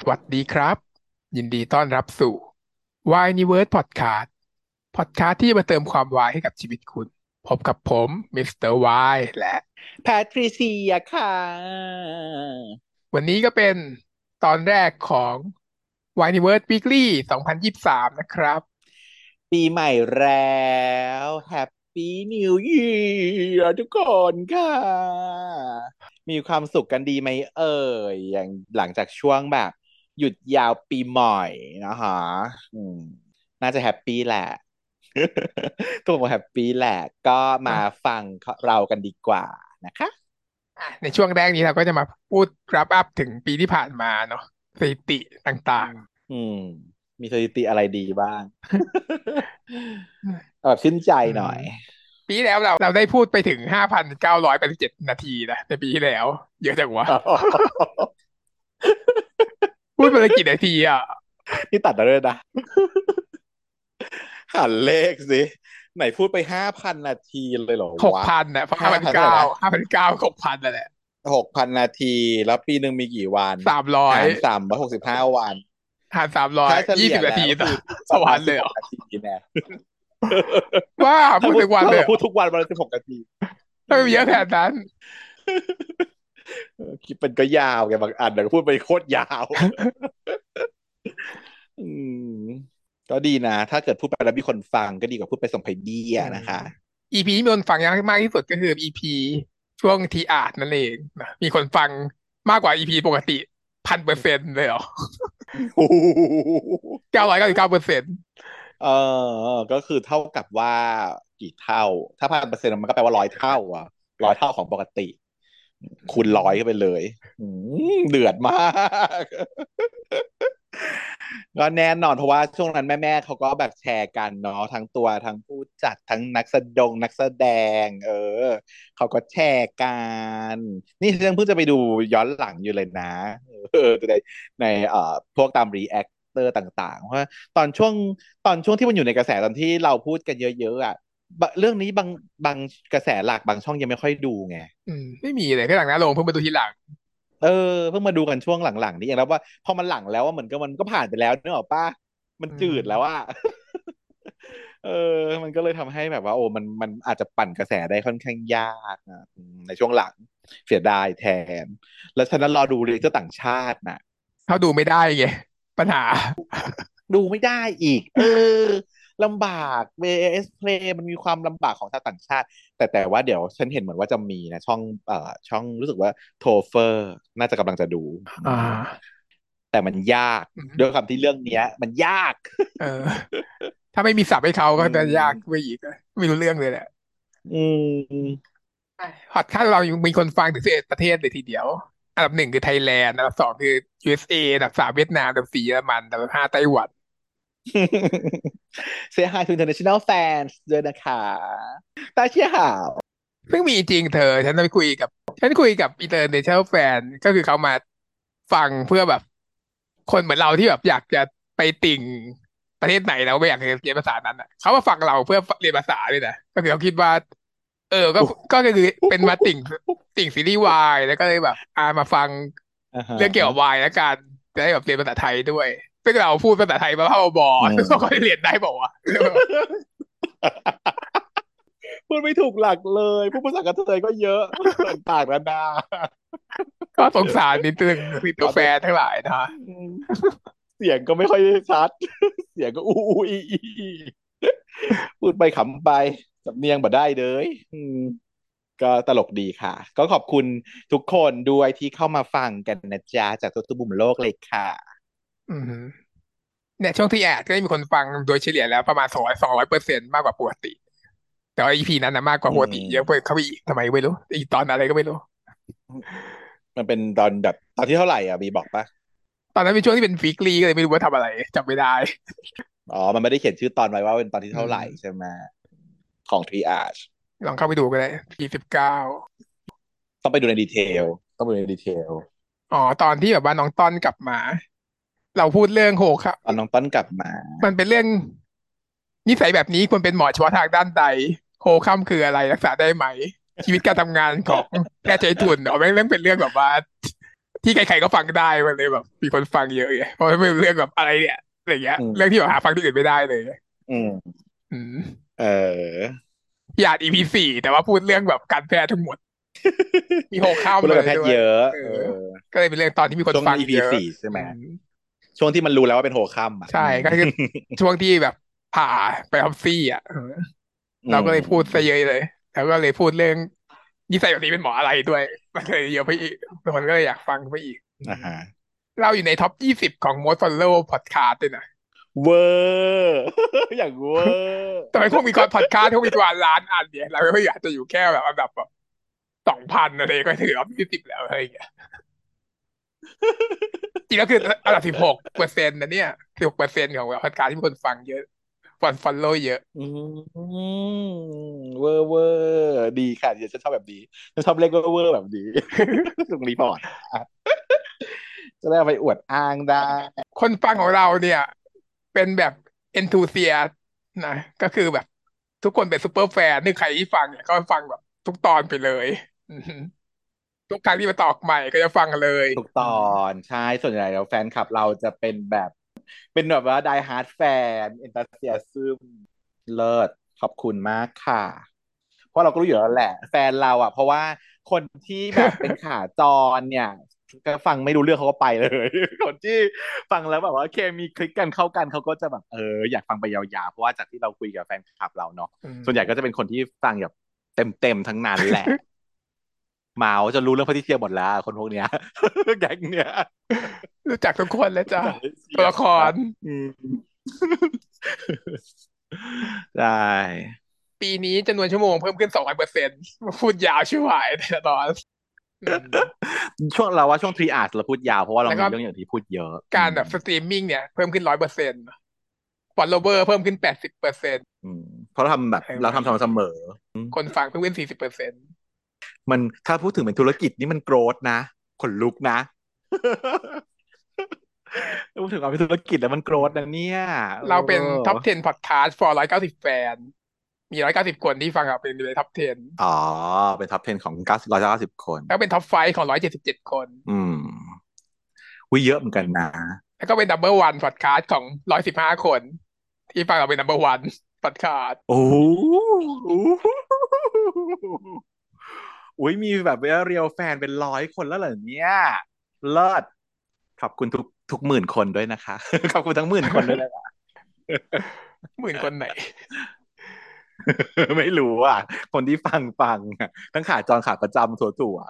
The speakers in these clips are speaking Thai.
สวัสดีครับยินดีต้อนรับสู่ Wineverse Podcast ที่มาเติมความวายให้กับชีวิตคุณพบกับผมมิสเตอร์วายและแพทริเซียค่ะวันนี้ก็เป็นตอนแรกของ Wineverse Weekly 2023นะครับปีใหม่แล้วแฮปปี้นิว e ียร์ทุกคนค่ะมีความสุขกันดีไหมเอ่ยอย่างหลังจากช่วงแบบหยุดยาวปีใหม่นะคะอืมน่าจะแฮปปี้แหละตัวผมแฮปปี้แหละก็มาอ่ะฟังเรากันดีกว่านะคะในช่วงแรกนี้เราก็จะมาพูด wrap up ถึงปีที่ผ่านมาเนาะสถิติต่างอืมมีสถิติอะไรดีบ้างๆเอาแบบชื่นใจอืมหน่อยปีที่แล้วเราได้พูดไปถึง5,987 นาทีนะในปีที่แล้วเยอะจังวะ พูดไปเลยกี่นาทีอ่ะนี่ตัดมาด้วยนะหันเลขสิไหนพูดไป5,000 นาทีเลยเหรอหกวะพันนะเพราะห้าห้าพันเก้าพันเท่าไหร่นะ 5,900 6,000นั่นแหละ 6,000 นาทีแล้วปีหนึ่งมีกี่วัน 300 หาร 365 วันหารสามร้อยถ้าเฉยี่สิบนาทีลี่ยแล้วก็ต่อคือปต่อระมาณสิบวันเลยเหรอหกนาทีแน่ว่าถ้าพูดพูดถึงวันถ้าเราเลยเหรอพูดทุกวันวันละ16 นาทีอืทำไมมีเยอะขมนาดนั้นคลิปมันก็ยาวไงบางอันแต่ก็พูดไปโคตรยาวอืมก็ดีนะถ้าเกิดพูดไปแล้วมีคนฟังก็ดีกว่าพูดไปส่งไปเบี้ยอืมนะคะอีพีที่มีคนฟังมากที่สุดก็คืออีพีช่วงทีอาร์ตนั่นเองนะมีคนฟังมากกว่าอีพีปกติ1,000%เลยเหรอโอ้โห 999% เออก็คือเท่ากับว่ากี่เท่าถ้า1,000%มันก็แปลว่า100 เท่าอ่ะ100 เท่าของปกติคูณ100เข้าไปเลยอืเดือดมากก็แน่นอนเพราะว่าช่วงนั้นแม่เขาก็แบบแชร์กันเนาะทั้งตัวทั้งผู้จัดทั้งนักแสดงเขาก็แชร์กันนี่ฉันเพิ่งจะไปดูย้อนหลังอยู่เลยนะในพวกตามรีแอคเตอร์ต่างๆเพราะว่าตอนช่วงตอนช่วงที่มันอยู่ในกระแสตอนที่เราพูดกันเยอะๆอ่ะเรื่องนี้บางกระแสหลักบางช่องยังไม่ค่อยดูไงไม่มีเลยก็หลังหน้าโรงเพิ่งมาดูทีหลังเออเพิ่งมาดูกันช่วงหลังๆนี่เองแล้วว่าพอมันหลังแล้วว่ามันก็ผ่านไปแล้วเนกอะป้ามันอืจืดแล้วว่ามเออมันก็เลยทำให้แบบว่าโอ้มันอาจจะปั่นกระแสได้ค่อนข้างยากนะในช่วงหลังเสียดายแทนแล้วฉะนั้นรอดูเรียกเจ้าต่างชาตินะเขาดูไม่ได้ไงปัญหาดูไม่ได้อีกลำบาก VS Play มันมีความลำบากของชาวต่างชาติแต่ว่าเดี๋ยวฉันเห็นเหมือนว่าจะมีนะช่องรู้สึกว่าโทเฟอร์น่าจะกำลังจะดูอือ่าม แต่มันยากอืมด้วยความที่เรื่องเนี้ยมันยากเออ ถ้าไม่มีศัพท์ให้เขาอืก็จะยากไปมอีกไม่รู้เรื่องเลยแหละอืมพอดคาสต์เรายังมีคนฟังถึง11 ประเทศเลยทีเดียวอันดับ 1คือไทยแลนด์อันดับ 2คือ USA อันดับ 3เวียดนามอันดับ 4เยอรมันอันดับ 5ไต้หวัน Say hi to international fans ด้วยนะคะ大家好ซึ่งมีจริงเธอฉันคุยกับinternational fan ก็คือเขามาฟังเพื่อแบบคนเหมือนเราที่แบบอยากจะไปติ่งประเทศไหนแล้วไม่อยากเรียนภาษานั้นอ่ะเขามาฟังเราเพื่อเรียนภาษาเลยนะก็คือเขาคิดว่าเออก็อุ๊ก็คือเป็นมาติ่งซีรีส์วายแล้วก็เลยแบบมาฟังอ่าฮะเรื่องเกี่ยวกับวายแล้วกันจะได้แบบเรียนภาษาไทยด้วยซึ่งเราพูดภาษาไทยมาบ้าบออืๆซึ่งเขาก็มเรียนได้บอกว่าวะพูดไม่ถูกหลักเลยพูดภาษากระเทยก็เยอะต่างๆนานาก็สงสารนิดนึงคือตัวแฟขอโทษนทั้งหลายนะอืมเสียงก็ไม่ค่อยชัดเสียงก็อู้อู้อีอีอีพูดไปขำไปสำเนียงบ่ได้เลยก็ตลกดีค่ะก็ขอบคุณทุกคนด้วยที่เข้ามาฟังกันนะจ๊ะจากทั่วทุกมุมโลกเลยค่ะอืมเนี่ยช่วงที่แอดก็ได้มีคนฟังโดยเฉลี่ยแล้วประมาณ200%มากกว่าปกติแต่ว่าอีพีนั้นนะมากกว่าอืปกติเยอะไปมเข้าไปอีกทำไมไม่รู้อีกตอนอะไรก็ไม่รู้มันเป็นตอนแบบตอนที่เท่าไหร่อ่ะบีบอกปะตอนนั้นเป็นช่วงที่เป็นวีคลีก็เลยไม่รู้ว่าทำอะไรจำไม่ได้อ๋อมันไม่ได้เขียนชื่อตอนไว้ว่าเป็นตอนที่อืเท่าไหร่ใช่มไหมของทรีอาร์ลองเข้าไปดูก็ได้ที่19 ต้องไปดูในดีเทลต้องไปดูในดีเทลอ๋อตอนที่แบบว่าน้องต้นกลับมาเราพูดเรื่องโหครับตอนน้องต้นกลับมามันเป็นเรื่องนิสัยแบบนี้ควรเป็นหมอเฉพาะทางด้านใดโฮคัมคืออะไรรักษาได้ไหมชีวิตการทำงานของแพทย์ใจทุนเอาแม่งเรื่องเป็นเรื่องแบบว่าที่ใครๆก็ฟังได้มันเลยแบบมีคนฟังเยอะไงเพราะมันเป็นเรื่องแบบอะไรเนี่ยอะไรเงี้ยอืมเรื่องที่แบบหาฟังที่อื่นไม่ได้เลยอืมอืมเออที่อ่าน EP4แต่ว่าพูดเรื่องแบบการแพทย์ทั้งหมดมีโฮคัพูดเรื่องการแพมอะไรด้วยทย์เยอะเออเออก็เลยเป็นเรื่องตอนที่มีคนช่วงฟัง EP เยอะ 4ใช่ไหมอืมช่วงที่มันรู้แล้วว่าเป็นโฮคัมอ่ะใช่อืมก็คือช่วงที่แบบผ่าไปทำซี่อ่ะอืเราก็เลยพูดซะเยมอะเลยแล้วก็เลยพูดเรื่องนิสัยแบบนี้เป็นหมออะไรด้วยมันเลยเยอะไปอีกคนก็เลยอยากฟังไปอีกอืมอ่าฮะเราอยู่ในท็อป 20ของ most follow podcast ด้วยนะเวอร์อย่างเวอร์แต่มันคงมีก่อนพอดคาสต์คงมีกว่าล้านอันเนี่ยเราก็อยากจะอยู่แค่แบบอันดับแบบ2,000อะไรก็ถือว่า20แล้วอะไรอย่างเงี้ยจริงแล้วคืออันดับ16%นะเนี่ย16%ของพอดคาสต์ที่มีคนฟังเยอะฟอลโล่เยอะอืมเวอร์เวอร์ดีค่ะเดี๋ยวฉันชอบแบบนี้ฉันชอบเล่นเวอร์เวอร์แบบนี้ส่งรีพอร์ตจะได้เอาไปอวดอ้างได้คนฟังของเราเนี่ยเป็นแบบเอนทูเซียนะก็คือแบบทุกคนเป็นซูเปอร์แฟนนี่ใครที่ฟังเนี่ยก็ฟังแบบทุกตอนไปเลยอืมทุกครั้งที่มาตอกใหม่ก็จะฟังเลยทุกตออืมนใช่ส่วนใหญ่แล้วแฟนคลับเราจะเป็นแบบเป็นแบบว่า die hard fan enthusiasm เลิศขอบคุณมากค่ะเพราะเราก็รู้อยู่แล้วแหละแฟนเราอ่ะเพราะว่าคนที่แบบเป็นขาจรเนี่ยก็ฟังไม่รู้เรื่องเขาก็ไปเลยคนที่ฟังแล้วแบบว่าเคมีคลิกกันเข้ากันเขาก็จะแบบอยากฟังไปยาวๆเพราะว่าจากที่เราคุยกับแฟนคลับเราเนาะอืส่วนใหญ่ก็จะมเป็นคนที่ฟังแบบเต็มทั้งนั้นแหละเมาจะรู้เรื่องพระที่เชียร์หมดแล้วคนพวกเนี้ยแก๊งเนี้ยรู้จักทุกคนแล้วจ้ะจากเอเชียตัวละคนะรอืมได้ปีนี้จำนวนชั่วโมงเพิ่มขึ้น200%พูดยาวชิบหายแต่ละตอนอืมช่วงเราว่าช่วงทรีอาร์เราพูดยาวเพราะว่าเราแล้วก็มีเรื่องอย่างที่พูดเยอะการแบบสตรีมมิ่งเนี่ยเพิ่มขึ้น100%ฟอลโลเวอร์เพิ่มขึ้น80% อืมเพราะเราทำแบบอะไรปเราทำระมาณนี้สม่ำเสมอคนฟังเพิ่มขึ้น40% มันถ้าพูดถึงเป็นธุรกิจนี่มันโกรธนะขนลุกนะพูดถึงเอาเป็นธุรกิจแล้วมันโกรธนะเนี่ยเอเราเป็นท็อปอ 10 podcast for 190แฟนมี190 คนที่ฟังเราเป็นในท็อป10 อ๋อเป็นท็อป10ของ990 คนแล้วเป็นท็อป5ของ177 คนอืมวิเยอะเหมือนกันนะแล้วก็เป็นนัมเบอร์วันพอดคาสต์ของ115 คนที่ฟังเราเป็นนัมเบอร์วันพอดคาสต์โอ้โห อุ้ยมีแบบว่าเรียลแฟนเป็น100 คนแล้วเหรอเนี่ยเลิศขอบคุณทุกหมื่นคนด้วยนะคะขอบคุณทั้งหมื่นคนด้วยนะคะ 10,000 คนไหนไม่รู้อ่ะคนที่ฟังอะทั้งขาจรขาประจำถั่ว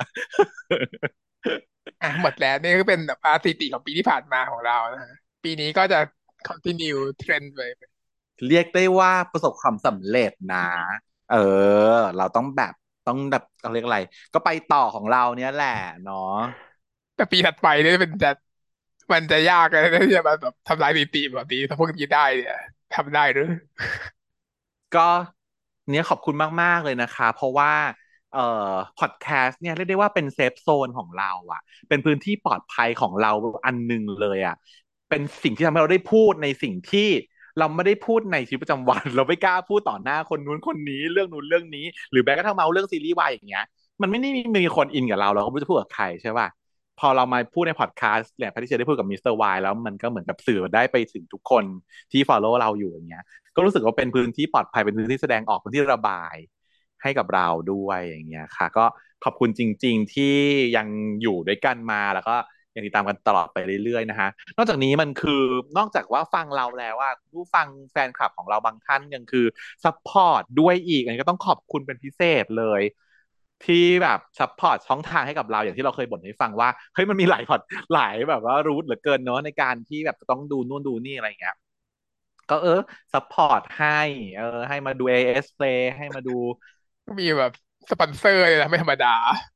อ่ะหมดแล้วนี่ก็เป็นแบบสถิติของปีที่ผ่านมาของเรานะฮะปีนี้ก็จะ continue เทรนด์ไปๆเรียกได้ว่าประสบความสำเร็จนะเออเราต้องแบบเขาเรียกอะไรก็ไปต่อของเราเนี่ยแหละเนาะแต่ปีถัดไปเนี่ยมันจะยากเลยนะที่จะมาแบบทำลายสถิติแบบนี้ถ้าพวกนี้ได้เนี่ยทำได้หรือก็เนี่ยขอบคุณมากๆเลยนะคะเพราะว่าเอ่พอดแคสต์เนี่ยเรียกได้ว่าเป็นเซฟโซนของเราอ่ะเป็นพื้นที่ปลอดภัยของเราอันหนึ่งเลยอ่ะเป็นสิ่งที่ทำให้เราได้พูดในสิ่งที่เราไม่ได้พูดในชีวิตประจำวันเราไม่กล้าพูดต่อหน้าคนนู้นคนนี้เรื่องนู้นเรื่องนี้หรือแม้กระทั่งเมาเรื่องซีรีส์วายอย่างเงี้ยมันไม่ได้มีคนอินกับเราเราก็ไม่รู้จะพูดกับใครใช่ป่ะพอเรามาพูดในพอดแคสต์เนี่ยแพทริเซียได้พูดกับมิสเตอร์วายแล้วมันก็เหมือนกับสื่อได้ไปถึงทุกคนที่ follow เราอยู่อย่างเงี้ย ก็รู้สึกว่าเป็นพื้นที่ปลอดภัยเป็นพื้นที่แสดงออกพื้นที่ระบายให้กับเราด้วยอย่างเงี้ยค่ะก็ขอบคุณจริงๆที่ยังอยู่ด้วยกันมาแล้วก็ยังติดตามกันตลอดไปเรื่อยๆนะฮะนอกจากนี้มันคือนอกจากว่าฟังเราแล้วว่าผู้ฟังแฟนคลับของเราบางท่านยังคือซัพพอร์ตด้วยอีกอันนี้ก็ต้องขอบคุณเป็นพิเศษเลยที่แบบซัพพอร์ตช่องทางให้กับเราอย่างที่เราเคยบ่นให้ฟังว่าเฮ้ยมันมีหลายพอร์ตหลายแบบว่ารูทเหลือเกินเนาะในการที่แบบจะต้องดูนู่นดูนี่อะไรอย่างเงี้ย ก็ซัพพอร์ตให้ให้มาดู AS Play ให้มาดูก็มีแบบสปอนเซอร์เลยนะไม่ธรรมดา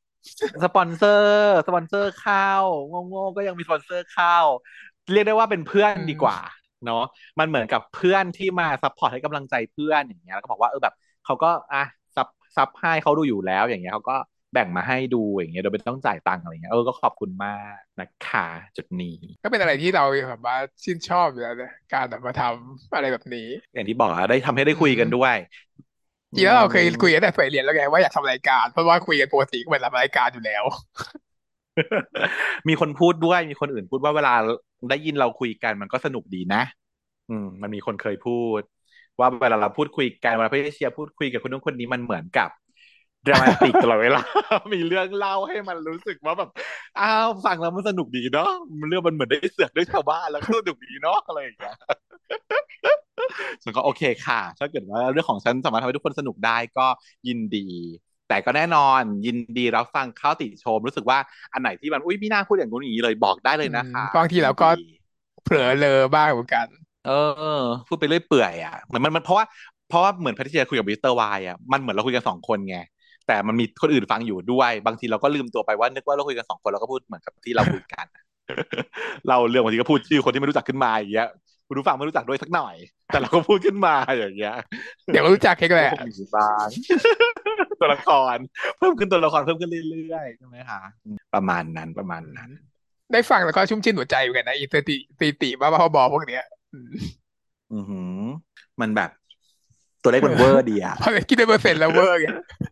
สปอนเซอร์เข้าโง่ๆก็ยังมีสปอนเซอร์เข้าเรียกได้ว่าเป็นเพื่อนอืดีกว่ามเนาะมันเหมือนกับเพื่อนที่มาซัพพอร์ตให้กำลังใจเพื่อนอย่างเงี้ยแล้วก็บอกว่าแบบเขาก็ซับซับให้เขาดูอยู่แล้วอย่างเงี้ยเขาก็แบ่งมาให้ดูอย่างเงี้ยโดยไม่ต้องจ่ายตังค์อะไรเงี้ยก็ขอบคุณมากนะคะจุดนี้ก็เป็นอะไรที่เราแบบว่าชื่นชอบอยู่แล้วนะการแบบมาทำอะไรแบบนี้อย่างที่บอกอะได้ทำให้ได้อืคุยกันด้วมยอืจริงแล้วเราเคยคุยกันมแต่สมัยเรียนแล้วไงว่าอยากทำรายการเพราะว่าคุยกันปกติก็เหมือนทำรายการอยู่แล้วมีคนพูดด้วยมีคนอื่นพูดว่าเวลาได้ยินเราคุยกันมันก็สนุกดีนะมันมีคนเคยพูดว่าเวลาเราพูดคุยกันเวลาพี่เชียร์พูดคุยกับคนนู้นคนนี้มันเหมือนกับดรามาติกตลอดเวลามีเรื่องเล่าให้มันรู้สึกว่าแบบอ้าวฟังแล้วมันสนุกดีเนาะเรื่องมันเหมือนได้เสือกด้วยชาวบ้านแล้วก็สนุกดีเนาะอะไรอย่างเงี้ย ฉันก็โอเคค่ะถ้าเกิดว่าเรื่องของฉันสามารถทำให้ทุกคนสนุกได้ก็ยินดีแต่ก็แน่นอนยินดีรับฟังข้อติชมรู้สึกว่าอันไหนที่มันอุ้ยไม่น่าพูดอย่างนู้นอย่างนี้เลยบอกได้เลยนะคะบางทีเราก็ยินดีเผลอเลอบ้างเหมือนกันเออพูดไปเรื่อยเปื่อยอ่ะเหมือนมันเพราะว่าเหมือนแพทริเซียคุยกับมิสเตอร์วายอ่ะมันเหมือนเราคุยกันสองคนไงแต่มันมีคนอื่นฟังอยู่ด้วยบางทีเราก็ลืมตัวไปว่านึกว่าเราคุยกันสองคนเราก็พูดเหมือนกับที่เราคุยกันเราเรื่องบางทีก็พูดชื่อคนที่ไม่รู้จักขึ้นมาอย่างเงี้ยคุณผู้ฟังไม่รู้จักด้วยสักหน่อยแต่เราก็พูดขึ้นมาอย่างเงี้ยเดี๋ยวก็รู้จักแค่แหละก็คงมีบ้างตัวละครเพิ่มขึ้นตัวละครเพิ่มขึ้นเรื่อยๆใช่ไหมคะประมาณนั้นประมาณอืมนั้นได้ฟังแล้วก็ชุ่มชื่นหัวใจเหมือนกันนะอีสถิติบ้าบ้าบอๆพวกเนี้ยอือหือมันแบบตัวเลขเออมันเวอร์ดีอะพอเลยคิดได้เปอร์เซ็นต์แล้วเวอร์ไง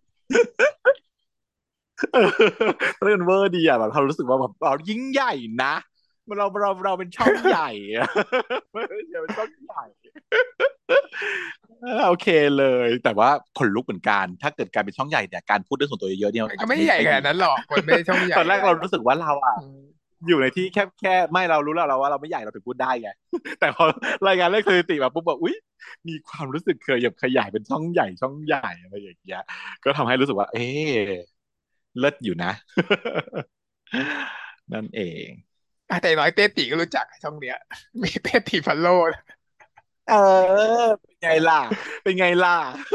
เออตัวเลขมันเวอร์ดีอะแบบเรารู้สึกว่าแบบเรายิ่งใหญ่นะเราเป็นช่องใหญ่อะเราเป็นช่องใหญ่โอเคเลยแต่ว่าขนลุกเหมือนกันถ้าเกิดการเป็นช่องใหญ่เนี่ยการพูดเรื่องส่วนตัวเยอะๆเนี่ยมันก็อาจจะไม่ไม่ได้ใหญ่ขไม่ดีนะนาดนั้นหรอกมันไม่ได้ช่องใหตญ่อนแรกเราอะไรหรอกรู้สึกว่าเราอะอืมอยู่ในที่แค่ไม่เรารู้แล้วเราว่าเราไม่ใหญ่เราถึงพูดได้ไงแต่พอรายงานเลขสถิติมาปุ๊บบอกอุ๊ยมีความรู้สึกเคยขยายเป็นช่องใหญ่อะไรอย่างเงี้ยก็ทำให้รู้สึกว่าเอ๊ะเลิศอยู่นะนั่นเองแต่อย่างน้อยเต้ตีก็รู้จักช่องเนี้ยมีเต้ตีพัลโล่นะเออเป็นไงล่ะเป็นไงล่ะ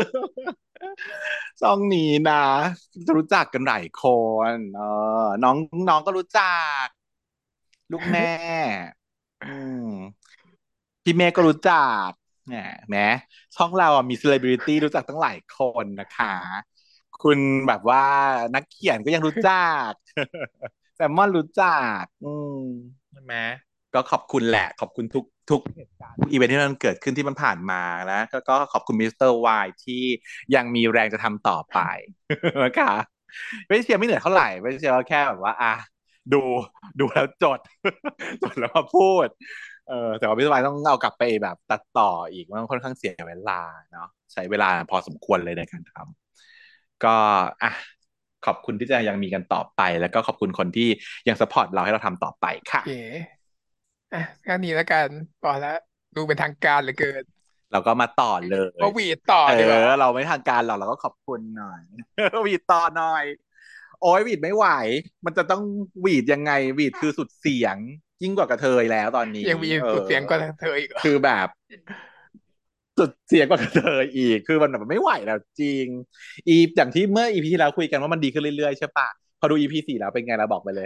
ช่องนี้นะรู้จักกันหลายคนน้องน้องก็รู้จักลูกแม่อืม พี่เมย์ก็รู้จักแหมแหมช่องเราอ่ะมีเซเลบริตี้รู้จักตั้งหลายคนนะคะคุณแบบว่านักเขียนก็ยังรู้จักแซมมอนรู้จักใช่ไหมก็ขอบคุณแหละขอบคุณทุกเหตุการณ์ทุกอีเวนท์ที่มันเกิดขึ้นที่มันผ่านมานะก็ขอบคุณมิสเตอร์วายที่ยังมีแรงจะทำต่อไปนะคะไม่เชียร์ไม่เหนื่อยเท่าไหร่ไม่เชียร์ก็แค่แบบว่าดูดูแล้วจดจดแล้วมาพูด แต่ว่าพี่สบายต้องเอากลับไปแบบตัดต่ออีกมันค่อนข้างเสียเวลาเนาะใช้เวลาพอสมควรเลยในการทำก็อ่ะขอบคุณที่จะยังมีกันต่อไปแล้วก็ขอบคุณคนที่ยังสปอร์ตเราให้เราทำต่อไปค่ะโอเคอ่ะแค่นี้แล้วกันพอแล้วดูเป็นทางการเหลือเกินเราก็มาต่อเลยมาหวีดต่อเออดีกว่าเราไม่ทางการหรอกเราก็ขอบคุณหน่อยหวีดต่อหน่อยโอ้ยหวีดไม่ไหวมันจะต้องหวีดยังไงหวีดคือสุดเสียงยิ่งกว่ากระเทยแล้วตอนนี้ยังมีสุดเสียงกว่าเธออีกเหรอคือแบบ สุดเสียงกว่าเธออีกคือมันแบบไม่ไหวแล้วจริงอย่างที่เมื่ออีพีที่แล้วคุยกันว่ามันดีขึ้นเรื่อยๆใช่ปะพอดูอีพีสี่แล้วเป็นไงเราบอกไปเลย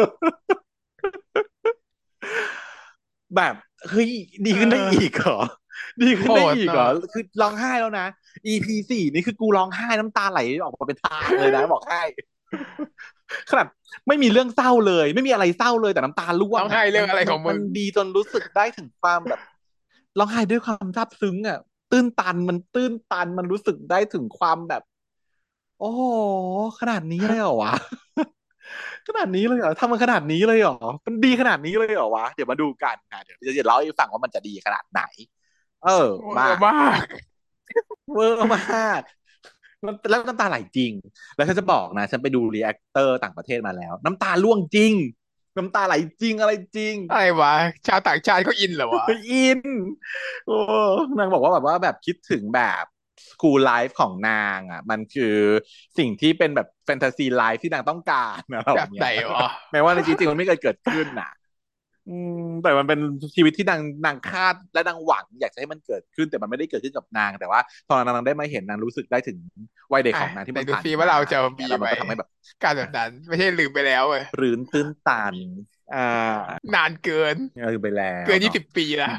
แบบเฮ้ยดีเอขึ้นได้อีกอเหรอดีโหขึ้นได้ดเนาะอีกเหรอคือร้องไห้แล้วนะ EP สี่นี่คือกูร้องไห้น้ำตาไหลออกมาเป็นทางเลยนะบอกให้ขนาดไม่มีเรื่องเศร้าเลยไม่มีอะไรเศร้าเลยแต่น้ำตาร่วร้องไห้งอ่ะมันเรื่องอะไรมันมันของมึงดีจนรู้สึกได้ถึงความแบบร้องไห้ด้วยความซาบซึ้งอ่ะตื้นตันมันรู้สึกได้ถึงความแบบ โอ้โหขนาดนี้เลยเหรอวะขนาดนี้เลยเหรอทำมันขนาดนี้เลยเหรอมันดีขนาดนี้เลยเหรอวะเดี๋ยวมาดูกันนะเดี๋ยวจะเล่าให้ฟังว่ามันจะดีขนาดไหนเออเวอมาร์มากเวอร์มากแล้วน้ำตาไหลจริงแล้วฉันจะบอกนะฉันไปดูรีแอคเตอร์ต่างประเทศมาแล้วน้ำตาร่วงจริงน้ำตาไหลจริงอะไรจริงอะไรวะชาวต่างชาติเขาอินเหรอวะอินโอ้นางบอกว่าแบบคิดถึงแบบสคูลไลฟ์ของนางอ่ะมันคือสิ่งที่เป็นแบบแฟนตาซีไลฟ์ที่นางต้องการนะเราแบบไหนเนี้ยวะแม้ว่าในจริงๆมันไม่เคยเกิดขึ้นน่ะแต่มันเป็นชีวิตที่นางคาดและนางหวังอยากจะให้มันเกิดขึ้นแต่มันไม่ได้เกิดขึ้นกับนางแต่ว่าพอนางได้มาเห็นนางรู้สึกได้ถึงวัยเด็กอ่ะของนางที่ไหนดูมันผ่านมาซิว่าเราจะอะไรเงี้ยแล้วมีไหมมันก็ทำให้แบบการแบบนั้นไม่ใช่ลืมไปแล้วเว้ยรื้นตื้นตันอ่านานเกินลืมไปแล้วเกินยี่เนาะสิบปีละ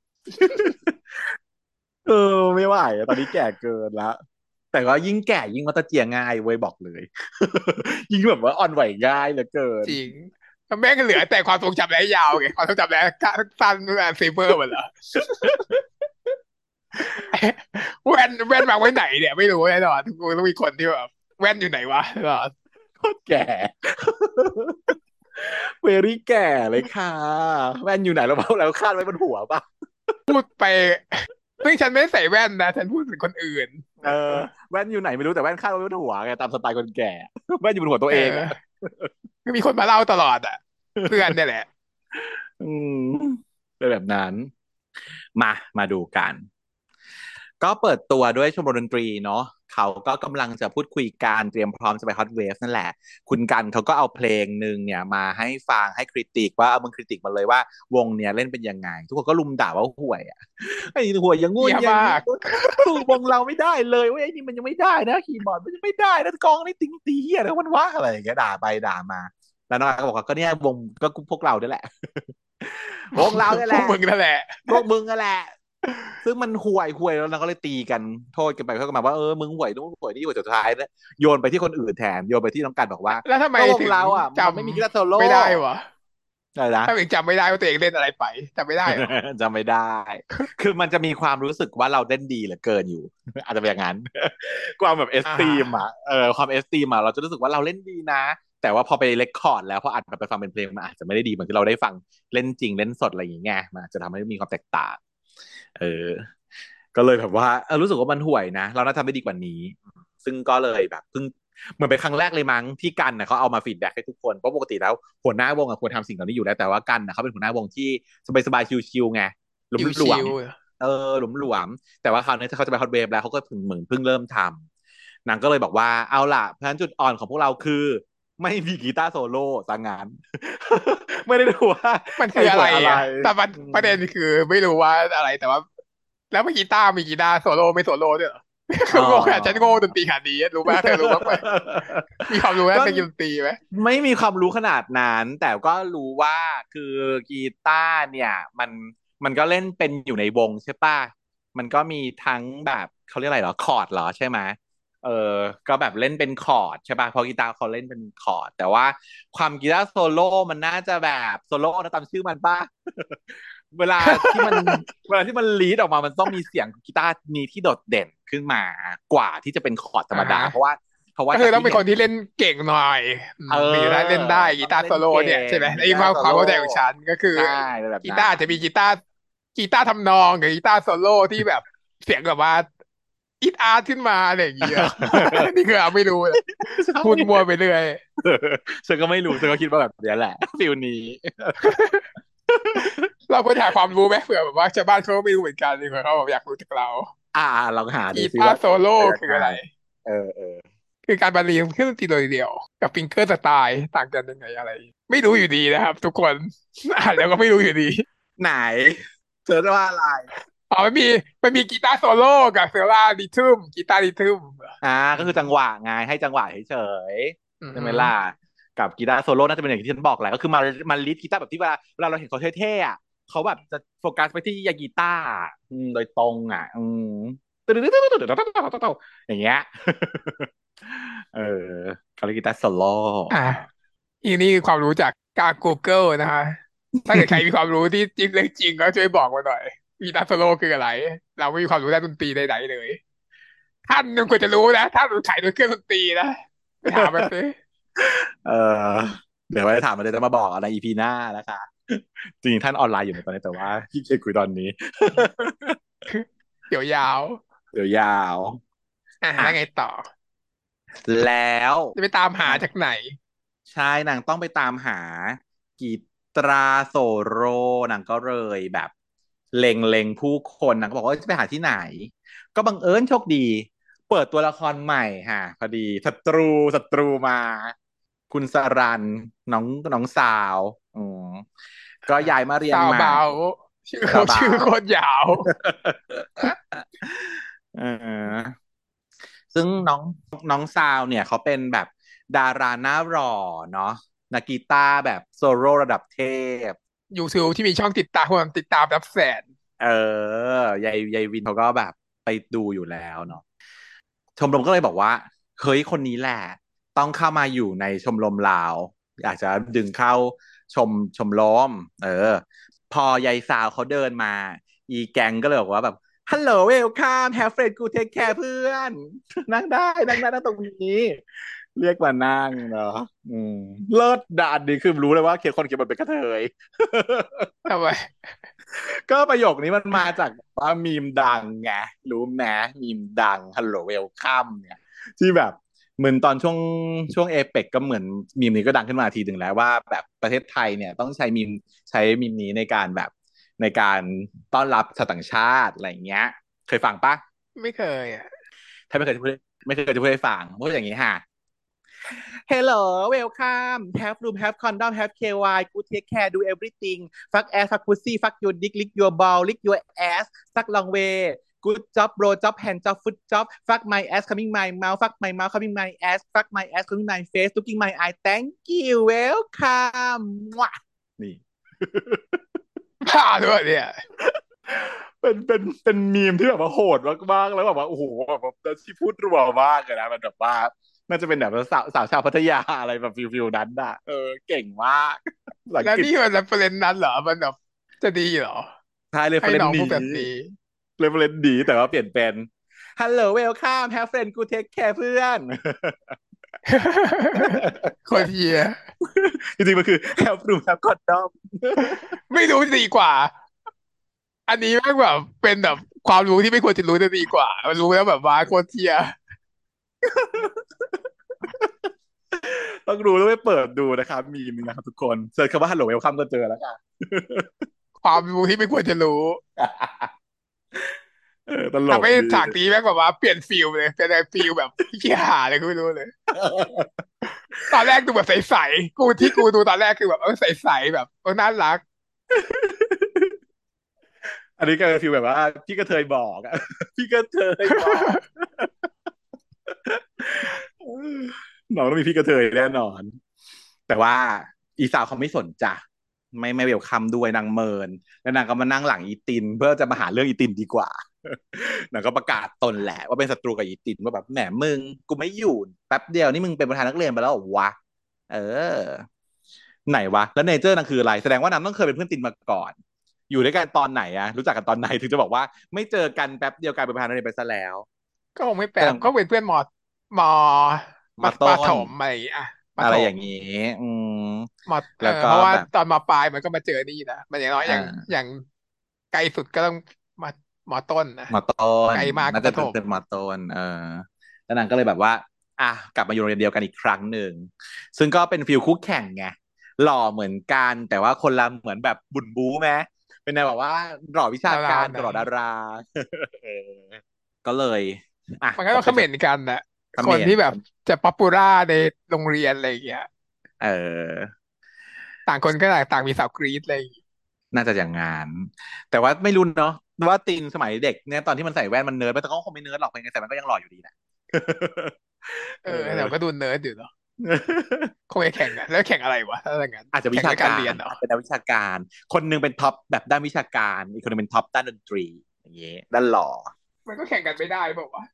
เออไม่ไหวอะตอนนี้แก่เกินละแต่ก็ยิ่งแก่ยิ่งวัตเจียง่ายเว้ยบอกเลยยิ่งแบบว่าอ่อนไหวง่ายเหลือเกินจริงแม่งเหลือแต่ความทรงจำระยะยาวไงความทรงจำระยะสั้นแบบเซเบอร์หมดเหรอแว่นแว่นวางไว้ไหนเนี่ยไม่รู้แน่นอนกูต้องมีคนที่แบบแว่นอยู่ไหนวะเหรอโคตรแก่เวรี่แก่เลยค่ะแว่นอยู่ไหนแล้วเปล่าแล้วคาดไว้บนหัวป่ะพูดไปซึ่งฉันไม่ได้ใส่แว่นนะฉันพูดถึงคนอื่นเออแว่นอยู่ไหนไม่รู้แต่แว่นคาดไว้บนหัวไงตามสไตล์คนแก่แว่นอยู่บนหัวตัวเอเองอ่ะอก็มีคนมาเล่าตลอดอ่ะเพื่อนเนี่ยแหละอืมเป็นแบบนั้นมาดูกัน ก็เปิดตัวด้วยชมรมดนตรีเนาะเขาก็กำลังจะพูดคุยการเตรียมพร้อมจะไปฮอตเวฟนั่นแหละคุณกันเขาก็เอาเพลงหนึ่งเนี่ยมาให้ฟังให้คริติกว่าเอามึงคริติกมาเลยว่าวงเนี่ยเล่นเป็นยังไงทุกคนก็ลุมด่าว่าห่วยอ่ะไอ้ห่วยอย่างงู้เยี่ยนอย่างนี้มากสู้วงเราไม่ได้เลยเว้ยไอ้นี่มันยังไม่ได้นะคีย์บอร์ดมันยังไม่ได้นะกลองนี่ติงตีเหี้ยแล้วมันวะอะไรอย่างเงี้ยด่าไปด่ามาแล้วน้องอาก็บอกว่าก็เนี่ยวงก็พวกเราเนี่ยแหละวงเราเนี่ยพวกแหละมึงนั่นแหละพวกมึงนั่นแหละซึ่งมันห่วยแล้วเราก็เลยตีกันโทษกันไปโทษกันมาว่ามึงห่วยนู่นห่วยนี่ห่วยสุดท้ายแล้วโยนไปที่คนอื่นแทนโยนไปที่น้องกันบอกว่าแล้วทำไมก็วงถึงเราอ่ะจมันไม่มีกีตาร์โซโล่ำไม่ได้วะอะไรนะถ้าถึงจำไม่ได้ว่าตัวเองเล่นอะไรไปจำไม่ได้เหรอจำไม่ได้คือมันจะมีความรู้สึกว่าเราเล่นดีเหลือเกินอยู่อาจจะเป็นอย่างนั้นความแบบเอสอ่าตีฮะมอ่ะความเอสตีมอ่ะเราจะรู้สึกว่าเราเล่นดีนะแต่ว่าพอไปเรคคอร์ดแล้วพออัดไปฟังเป็นเพลงมันอาจจะไม่ได้ดีเหมือนที่เราได้ฟังเล่นจริงเล่นสดอะไรอย่างเงี้ยมันอาจจะทำให้มีความแตกต่างเออก็เลยแบบว่ารู้สึกว่ามันห่วยนะเราน่าทำได้ดีกว่านี้ซึ่งก็เลยแบบเพิ่งเหมือนเป็นครั้งแรกเลยมั้งที่กันนะเขาเอามาฟีดแบ็กให้ทุกคนเพราะปกติแล้วหัวหน้าวงอะควรทำสิ่งเหล่านี้อยู่แล้วแต่ว่ากันนะเขาเป็นหัวหน้าวงที่สบายๆชิวๆไงหลุมหลวมชิวหลุมหลวมแต่ว่าคราวนี้ถ้าเขาจะไปฮอตเวฟแล้วเขาก็เหมือนเพิ่งเริ่มทำนางก็เลยบอกว่าเอาล่ะเพราะฉะนั้นจุดอ่อนของพวกเราคือไม่มีกีตาร์โซโล่ต่างงานไม่ได้ดูว่าๆมันใครคืออะไรห่วยอะไรอ่ะแต่มันอืมประเด็นคือไม่รู้ว่าอะไรแต่ว่าแล้วเมื่อกีตาร์มีกีตาร์โซโล่ไม่โซโล่ด้วยเหรออ๋อคือโง่ขนาดฉันโง่ดนตรีขนาดนี้รู้ไหมเธอรู้บ้างไหมมีความรู้ด้าก็นดนตรีไหมไม่มีความรู้ขนาดนั้นแต่ก็รู้ว่าคือกีตาร์เนี่ยมันก็เล่นเป็นอยู่ในวงใช่ป่ะมันก็มีทั้งแบบเขาเรียกอะไรเหรอคอร์ดเหรอใช่ไหมเออก็แบบเล่นเป็นคอร์ดใช่ป่ะเพราะกีตาร์เขาเล่นเป็นคอร์ดแต่ว่าความกีตาร์โซโล่มันน่าจะแบบโซโล่นะตามชื่อมันป่ะเวลาที่มันเวลาที่มันลีดออกมามันต้องมีเสียงกีตาร์นี้ที่โดดเด่นขึ้นมากว่าที่จะเป็นคอร์ดธรรมดาอ่าฮะเพราะว่าก็คือต้องเป็นจากที่เห็นคนที่เล่นเก่งหน่อยเออถึงจะได้เล่นได้กีต้องเล่นตาร์โซโล่เก่เนี่ยใช่ไหมงกีไอ้ความตาร์โซโล่เข้าใจของฉันก็คือใช่เป็นแบบนั้กีตาร์จะนมีกีตาร์ทำนองกับกีตาร์โซโล่ที่แบบเสียงแบบว่าอิดอาร์ขึ้นมาอะไรอย่างเงี้ยนี่คือเอาไม่รู้เลยใช่พูดมั่วไปเรื่อยฉันก็ไม่รู้ฉันก็คิดว่าแบบเนี้ยแหละฟิลนี้เราเพื่อหาความรู้ไหมเผื่อแบบว่าชาวบ้านเขาก็ไม่รู้เหมือนกันเผื่อเขาแบบอยากรู้จากเราอ่าลองหาดูกีซิว่าตาร์โซโล่เป็นยังไงคืออะไรเออคือการบรรเลงเครื่องดนตรีโดยเดี่ยวกับฟิงเกอร์สไตล์ต่างกันยังไงอะไรไม่รู้อยู่ดีนะครับทุกคนอ่านแล้วก็ไม่รู้อยู่ดีไหนเธอจะว่าอะไรอ๋อมันมีกีตาร์โซโล่กับเซลาริทึมกีตาร์ริทึมอ่าอืมก็คือจังหวะไงให้จังหวะเฉยอืๆใช่ไหมล่ะมกับกีตาร์โซโล่น่าจะเป็นอย่างที่ฉันบอกแหละก็คือมาลีดกีตาร์แบบที่เวลาเราเห็นเขาเท่ๆอ่ะเขาแบบจะโฟกัสไปที่ยากีตาร์โดยตรงอ่ะอย่างเงี้ยเออเขาเรียกกีตาร์โซโล่อ่ะอีนี่คือความรู้จากการ Google นะคะถ้าเกิดใครมีความรู้ที่จริงเรื่องจริงก็ช่วยบอกมาหน่อยกีตาร์โซโล่คืออะไรเราไม่มีความรู้ด้านดนตรีใดๆเลย ท่านยังควรจะรู้นะท่านขายโดยเครื่องดนตรีนะไปถามมันสิเออเดี๋ยวไว้ถามมาเลยจะมาบอกในอีพีหน้านะคะจริงๆท่านออนไลน์อยู่ในตอนนี้แต่ว่าขี้เกียจคุยตอนนี้เดี๋ยวยาวเดี๋ยวยาวอ่ะอ่ะแล้วไงต่อแล้วจะไปตามหาจากไหนใช่นางต้องไปตามหากีตราโซโรนางก็เลยแบบเล็งผู้คนนางก็บอกว่าจะไปหาที่ไหนก็บังเอิญโชคดีเปิดตัวละครใหม่ค่ะพอดีศัตรูมาคุณสรันน้องน้องสาวอืมก็ย้ายมาเรียนใหม่ซาวเบาชื่อสบาชื่อวโคตรยาวเออซึ่งน้องซาวเนี่ยเขาเป็นแบบดาราหน้าหล่อเนาะนักกีตาร์แบบโซโล่ระดับเทพ YouTube ที่มีช่องติดตามคนติดตามนับแสนเออยายวินเขาก็แบบไปดูอยู่แล้วเนาะชมรมก็เลยบอกว่าเฮ้ยคนนี้แหละต้องเข้ามาอยู่ในชมรมเราอยากจะดึงเข้าชมรมพอยายสาวเขาเดินมาอีแกงก็เลยบอกว่าแบบฮัลโหลเวลคัมแฮฟเฟรดกูเทคแคร์เพื่อนนั่งได้นั่งตรงนี้เรียกมานั่งเนาะอืมเลิศด่านดีคือรู้เลยว่าคนเขียนบทเป็นกระเทยทำไมก็ประโยคนี้มันมาจากว่ามีมดังไงรู้ไหมมีมดังฮัลโหลเวลคัมเนี่ยที่แบบเหมือนตอนช่วงเอเปกก็เหมือนมีมนี้ก็ดังขึ้นมาทีหนึ่งแล้วว่าแบบประเทศไทยเนี่ยต้องใช้มีมนี้ในการแบบในการต้อนรับชาวต่างชาติอะไรอย่างเงี้ยเคยฟังปะไม่เคยอ่ะถ้าไม่เคยจะพูดให้ฟังพูดอย่างนี้ค่ะ Hello welcome have room have condom have KY good take care do everything fuck ass fuck pussy fuck your dick lick your ball lick your ass suck long way good job bro job hand job foot job fuck my ass coming my mouth fuck my mouth coming my ass fuck my ass coming my face looking my eye thank you welcome มั่วนี่บ้าด้วยเนี่ยเป็นมีมที่แบบว่าโหดมากๆแล้วแบบว่าโอ้โหแบบที่พูดรัวมากเลยนะมันแบบว่าน่าจะเป็นแบบสาวชาวพัทยาอะไรแบบฟิลนั้นอ่ะเก่งมากภาษาอังกฤษแล้วนี่มันเรฟเฟรนซ์นั้นเหรอมันแบบจะดีเหรอใช่เลยให้น้องเฟรนนี้พูดแบบนี้เลยเฟรนดีแต่ว่าเปลี่ยนเป็น Hello welcome have friend good take care เพื่อนคนเฮียจริงๆมันคือ have room have condom ไม่รู้ดีกว่าอันนี้แม่งแบบเป็นแบบความรู้ที่ไม่ควรจะรู้จะดีกว่ามันรู้แล้วแบบว่าโคตรเฮียต้องรู้แล้วไปเปิดดูนะครับมีมนะครับทุกคนเสิร์ชคำว่า Hello welcome ก็เจอแล้วค่ะความรู้ที่ไม่ควรจะรู้ตลทำให้กดีฉากนี้แม่งแบบว่าเปลี่ยนฟิลเลยเป็นอะไรฟิลแบบขี้หาเลยก็ไม่รู้เลยตอนแรกดูแบบใสๆกูดูตอนแรกคือแบบใสๆแบบน่ารักอันนี้ก็เป็นฟีลแบบว่าพี่กระเทยบอกอะพี่กระเทยบอกน้องต้องมีพี่กระเทยแน่นอนแต่ว่าอีสาวเขาไม่สนจ้ะไม่เวลคัมด้วยนางเมินแล้วนางก็มานั่งหลังอีตินเพื่อจะมาหาเรื่องอีตินดีกว่า นางก็ประกาศตนแหละว่าเป็นศัตรูกับอีตินว่าแบบแหมมึงกูไม่อยู่แป๊บเดียวนี่มึงเป็นประธานนักเรียนไปแล้วเหรอวะเออไหนวะแล้วเนเจอร์นางคืออะไรแสดงว่านางต้องเคยเป็นเพื่อนตินมาก่อนอยู่ด้วยกันตอนไหนอะรู้จักกันตอนไหนถึงจะบอกว่าไม่เจอกันแป๊บเดียวกลายเป็นประธานนักเรียนไปซะแล้วก็คงไม่แปแสดงลกก็เป็นเพื่อนมอมาต้ประถนมอะไรอย่างเงี้ยอะประถมอะไรอย่างนี้อืมแล้วก็เพราะว่าแบบตอนมปลายมันก็มาเจอนี่นะมันอย่างน้อยอย่างไกลสุดก็ต้องมามอต้นนะมาต้นไกลมากก็น่าจะประถมเป็นมาต้นแล้วนางก็เลยแบบว่าอ่ะกลับมาอยู่โรงเรียนเดียวกันอีกครั้งหนึ่งซึ่งก็เป็นฟิลคู่แข่งไงหล่อเหมือนกันแต่ว่าคนละเหมือนแบบบุญบู๊ไหมเป็นแนวแบบว่าหล่อวิชาราวๆนั้นการกับหล่อดาราเออก็เลยอ่ะมันก็ต้องคอมเมเป็นนต์กันนะเขคนที่แบบมรคนจะป๊อปปูล่าในโรงเรียนอะไรอย่างเงี้ยเออต่างคนก็ต่างมีสาวกรี๊ดอะไรอย่างเงี้ยน่าจะอย่างงานแต่ว่าไม่รู้เนาะว่าตีนสมัยเด็กเนี่ยตอนที่มันใส่แว่นมันเนิร์ดแต่ก็คงไม่เนิร์ดหรอกเป็นไงแต่มันก็ยังหล่ออยู่ดีนะ เอแต่ก็อดูเนิร์ดอยู่เนาะคงจะแข่งกันแล้วแข่งอะไรวะถ้าอย่างนั้นอาจจะวิแข่งเรื่องการชาการเรียนเหรออาจจะนักวิชาการคนหนึงเป็นท็อปแบบด้านวิชาการอีกคนหนึงเป็นท็อปด้านดนตรีอย่างเงี้ยด้านหล่อมันก็แข่งกันไม่ได้บอกว่าว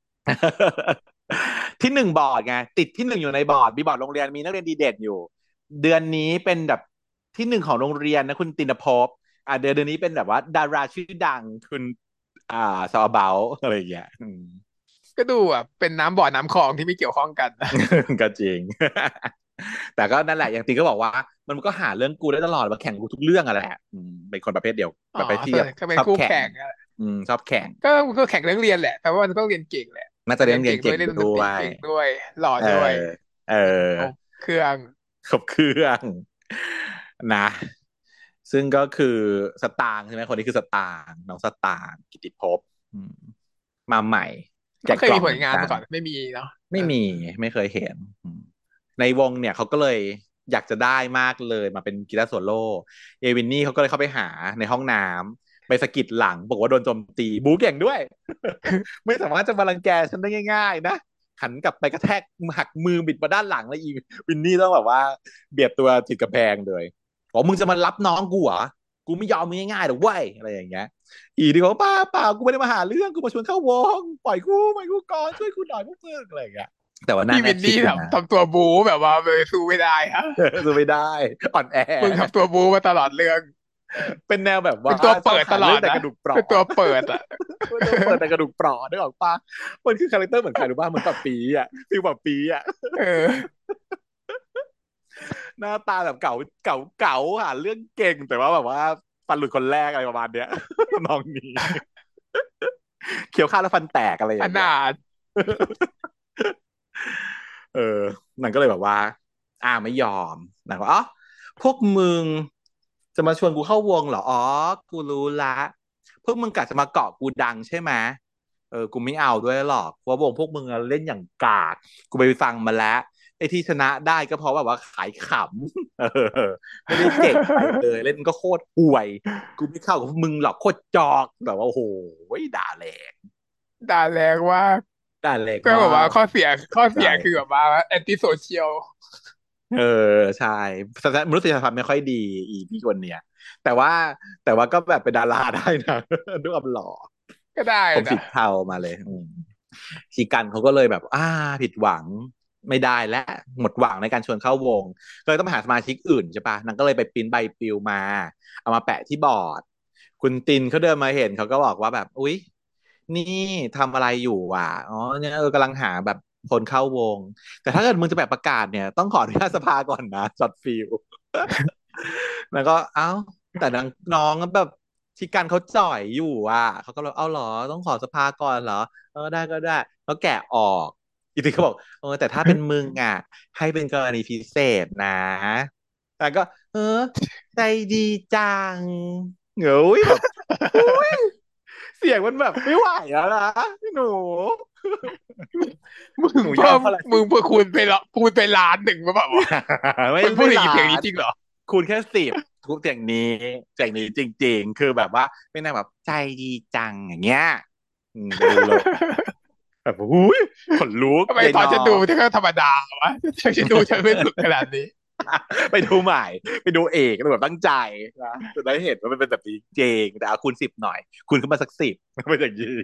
ที่หนึ่งบอร์ดไงติดที่หนึ่งอยู่ในบอร์ดมีบอร์ดโรงเรียนมีนักเรียนดีเด่นอยู่เดือนนี้เป็นแบบที่หนึ่งของโรงเรียนนะคุณตินภพเดือนนี้เป็นแบบว่าดาราชื่อดังคุณซาบาอะไรอย่างเงี้ยก็ดูอ่ะเป็นน้ำบ่อน้ำคลองที่ไม่เกี่ยวข้องกันก็จริงแต่ก็นั่นแหละอย่างตินก็บอกว่ามันก็หาเรื่องกูได้ตลอดมาแข่งกูทุกเรื่องอะแหละเป็นคนประเภทเดียวอ๋อประเภทที่ส่วนแบบก็เป็นคู่ชอบแข่งแข่งอะชอบแข่งก็แข่งเรื่องเรียนแหละแต่ว่ามันต้องเรียนเก่งแหละน่าจะเรีเรียนเก่งด้วยนเก่งยเล่นดนตรีด้วยเก่งด้วยหล่อเออด้วยเออครบเครื่องครบเครื่องนะซึ่งก็คือสตางค์ใช่ไหมคนนี้คือสตางค์น้องสตางค์กิตติภพอืมมาใหม่แกะกล่เขาเคยมีผองเหมือนกันลงานมาก่อนไม่มีเนาะไม่มีไม่เคยเห็นในวงเนี่ยเขาก็เลยอยากจะได้มากเลยมาเป็นกีตาร์โซโล่เอวินนี่เขาก็เลยเข้าไปหาในห้องน้ำไปสะกิดหลังบอกว่าโดนโจมตีบู๊เก่งด้วยไม่สามารถจะมารังแกฉันได้ง่ายๆนะหันกลับไปกระแทกหักมือบิดมาด้านหลังแล้วอีวินนี่ต้องแบบว่าเบียดตัวติดกระแพงเลยบอกมึงจะมารับน้องกูเหรอกูไม่ยอมมึงง่ายๆหรอกเว้ยอะไรอย่างเงี้ยอีที่เขาเปล่ากูไม่ได้มาหาเรื่องกูมาชวนเข้าวงปล่อยกูก่อนช่วยกูหน่อยพวกมึงอะไรอย่างเงี้ยแต่ว่าหน้าพี่แนบวินนี่ชิดอยู่นะทำตัวบู๊แบบว่าเลยสู้ไม่ได้ฮะสู้ไม่ได้อ่อนแอมึงทำตัวบู๊มาตลอดเรื่องเป็นแนวแบบว่าเป็นตัวเปิดชอบหาเรื่องแต่ตลอดนะกระดูกเปราะเป็นตัวเปิดอ่ะมันจะเปิดแต่กระดูกเปราะนึกออกปะมันคือคาแรคเตอร์เหมือนใครรู้ป่ะเหมือนปับปีอ่ะฟีลปับปีอ่ะเออหน้าตาแบบเก่าหาเรื่องเก่งแต่ว่าแบบว่าฟันหลุดคนแรกอะไรประมาณเนี้ยน้องนี้เคี้ยวข้าวแล้วฟันแตกอะไรออย่างเงี้ยนาถเออนางก็เลยแบบว่าไม่ยอมนางก็อ๋อพวกมึงจะมาชวนกูเข้าวงเหรออ๋อกูรู้ละพวกมึงกะจะมาเกาะกูดังใช่ไหมกูไม่เอาด้วยหรอกเพราะวงพวกมึงอะเล่นอย่างกากกูไปฟังมาแล้วไอ้ที่ชนะได้ก็เพราะแบบว่าขายขำไม่ได้เก่งอะไรเลยเล่นก็โคตรห่วยกูไม่เข้ากับพวกมึงหรอกโคตรจอกแบบว่าโอ้โหด่าแรงด่าแรงว่าด่าแรงก็มาแบบว่ากข้อเสียคือใช่แบบว่าแอนตี้โซเชียลเออใช่มนุษยธรรมไม่ค่อยดีอีพี่คนเนี้ยแต่ว่าแต่ว่าก็แบบเป็นดาราได้นะด้วยความหล่อก็ได้ผมสีนะเทามาเลยชีกันเขาก็เลยแบบผิดหวังไม่ได้และหมดหวังในการชวนเข้าวงก็เลยต้องไปหาสมาชิกอื่นใช่ปะนางก็เลยไปปริ้นใบปลิวมาเอามาแปะที่บอร์ดคุณตินเขาเดินมาเห็นเขาก็บอกว่าแบบอุ๊ยนี่ทำอะไรอยู่อ๋อเนี่ยกำลังหาแบบคนเข้าวง แต่ถ้าเกิดมึงจะแบบประกาศเนี่ยต้องขออนุญาตสภาก่อนนะจอดฟิลแล้วก็แต่น้องก็แบบที่กันเขาจ่อยอยู่เขาก็เลยเอาเหรอต้องขอสภาก่อนเหรอได้ก็ได้แล้วแกะออกอีกทีเขาบอกแต่ถ้าเป็นมึงให้เป็นกรณีพิเศษนะแต่ก็เออใจดีจังเหงยแบบอุ้ยเสียงมันแบบไม่ไหวแล้วนะหนูมึหนูยองเพิ่มมเท่าไหร่มึงเพิ่มคูณไป1 ล้านมาแบบว่าไม่มันพูดไม่ล้าอย่างนี้เสียงนี้นจริงเหรอคูณแค่10ทุกอย่างนี้จริงๆคือแบบว่าไม่น่าแบบใจดีจังอย่างเงี้ยไปดูเลยแบบอุ้ยขนลุกทำไมยายน้อตอนฉันดูงฉันก็ธรรมดาวะฉันดูฉันไม่สุดขนาดนี้ไปดูใหม่ไปดูเอกดูแบบตั้งใจนะจะได้เห็นว่ามันเป็นแบบนี้จริงแต่เอาคูณ10หน่อยคูณขึ้นมาสัก10เป็นอย่างนี้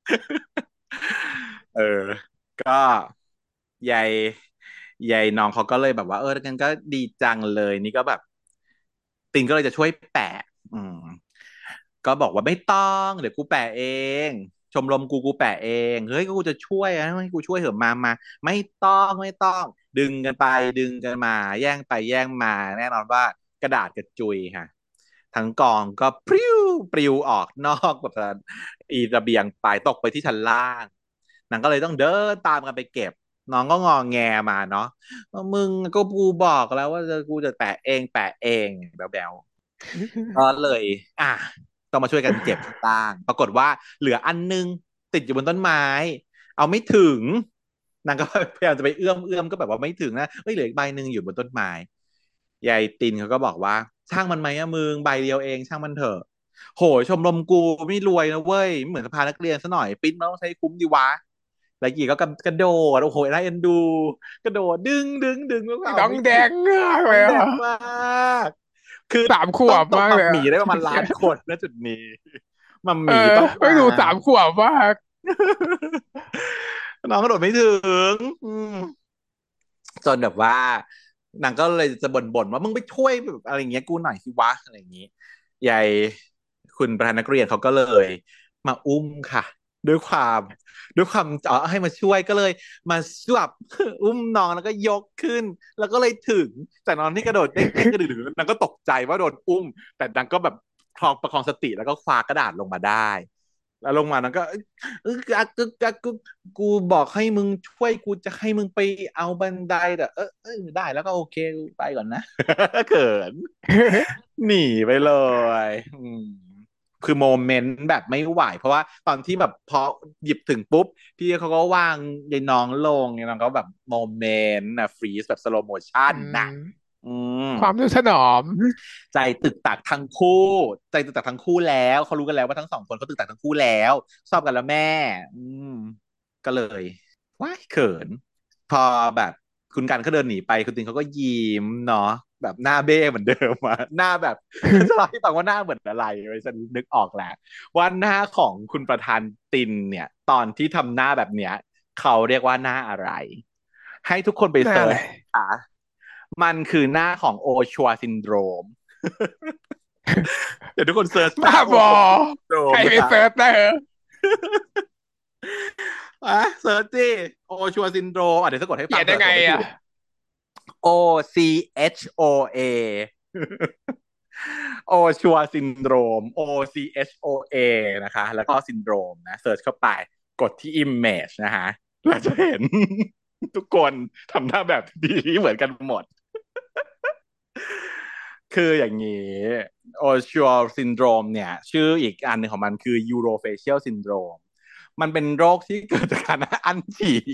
เออก็ยายยายน้องเขาก็เลยแบบว่ากันก็ดีจังเลยนี่ก็แบบตินก็เลยจะช่วยแปะอืมก็บอกว่าไม่ต้องเดี๋ยวกูแปะเองชมรมกูแปะเองเฮ้ยกูจะช่วยให้กูช่วยเถอะมาไม่ต้องดึงกันไปดึงกันมาแย่งไปแย่งมาแน่นอนว่ากระดาษกระจุยค่ะทั้งกองก็ปลิวออกนอกแบบอีระเบียงไปตกไปที่ชั้นล่างนางก็เลยต้องเดินตามกันไปเก็บน้องก็งอแงมาเนาะมึงก็กูบอกแล้วว่ากูจะแปะเองแบวๆก็เลยอ่ะต้องมาช่วยกันเก็บข้างล่างปรากฏว่าเหลืออันนึงติดอยู่บนต้นไม้เอาไม่ถึงนางก็พยายามจะไปเอื้อมก็แบบว่าไม่ถึงนะเอ้ยเหลืออีกใบหนึ่งอยู่บนต้นไม้ยายตินเขาก็บอกว่าช่างมันไหมอะมึงใบเดียวเองช่างมันเถอะโหชมรมกูไม่รวยนะเว้ยไม่เหมือนสภานักเรียนซะหน่อยปิ๊นมันต้องใช้คุ้มดีวะแล้วกี่ก็กระโดดโอ้โหน่าเอ็นดูกระโดดดึงแล้วก็เอาน้องแดไม่ถึงงมากน้องแดเลยอ่ะงมากคือ 3 ขวบต้องตบหมับมากเลยอ่ะหมีได้ประมาณ1,000,000 คนณจุดนี้หมัมหเออมีต้องไม่มาดู3 ขวบมากน้องกระโดดไม่ถึงจนแบบว่านางก็เลยจะบ่นว่ามึงไปช่วยแบบอะไรอย่างเงี้ยกูหน่อยสิวะอะไรอย่างงี้ยายคุณประธานนักเรียนเขาก็เลยมาอุ้มค่ะด้วยความด้วยความให้มาช่วยก็เลยมาสวบอุ้มน้องแล้วก็ยกขึ้นแล้วก็เลยถึงแต่น้องที่กระโดดเด้งกระดึงนางก็ตกใจว่าโดนอุ้มแต่นางก็แบบประคองสติแล้วก็คว้ากระดาษลงมาได้แล้วลงมานั้นก็กูบอกให้มึงช่วยกูจะให้มึงไปเอาบันไดแต่ได้แล้วก็โอเคกูไปก่อนนะเขิน หนีไปเลยคือโมเมนต์แบบไม่ไหวเพราะว่าตอนที่แบบพอหยิบถึงปุ๊บพี่เขาก็วางยายน้องลงยายน้องก็แบบโมเมนต์นะฟรีซแบบสโลโมชั่อืนนะมอืมความทนุถนอมใจตึกตักทั้งคู่ใจตึกตักทั้งคู่แล้วเขารู้กันแล้วว่าทั้งสองคนเขาตึกตักทั้งคู่แล้วชอบกันแล้วแม่อืมก็เลยว้ายเขินพอแบบคุณกันเขาเดินหนีไปคุณตินเขาก็ยิ้มเนาะแบบหน้าเบ้เหมือนเดิมอะหน้าแบบคือจะเล่าให้ฟังว่าหน้าเหมือนอะไรไว้ฉันนึกออกแล้วว่าหน้าของคุณประธานตินเนี่ยตอนที่ทำหน้าแบบเนี้ยเขาเรียกว่าหน้าอะไรให้ทุกคนไปน่าอะไรเซิร์ชค่ะมันคือหน้าของโอชัวซินโดรม เดี๋ยวทุกคนเซิร์ชหบ้าน้าโอบอชัวซินโดรใครไปมนะคะเซิร์ชนะเหรอเซิร์ชดิโอชัวซินโดรมเดี๋ยวสะกดให้ฟังเขียนยังไงเผื่อสะกดไม่อ่ะถูก OCHOA โอชัวซินโดรม OCHOA นะคะแล้วก็ซินโดรมนะเสิร์ชเข้าไปกดที่ image นะฮะเราจะเห็นทุกคนทำหน้าแบบดีเหมือนกันหมด คืออย่างนี้โอชัวซินโดรมเนี่ยชื่ออีกอันหนึ่งของมันคือ Orofacial Syndrome มันเป็นโรคที่เกิดจากการอั้นฉี่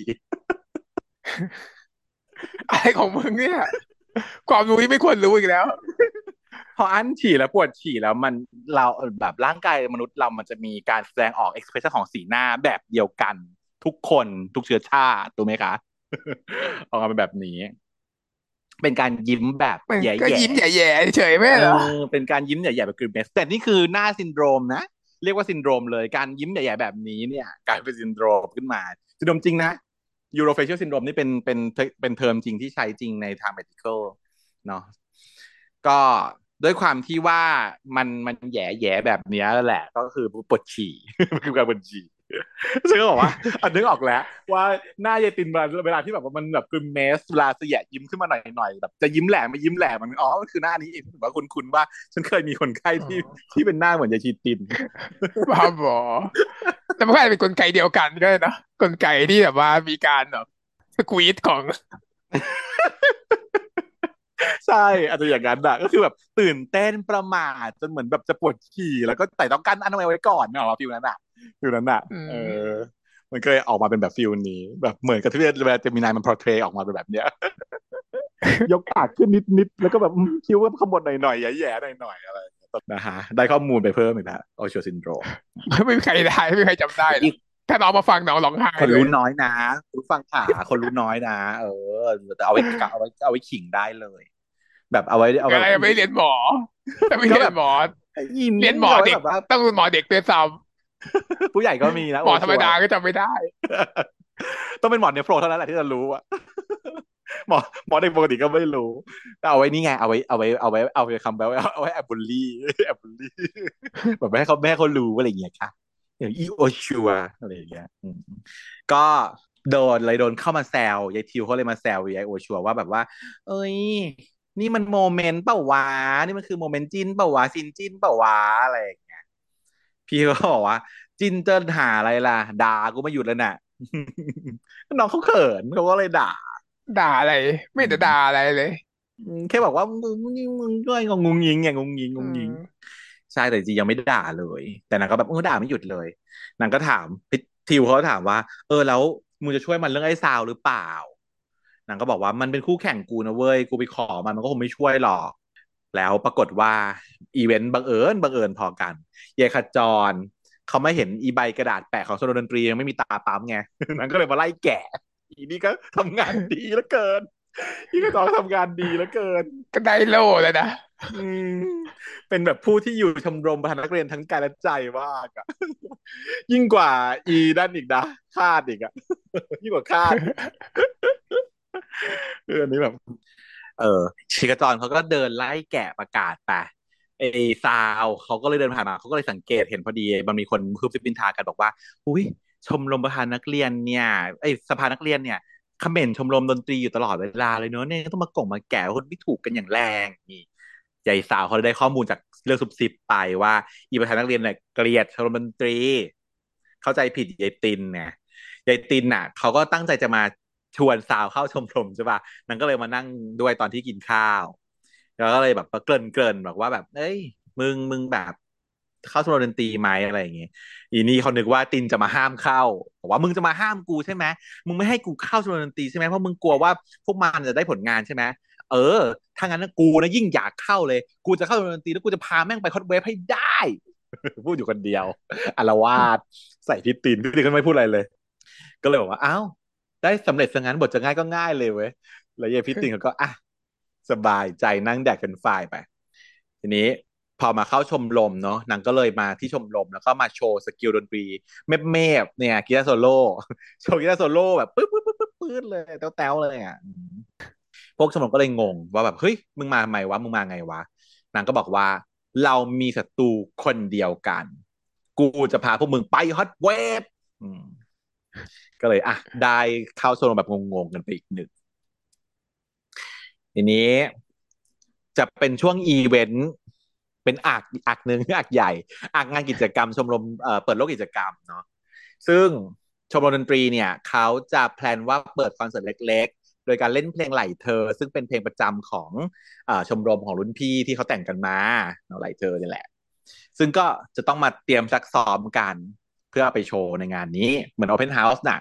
อะไรของมึงเนี่ยความรู้ที่ไม่ควรรู้อีกแล้วพออั้นฉี่แล้วปวดฉี่แล้วมันเราแบบร่างกายมนุษย์เรามันจะมีการแสดงออก expression ของสีหน้าแบบเดียวกันทุกคนทุกเชื้อชาติถูกไหมคะออกมาเป็นแบบนี้เป็นการยิ้มแบบมันแก็ย่ยิ้มแย่ๆเฉยๆไม่ๆเหรอเป็นการยิ้มแย่ๆแบบกริมเมสแต่นี่คือหน้าซินโดรมนะเรียกว่าซินโดรมเลยการยิ้มแย่ๆแบบนี้เนี่ยกลายเป็นซินโดรมขึ้นมาซินโดรมจริงนะ Orofacial Syndrome นี่เป็นเทอมจริงที่ใช้จริงในทาง medical เนาะก็ด้วยความที่ว่ามันแย่แบบเนี้ยแหละก็คือปวดฉี่คือการปวดฉี่ซึ่งก็บอกว่าอันนึกออกแล้วว่าหน้ายายตินเวลาที่แบบว่ามันแบบคือเมสเวลาเสียยิ้มขึ้นมาหน่อยๆแบบจะยิ้มแหลมไม่ยิ้มแหลมมันอ๋อมันคือหน้านี้เองถือว่าคุณว่าฉันเคยมีคนไข้ที่เป็นหน้าเหมือนยายชีตินบ้าบอแต่มันก็อาจจะเป็นกลไกเดียวกันก็ได้นะกลไกที่แบบว่ามีการแบบสควีซของใช่อาจจะอย่างนั้นอะก็คือแบบตื่นเต้นประหม่าจนเหมือนแบบจะปวดฉี่แล้วก็แต่ต้องกั้นอนามัยไว้ก่อนเนาะฟิลนั้นอะฟิลนั้นอะอืเออมมันก็เลยออกมาเป็นแบบฟิลนี้แบบเหมือนกับที่เวลาเจมินายมันพอร์เทรตออกมาเป็นแบบเนี้ยยกปากขึ้นนิดแล้วก็แบบคิ้วก็ขมวดหน่อยๆแย่ๆหน่อยๆอะไรนะฮะได้ข้อมูลไปเพิ่มอีกแล้วโอช w ซินโดรมไม่มีใครได้ไม่มีใครจำได้หรอกอีกถ้าน้องมาฟังน้องร้องไห้เลยคนรู้น้อยนะคุณฟังขาคนรู้น้อยนะเออแต่เอาไว้ขิงได้เลยแบบเอาแบบอะไรไม่เรียนหมอถ้าไม่ก็แบบเรียนหมอยินเรียนหมอเด็กเอาไว้แบบว่าต้องหมอเด็กด้วยซ้ผู้ใหญ่ก็มีนะำหมอธรรมโอชัวร์ดาก็จำไม่ได้ต้องเป็นหมอเนฟโรเท่านั้นแหละที่จะรู้อะหมอหมอเด็กปกติก็ไม่รู้แต่เอาไว้นี่ไงเอาไว้คำแบบเอาไว้แอบบูลลี่แอบบูลลี่แบบไม่ให้เขารู้อะไรอย่างเงี้ยค่ะอย่างอีโอชัวอะไรอย่างเงี้ยก็โดนเข้ามาแซวยายทิวเขาเลยมาแซวยายโอชัวว่าแบบว่าเอ้ยนี่มันโมเมนต์เปล่าวะนี่มันคือโมเมนต์จิ้นเปล่าวะซินจิ้นเปล่าวะอะไรอย่างเงี้ยพี่ก็บอกว่าจิ้นเจิ้นหาอะไรล่ะด่ากูไม่หยุดแล้วน่ะ น้องเขาเขินเขาก็เลยด่าด่าอะไรไม่อืเห็นจะด่ามอะไรเลยแค่บอกว่ามึงด้วยงงงิงอย่างงงงิงงอืงงิงมใช่แต่จริงยังไม่ด่าเลยแต่นางก็แบบด่าไม่หยุดเลยนางก็ถามพี่ทิวเขาถามว่าแล้วมึงจะช่วยมันเรื่องไอ้ซาวหรือเปล่านางก็บอกว่ามันเป็นคู่แข่งกูนะเว้ยกูไปขอมันก็คงไม่ช่วยหรอกแล้วปรากฏว่าอีเวนต์บังเอิญพอกันเยายขจรเขาไม่เห็นอีใบกระดาษแปะของโซนดนตรียังไม่มีตาปั๊มไงนางก็เลยมาไล่แกะ อีนี่ก็ทำงานดีเหลือเกินอีก็ต้องทำงานดีเหลือเกินก็ได้โล่แล้วนะอืมเป็นแบบผู้ที่อยู่ชมรมประธานนักเรียนทั้งกายและใจมากอะยิ่งกว่าอีด้านอีกนะคาดอีกอะยิ่งกว่าคาดอีกอันนี้แบบเออชิกจรเขาก็เดินไล่แกะประกาศไปไอ้ซาวเขาก็เลยเดินผ่านมาเขาก็เลยสังเกตเห็นพอดีมันมีคนคืบซิบนินทากันบอกว่าอุ้ยชมรมประธานนักเรียนเนี่ยไอ้สภานักเรียนเนี่ยคอมเมนต์ชมรมดนตรีอยู่ตลอดเวลาเลยเนอะเนี่ยต้องมาแกะคนไม่ถูกกันอย่างแรงนี่ใหญ่สาวเขาได้ข้อมูลจากเรื่องซุบซิบไปว่าอีประธานนักเรียนเนี่ยเกลียดชมรมดนตรีเข้าใจผิดยายตินเนี่ยยายตินน่ะเขาก็ตั้งใจจะมาชวนสาวเข้าชมรมใช่ป่ะนางก็เลยมานั่งด้วยตอนที่กินข้าวแล้วก็เลยแบบเกริ่นแบบว่าแบบเอ้ยมึงแบบเข้าชมรมดนตรีไหมอะไรอย่างเงี้ยอีนี่เขานึกว่าตินจะมาห้ามเข้าบอกว่ามึงจะมาห้ามกูใช่ไหมมึงไม่ให้กูเข้าชมรมดนตรีใช่ไหมเพราะมึงกลัวว่าพวกมันจะได้ผลงานใช่ไหมเออถ้างั้นนะกูนะยิ่งอยากเข้าเลยกูจะเข้าชมรมดนตรีแล้วกูจะพาแม่งไปฮอตเวฟให้ได้พูดอยู่คนเดียวอาละวาดใส่พี่ตินก็ไม่พูดอะไรเลยก็เลยบอกว่าอ้าวได้สำเร็จซะงั้นบทจะง่ายก็ง่ายเลยเว้ยแล้วเยพี่ตินเขาก็อ่ะสบายใจนั่งแดกเป็นฝ่ายไปทีนี้พอมาเข้าชมรมเนาะนางก็เลยมาที่ชมรมแล้วก็มาโชว์สกิลดนตรีเมฟเนี่ยกีตาร์โซโล่โชว์กีตาร์โซโล่แบบปื๊ดเลยแต้วๆเลยอ่ะพวกชมรมก็เลยงงว่าแบบเฮ้ยมึงมาทำไมวะมึงมาไงวะนางก็บอกว่าเรามีศัตรูคนเดียวกันกูจะพาพวกมึงไปฮอตเวฟอืมก็เลยได้เข้าชมรมแบบงงๆกันไปอีกหนึ่งทีนี้จะเป็นช่วงอีเวนต์เป็นอักหนึ่งอักใหญ่อักงานกิจกรรมชมรมเปิดโลกกิจกรรมเนาะซึ่งชมรมดนตรีเนี่ยเขาจะแพลนว่าเปิดคอนเสิร์ตเล็กๆโดยการเล่นเพลงไหลเธอซึ่งเป็นเพลงประจำของชมรมของรุ่นพี่ที่เขาแต่งกันมาเนาะไหลเธอนี่แหละซึ่งก็จะต้องมาเตรียมซักซ้อมกันเพื่อไปโชว์ในงานนี้เหมือน Open House น่ะ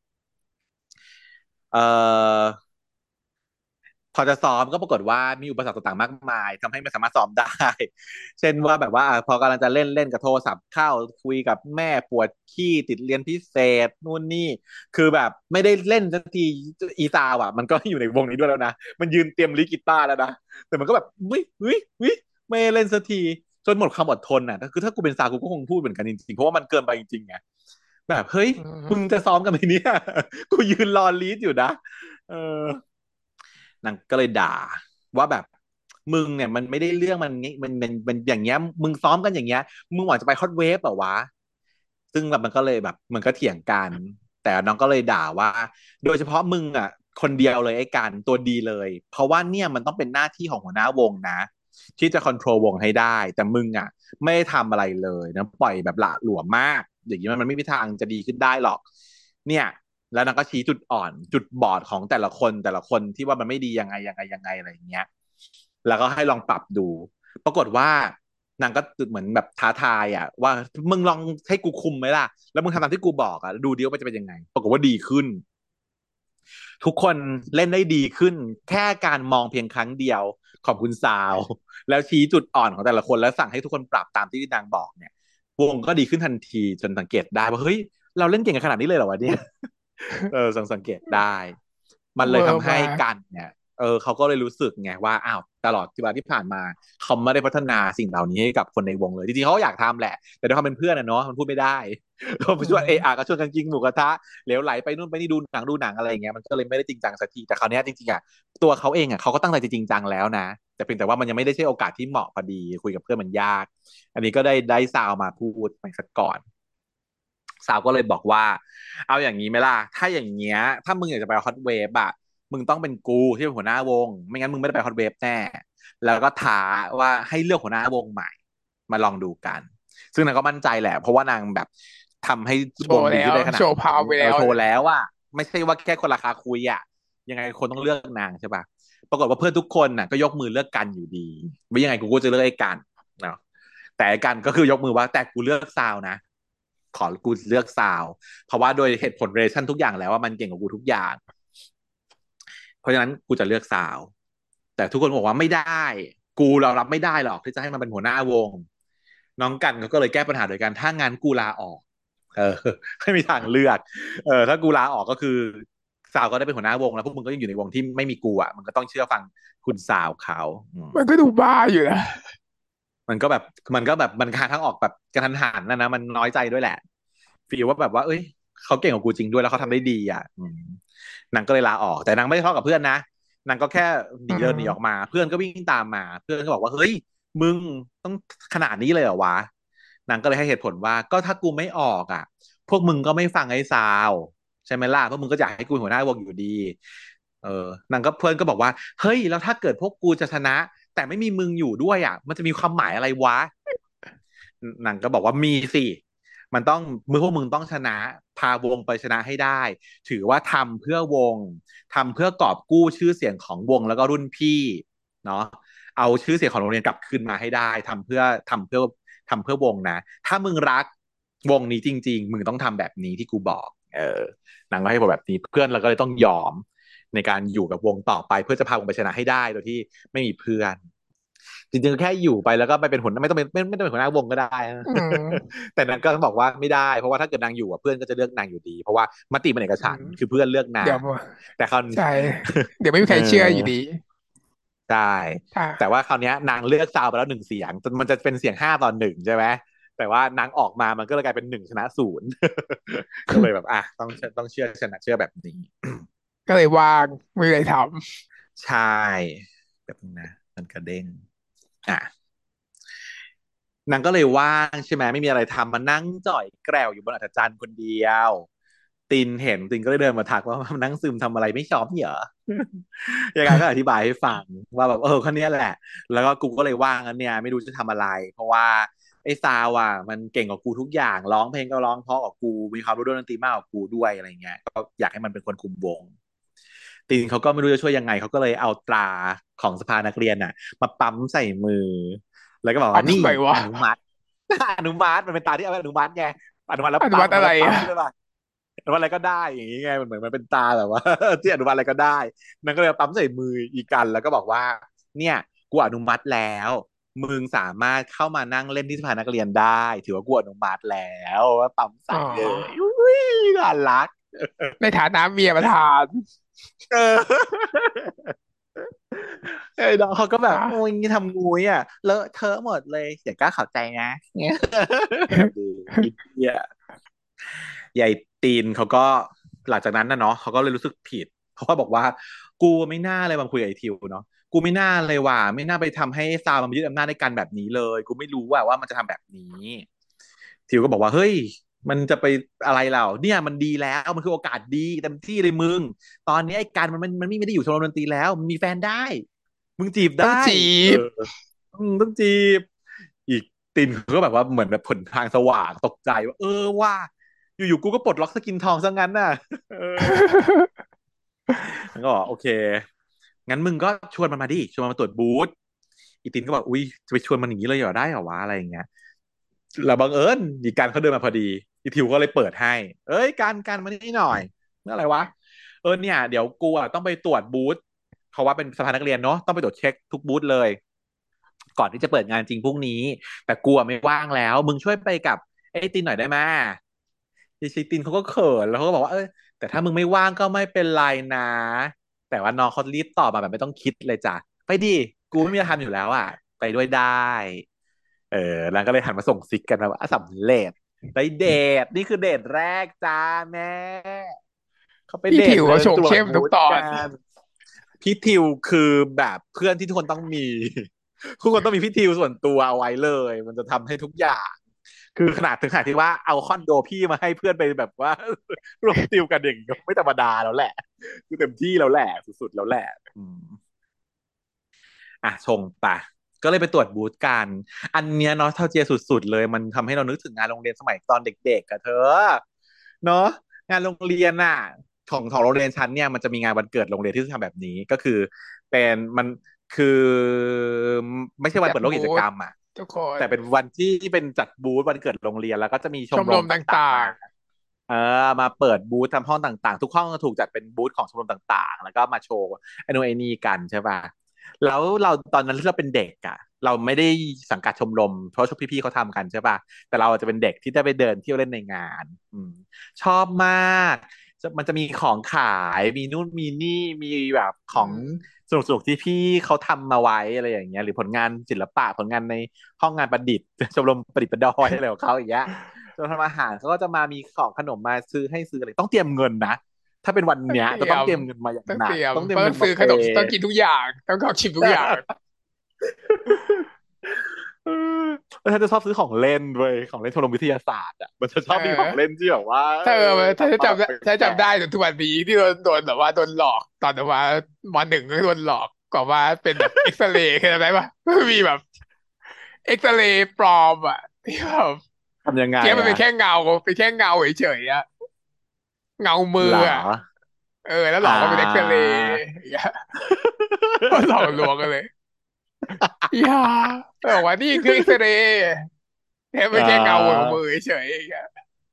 เอ่อ พอจะซ้อมก็ปรากฏว่ามีอุปสรรคต่างๆมากมายทำให้ไม่สามารถซ้อมได้ เช่นว่าแบบว่าพอกำลังจะเล่นกับโทรศัพท์เข้าคุยกับแม่ปวดขี้ติดเรียนพิเศษนู่นนี่คือแบบไม่ได้เล่นสักทีอีซาวอ่ะมันก็อยู่ในวงนี้ด้วยแล้วนะมันยืนเตรียมลีดกีตาร์แล้วนะแต่มันก็แบบวิไม่เล่นสักทีจนหมดความอดทนอ่ะคือถ้ากูเป็นซาวกูก็คงพูดเหมือนกันจริงๆเพราะว่ามันเกินไปจริงๆไงแบบเฮ้ยอืมึงมจะซ้อมกันไหมเนี่ยกูยืนรอลีดอยู่นะเออ นางก็เลยด่าว่าแบบมึงเนี่ยมันไม่ได้เรื่องมันอย่างเงี้ยมึงซ้อมกันอย่างเงี้ยมึงหวังจะไปฮอตเวฟเหรอวะซึ่งแบบมันก็เลยแบบมันก็เถียงกันแต่น้องก็เลยด่าว่าโดยเฉพาะมึงอ่ะคนเดียวเลยไอ้การตัวดีเลยเพราะว่าเนี่ยมันต้องเป็นหน้าที่ของหัวหน้าวงนะที่จะคอนโทรลวงให้ได้แต่มึงอ่ะไม่ได้ทำอะไรเลยนะปล่อยแบบหละหลวมมากอย่างนี้มันไม่มีทางจะดีขึ้นได้หรอกเนี่ย แล้วนางก็ชี้จุดอ่อนจุดบอดของแต่ละคนที่ว่ามันไม่ดียังไงอะไรอย่างเงี้ยแล้วก็ให้ลองปรับดูปรากฏว่านางก็เหมือนแบบท้าทายอ่ะว่ามึงลองให้กูคุมไหมล่ะแล้วมึงทำตามที่กูบอกอ่ะดูดิว่ามันจะเป็นยังไงปรากฏว่าดีขึ้นทุกคนเล่นได้ดีขึ้นแค่การมองเพียงครั้งเดียวของคุณซาวแล้วชี้จุดอ่อนของแต่ละคนแล้วสั่งให้ทุกคนปรับตามที่นางบอกเนี่ยวงก็ดีขึ้นทันทีจนสังเกตได้ว่าเฮ้ยเราเล่นเก่งกันขนาดนี้เลยเหรอวะเนี่ย สังเกตได้มันเลยเวอร์ทำให้มากกันเนี่ยเขาก็เลยรู้สึกไงว่าอ้าวตลอดที่เวลาที่ผ่านมาเขาไม่ได้พัฒนาสิ่งเหล่านี้ให้กับคนในวงเลยจริงๆเขาอยากทำแหละแต่ด้วยความเป็นเพื่อนอะเนาะมันพูดไม่ได้เขาไปอืช่วยก็มชวนกันกินหมูกระทะเหลวไหลไปนู่นไปนี่ดูหนังอะไรอย่างเงี้ยมันก็เลยไม่ได้จริงจังสักทีแต่คราวเนี้ยจริงๆอะตัวเขาเองอะเขาก็ตั้งใจจะจริงจังแล้วนะแต่เพียงแต่ว่ามันยังไม่ได้ใช่โอกาสที่เหมาะพอดีคุยกับเพื่อนมันยากอันนี้ก็ได้ซาวมาพูดไปสักก่อน สาวก็เลยบอกว่าเอาอย่างนี้ไหมล่ะถ้าอย่างเงี้ยถ้ามึงอยากจะไปฮอตเวฟอ่ะมึงต้องเป็นกูที่เป็นหัวหน้าวงไม่งั้นมึงไม่ได้ไปฮอตเวฟแน่แล้วก็ท้าว่าให้เลือกหัวหน้าวงใหม่มาลองดูกันซึ่งนางก็มั่นใจแหละเพราะว่านางแบบทำให้โชว์แล้ววงดีขึ้นได้ขโชว์พานาดนี้วไปแล้วโชว์แล้วว่าไม่ใช่ว่าแค่คนราคาคุยอ่ะยังไงคนต้องเลือกนางใช่ปะปรากฏว่าเพื่อนทุกคนน่ะก็ยกมือเลือกกันอยู่ดีไม่ยังไงกูก็จะเลือกไอ้กันเนาะแต่ไอ้กันก็คือยกมือว่าแต่กูเลือกซาวนะ ขอกูเลือกซาวเพราะว่าโดยเหตุผลเรชั่นทุกอย่างแล้วว่ามันเก่งกว่ากูทุกอย่างเพราะฉะนั้นกูจะเลือกซาวแต่ทุกคนบอกว่าไม่ได้กูเรารับไม่ได้หรอกที่จะให้มันเป็นหัวหน้าวงน้องกันเขาก็เลยแก้ปัญหาโดยการถ้างานกูลาออกเออไม่มีทางเลือกถ้ากูลาออกก็คือสาวก็ได้เป็นหัวหน้าวงแล้วพวกมึงก็ยังอยู่ในวงที่ไม่มีกูอ่ะมันก็ต้องเชื่อฟังคุณสาวเขามันก็ดูบ้าอยู่นะมันก็แบบมันหาทางออกแบบกระทันหันนะมันน้อยใจด้วยแหละ ฟีลว่าแบบว่าเอ้ยเขาเก่งกว่ากูจริงด้วยแล้วเขาทำได้ดีอ่ะนางก็เลยลาออกแต่นางไม่ได้ทะเลาะกับเพื่อนนะนางก็แค่หอืนีเดินหนีออกมมาเพื่อนก็วิ่งตามมาเพื่อนก็บอกว่าเฮ้ยมึงต้องขนาดนี้เลยเหรอวะนางก็เลยให้เหตุผลว่าก็ถ้ากูไม่ออกอ่ะพวกมึงก็ไม่ฟังไอ้ซาวใช่ไหมล่ะพวกมึงก็อยากให้กูเป็นหัวหน้าวงอยู่ดีเออนางก็เพื่อนก็บอกว่าเฮ้ยแล้วถ้าเกิดพวกกูจะชนะแต่ไม่มีมึงอยู่ด้วยอ่ะมันจะมีความหมายอะไรวะนางก็บอกว่ามีสิ มันต้องมือพวกมึงต้องชนะพาวงไปชนะให้ได้ถือว่าทำเพื่อวงทำเพื่อกอบกู้ชื่อเสียงของวงแล้วก็รุ่นพี่เนาะเอาชื่อเสียงของโรงเรียนกลับคืนมาให้ได้ทำเพื่อวงนะถ้ามึงรักวงนี้จริงๆมึงต้องทำแบบนี้ที่กูบอกนางก็ให้บอกแบบนี้เพื่อนเราก็เลยต้องยอมในการอยู่กับวงต่อไปเพื่อจะพาวงไปชนะให้ได้โดยที่ไม่มีเพื่อนจริงๆแค่อยู่ไปแล้วก็ไปเป็นหัวหน้าไม่ต้องเป็นหัวหน้าวงก็ได้นะอืมแต่นางก็บอกว่าไม่ได้เพราะว่าถ้าเกิดนางอยู่อ่ะเพื่อนก็จะเลือกนางอยู่ดีเพราะว่ามติมันเอกอืมฉันท์คือเพื่อนเลือกนางเดี๋ยวแต่เขาใช่เดี๋ยวไม่มีเอใครเชื่ออยู่อดีใช่ถ้าแต่ว่าคราวนี้นางเลือกซาวไปแล้วหนึ่งเสียงมันจะเป็นเสียง5-1ใช่ไหมแต่ว่านางออกมามันก็เลยกลายเป็น1-0ก็เลยแบบต้องเชื่อแบบนี้ก็เลยว่างไม่มีอะไรทใช่แบบนี้นะมันกระเด้งอ่ะ นางก็เลยว่างใช่ไหมไม่มีอะไรทำมานั่งจ่อยแกลวอยู่บนอัศจรรย์คนเดียวตินเห็นตินก็เลยเดินมาทักว่ามานั่งซึมทำอะไรไม่ชอบเหรอยังไงก็อธิบายให้ฟังว่าแบบคนเนี้ยแหละแล้วก็กูก็เลยว่างอันเนี้ยไม่รู้จะทำอะไรเพราะว่าไอ้ซาวอ่ะมันเก่งกว่ากูทุกอย่างร้องเพลงก็ร้องเพราะกว่ากูมีความรู้ด้านดนตรีมากกว่ากูด้วยอะไรเงี้ยก็อยากให้มันเป็นคนคุมวงตินเขาก็ไม่รู้จะช่วยยังไงเขาก็เลยเอาตราของสภานักเรียนน่ะมาปั๊มใส่มือแล้วก็บอกเอาว่านี่ทำไมวะอนุมัติอนุมัติมันเป็นตราที่เอาไว้อนุมัติไงอนุมัติแล้วอนุมัติอะไรปั๊มอ่ะใช่ปะ อนุมัติอะไรก็ได้อย่างนี้ไงมันเหมือนมันเป็นตาแบบว่าที่อนุมัติอะไรก็ได้นั่นก็เลยปั๊มใส่มืออีกันแล้วก็บอกว่าเนี่ยกูอนุมัติแล้วมึงสามารถเข้ามานั่งเล่นที่สภานักเรียนได้ถือว่ากูอนุมัติแล้วว่าปั๊มอ๋ใส่เลยออุ้ยน่ารักในฐานะเมียประธานเออไอ้น้องเขาก็แบบอ่ะโอ้ยงี้ทำงูอ่ะเลอะเทอะหมดเลยเสียก้าเข้าใจนะเนี่ยดูอินเดีย ยายตีนเขาก็หลังจากนั้นนะเนาะเขาก็เลยรู้สึกผิดเขาก็บอกว่ากูไม่น่าเลยมาคุยกับไอทิวเนาะกูไม่น่าเลยว่ะไม่น่าไปทำให้ซาวมันยึดอำนาจในการแบบนี้เลยกูไม่รู้ว่ามันจะทำแบบนี้ทิวก็บอกว่าเฮ้ยมันจะไปอะไรเราเนี่ยมันดีแล้วมันคือโอกาสดีเต็มที่เลยมึงตอนนี้ไอ้การมันไม่ได้อยู่ชมรมดนตรีแล้วมันมีแฟนได้มึงจีบได้ต้องจีเออบต้องจีบอีกตินเขาก็แบบว่าเหมือนแบบผลทางสว่างตกใจว่าว่า อยู่ๆกูก็ปลดล็อกสกินทองซะงั้นน่ะเออมันก็บอกโอเคงั้นมึงก็ชวนมันมาดิชวนมันมาตรวจบูธอีตินก็บอกอุ้ยจะไปชวนมันอย่างนี้เลยเหรอได้เหรอวะอะไรอย่างเงี้ยแล้วบังเอิญอีการเขาเดินมาพอดีอีทิวก็เลยเปิดให้เอ้ยการมานี่หน่อยเมื่ออะไรวะเนี่ยเดี๋ยวกูอ่ะต้องไปตรวจบูธเขาว่าเป็นสภานักเรียนเนาะต้องไปตรวจเช็คทุกบูธเลยก่อนที่จะเปิดงานจริงพรุ่งนี้แต่กูอ่ะไม่ว่างแล้วมึงช่วยไปกับไอ้ตินหน่อยได้ไหม ยายชีตินเขาก็เขินแล้วเขาก็บอกว่าแต่ถ้ามึงไม่ว่างก็ไม่เป็นไรนะแต่ว่าน้องเขารีบตอบมาแบบไม่ต้องคิดเลยจ้ะไปดิกูไม่มีอะไรทำอยู่แล้วอ่ะไปด้วยได้เออแล้วก็เลยหันมาส่งซิกกันนะว่าสำเร็จได้เดทนี่คือเดทแรกจ้าแม่เขาไปพี่เดทเดิถิวเขาโฉนตรวจงเข้มทุกบูธกัตอนนพี่ทิวคือแบบเพื่อนที่ทุกคนต้องมีทุกคนต้องมีพี่ทิวส่วนตัวเอาไว้เลยมันจะทำให้ทุกอย่าง คือขนาดถึงขนาดที่ว่าเอาคอนโดพี่มาให้เพื่อนไปแบบว่าร่วมติวกันอย่างนี้ก็ไม่ธรรมดาแล้วแหละคือเต็มที่แล้วแหละสุดๆแล้วแหละอืมชงไปก็เลยไปตรวจบูธกันอันเนี้ยเนาะเท่าเจียสุดๆเลยมันทำให้เรานึกถึงงานโรงเรียนสมัยตอนเด็กๆอะเธอเนาะงานโรงเรียนน่ะของโรงเรียนชั้นเนี่ยมันจะมีงานวันเกิดโรงเรียนที่จะทำแบบนี้ก็คือเป็นมันคือไม่ใช่วันจัดเปิดโลกบูธกิจกรรมอ่ะทุกคนแต่เป็นวันที่เป็นจัดบูธวันเกิดโรงเรียนแล้วก็จะมีชมรมชมรมตต่าง่าๆมางเออมาเปิดบูธทำห้องต่างๆทุกห้องก็ถูกจัดเป็นบูธของชมรมต่างๆแล้วก็มาโชว์ไอ้นู่นไอ้นี่กันใช่ป่ะแล้วเราตอนนั้นที่เราเป็นเด็กอ่ะเราไม่ได้สังกัดชมรมเพราะพี่ๆเขาทำกันใช่ป่ะแต่เราจะเป็นเด็กที่ได้ไปเดินเที่ยวเล่นในงานชอบมากมันจะมีของขายมีนู่นมีนี่มีแบบขๆองสนุกที่พี่เขาทำมาไว้อะไรอย่างเงี้ยหรือผลงานศิลปะผลงานใน ห้องงานประดิษฐ์ชมรมประดิษฐ์ประดอยอะไรของเขาอย่างเงี้ยชมรมทำอาหารเขาก็จะมามีของขนมมาซื้อให้ซื้ออะไรต้องเตรียมเงินนะถ้าเป็นวันเนี้ยจะต้องเตรียมต้องเตรียมเงินมาอย่างหนักต้องเตรียมต้องเตรียมเพราะต้องซื้อเงินมาเปย์ขนมต้องกินทุกอย่างต้องลองชิมทุกอย่างเออแล้วฉันจะชอบซื้อของเล่นเว้ยของเล่นชมรมวิทยาศาสตร์อ่ะมันจะชเออบมีของเล่นอที่แบบว่าถ้าถ้าทำมาแบบจะจำได้ถ้าแปลจำได้กจนทุกวันนี้ที่โดนแบบว่าโดนหลอกตอนแบบว่ามหนึ่งก็โดนหลอกกว่าว่าเป็นแบบเอ็กซเรย์เคยจำได้ปะมีแบบเอ็กซเรย์ปลอมอ่ะที่แบบๆทำยังไงเทียบมันเป็อ่ะนแค่เงาเป็นแค่เงาเฉยๆอะเงามือหรออ่ะแล้วหลอ่อกว่าเป็นเอ็กซเราย์อย่างเงี้ยก็หลอกลวงกันเลยอย่าบอกว่านี่คือเอ็กซเรย์แค่เป็อ่นแค่เงาของามือเฉยๆอย่างเงี้ย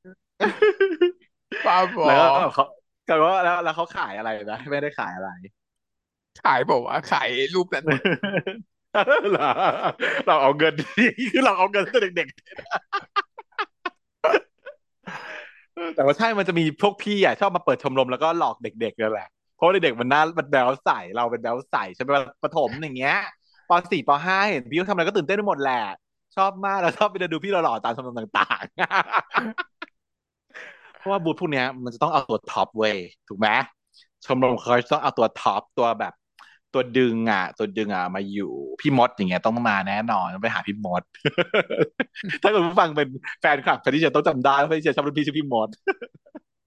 บ้าบอแล้วก็เขาก็ว่าแล้วเขาขายอะไรนะไม่ได้ขายอะไรขายบอกว่าขายรูปนั้นหมดเหรอเราเอาเงินคือเราเอาเงินตั้งแต่เด็กๆแต่ว่าใช่มันจะมีพวกพี่อ่ะชอบมาเปิดชมรมแล้วก็หลอกเด็กๆนั่นแหละเพราะว่าเด็กๆมันน่ามันแบวใสเราเป็นแบวใสใช่ไหมประถมอย่างเงี้ยป.4ป.5เห็นพี่เขาทำอะไรก็ตื่นเต้นไปหมดแหละชอบมากแล้วชอบไปเดินดูพี่หล่อๆตามชมรมต่างๆเพราะว่าบูธพวกเนี้ยมันจะต้องเอาตัวท็อปเว้ยถูกไหมชมรมเขาจะต้องเอาตัวท็อปตัวแบบตัวดึงมาอยู่พี่มดอย่างเงี้ยต้องมาแน่นอนต้องไปหาพี่มด ถ้าเกิดผู้ฟังเป็นแฟนคลับแฟนที่จะต้องจำได้ว่าพี่เชียร์ชอบรุ่นพี่ชื่อพี่มด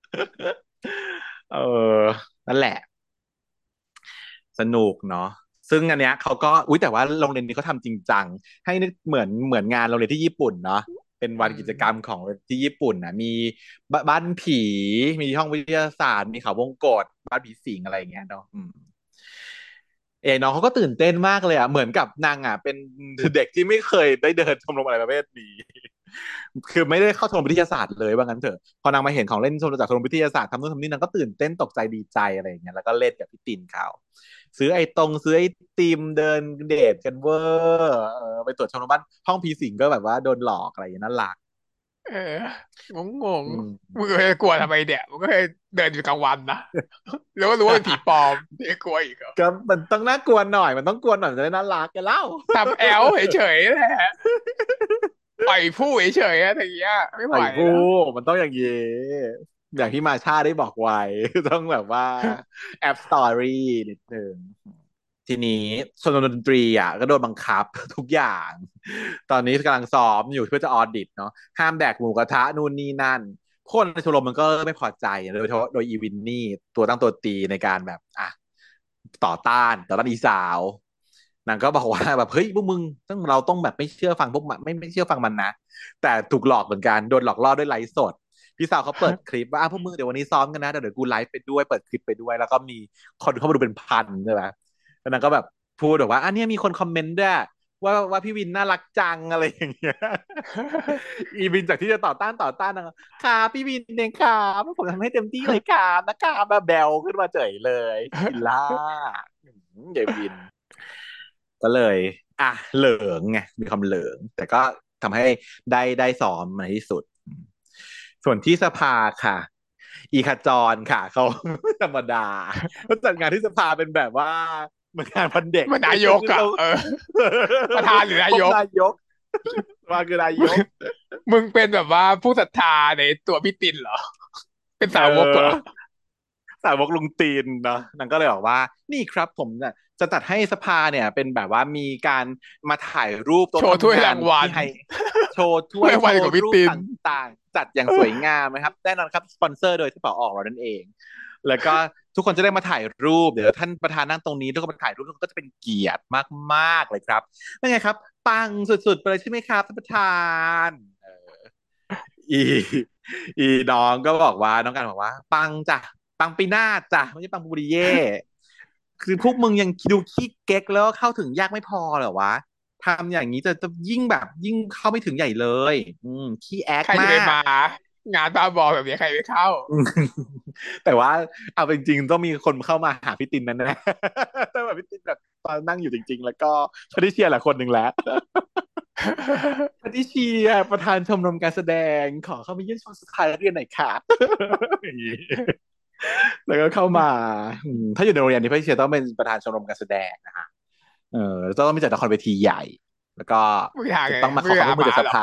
เออนั่นแหละสนุกเนาะซึ่งอันเนี้ยเขาก็อุ้ยแต่ว่าโรงเรียนนี้เขาทำจริงจังให้นึกเหมือนงานโรงเรียนที่ญี่ปุ่นเนาะเป็นอืวันกิจกรรมมของที่ญี่ปุ่นนะมีบ้านผีมีห้องวิทยาศาสตร์มีเขาวงกตบ้านผีสิงอะไรอย่างเงี้ยเนาะน้องเขาก็ตื่นเต้นมากเลยอ่ะเหมือนกับนางอ่ะเป็นเด็กที่ไม่เคยได้เดินชมรมอะไรประเภทนี้คือไม่ได้เข้าชมรมวิทยาศาสตร์เลยว่างั้นเถอะพอนางมาเห็นของเล่นชมรมจากชมรมวิทยาศาสตร์ทำนู่นทำนี่นางก็ตื่นเต้นตกใจดีใจอะไรอย่างเงี้ยแล้วก็เล่นกับพี่ตินเขาซื้อไอติมเดินเดทกันเวอร์ไปตรวจชมรมบ้านห้องพีสิงก็แบบว่าโดนหลอกอะไรอย่างเงี้ยน่ารักเอองงอืมึงมจะกลัวทำไมเนี่ยมึงก็เคยเดินอยู่กลางวันนะแล้วก็รู้ว่าเป็นผีปลอมมึงจะกลัวอีกเหรอก็มันต้องน่ากลัวหน่อยมันต้องกลัวหน่อยมันจะได้น่ารักกันเล่าทำแอลเฉยๆแหละปล่อยผู้เฉยๆอะไรอย่างเงี้ยไม่ไหวไอ้ผู้แล้วมันต้องอย่างนี้อย่างที่มาชาได้บอกไว้ต้องแบบว่าแอปสตอรี่นิดนึงทีนี้ชมรมดนตรีอ่ะก็โดนบังคับทุกอย่างตอนนี้กำลังซ้อมอยู่เพื่อจะออดิตเนาะห้ามแดกหมูกระทะนู่นนี่นั่นคนในชมรมมันก็ไม่พอใจโดยเฉพาะโดยอีวินนี่ตัวตั้งตัวตีในการแบบต่อต้านอีสาวนางก็บอกว่าแบบเฮ้ยพวกมึงเราต้องแบบไม่เชื่อฟังพวกมันไม่เชื่อฟังมันนะ แต่ถูกหลอกเหมือนกันโดนหลอกล่อด้วยไลฟ์สดพี่สาวเขาเปิดคลิปว่าพวกมึงเดี๋ยววันนี้ซ้อมกันนะเดี๋ยวกูไลฟ์ไปด้วยเปิดคลิปไปด้วยแล้วก็มีคนเข้ามาดูเป็นพันใช่ไหมแล้วนางก็แบบพูดแบบว่าอันนี้มีคนคอมเมนต์ด้วยว่าพี่วินน่ารักจังอะไรอย่างเงี้ยอีวินจากที่จะต่อต้านนางค่ะพี่วินเองค่ะผมทำให้เต็มที่เลยค่ะนะคะแบบแบลขึ้นมาเฉยเลยชิล่าเดวิน ก็เลยอ่ะเหลิงไงมีความเหลิงแต่ก็ทำให้ได้ซ้อมมาที่สุดส่วนที่สภาค่ะอีขจรค่ะเขาไม่ธรรมดาเขาจัดงานที่สภาเป็นแบบว่าเหมือนงานวันเด็กมันนายกเขาอ่ะประธานหรือพบนายกนายกมาคือนายมึงกมึงเป็นแบบว่าผู้ศรัทธาในตัวพี่ตินเหรอเป็นเอสาวกเหรออ สาวกลุงตีนเนาะนางก็เลยบอกว่านี่ครับผมเนี่ยจะจัดให้สภาเนี่ยเป็นแบบว่ามีการมาถ่ายรูปโต๊ะโชว์ถ้วยทำงานรางวัลที่ให้โชว์ถ้วยโชถ้วยรางวัลว์รูปตของพี่ติน่างๆจัดอย่างสวยงามนะครับแน่นอนครับสปอนเซอร์โดยที่เป่าออกเรานั่นเองแล้วก็ทุกคนจะได้มาถ่ายรูปเดี๋ยวท่านประธานนั่งตรงนี้ทุกคนมาถ่ายรูปทุกคนก็จะเป็นเกียรติมากๆเลยครับเป็นไงครับปังสุดๆไปเลยใช่ไหมครับท่านประธานอีอีน้องก็บอกว่าน้องการบอกว่าปังจ้ะปังปีหน้าจ้ะไม่ใช่ปังปุริเย่คือพวกมึงยังดูขี้เก๊กแล้วเข้าถึงยากไม่พอเหรอวะทำอย่างนี้จะยิ่งแบบยิ่งเข้าไม่ถึงใหญ่เลยขี้แอคใครจะมากไปมางานบ้าบอแบบนี้ใครไปเข้าแต่ว่าเอาจริงๆต้องมีคนเข้ามาหาพี่ตินนั่นนะต้องแบบพี่ตินแบบตอนนั่งอยู่จริงๆแล้วก็พนิเชียร์แหละคนหนึ่งแล้ว พนิเชียร์ประธานชมรมการแสดงขอเข้ามาเยี่ยมชมสุดท้ายเรียนหน่อยครับอย่างนี้แล้วก็เข้ามาถ้าอยู่ในโรงเรียนนี้พนิเชียร์ต้องเป็นประธานชมรมการแสดงนะฮะแล้วต้องมีจัดละครเวทีใหญ่แล้วก็ไม่ทางไงจะต้องมาขไม่ไปอความร่วมมือหาหมาหรอกจากสภา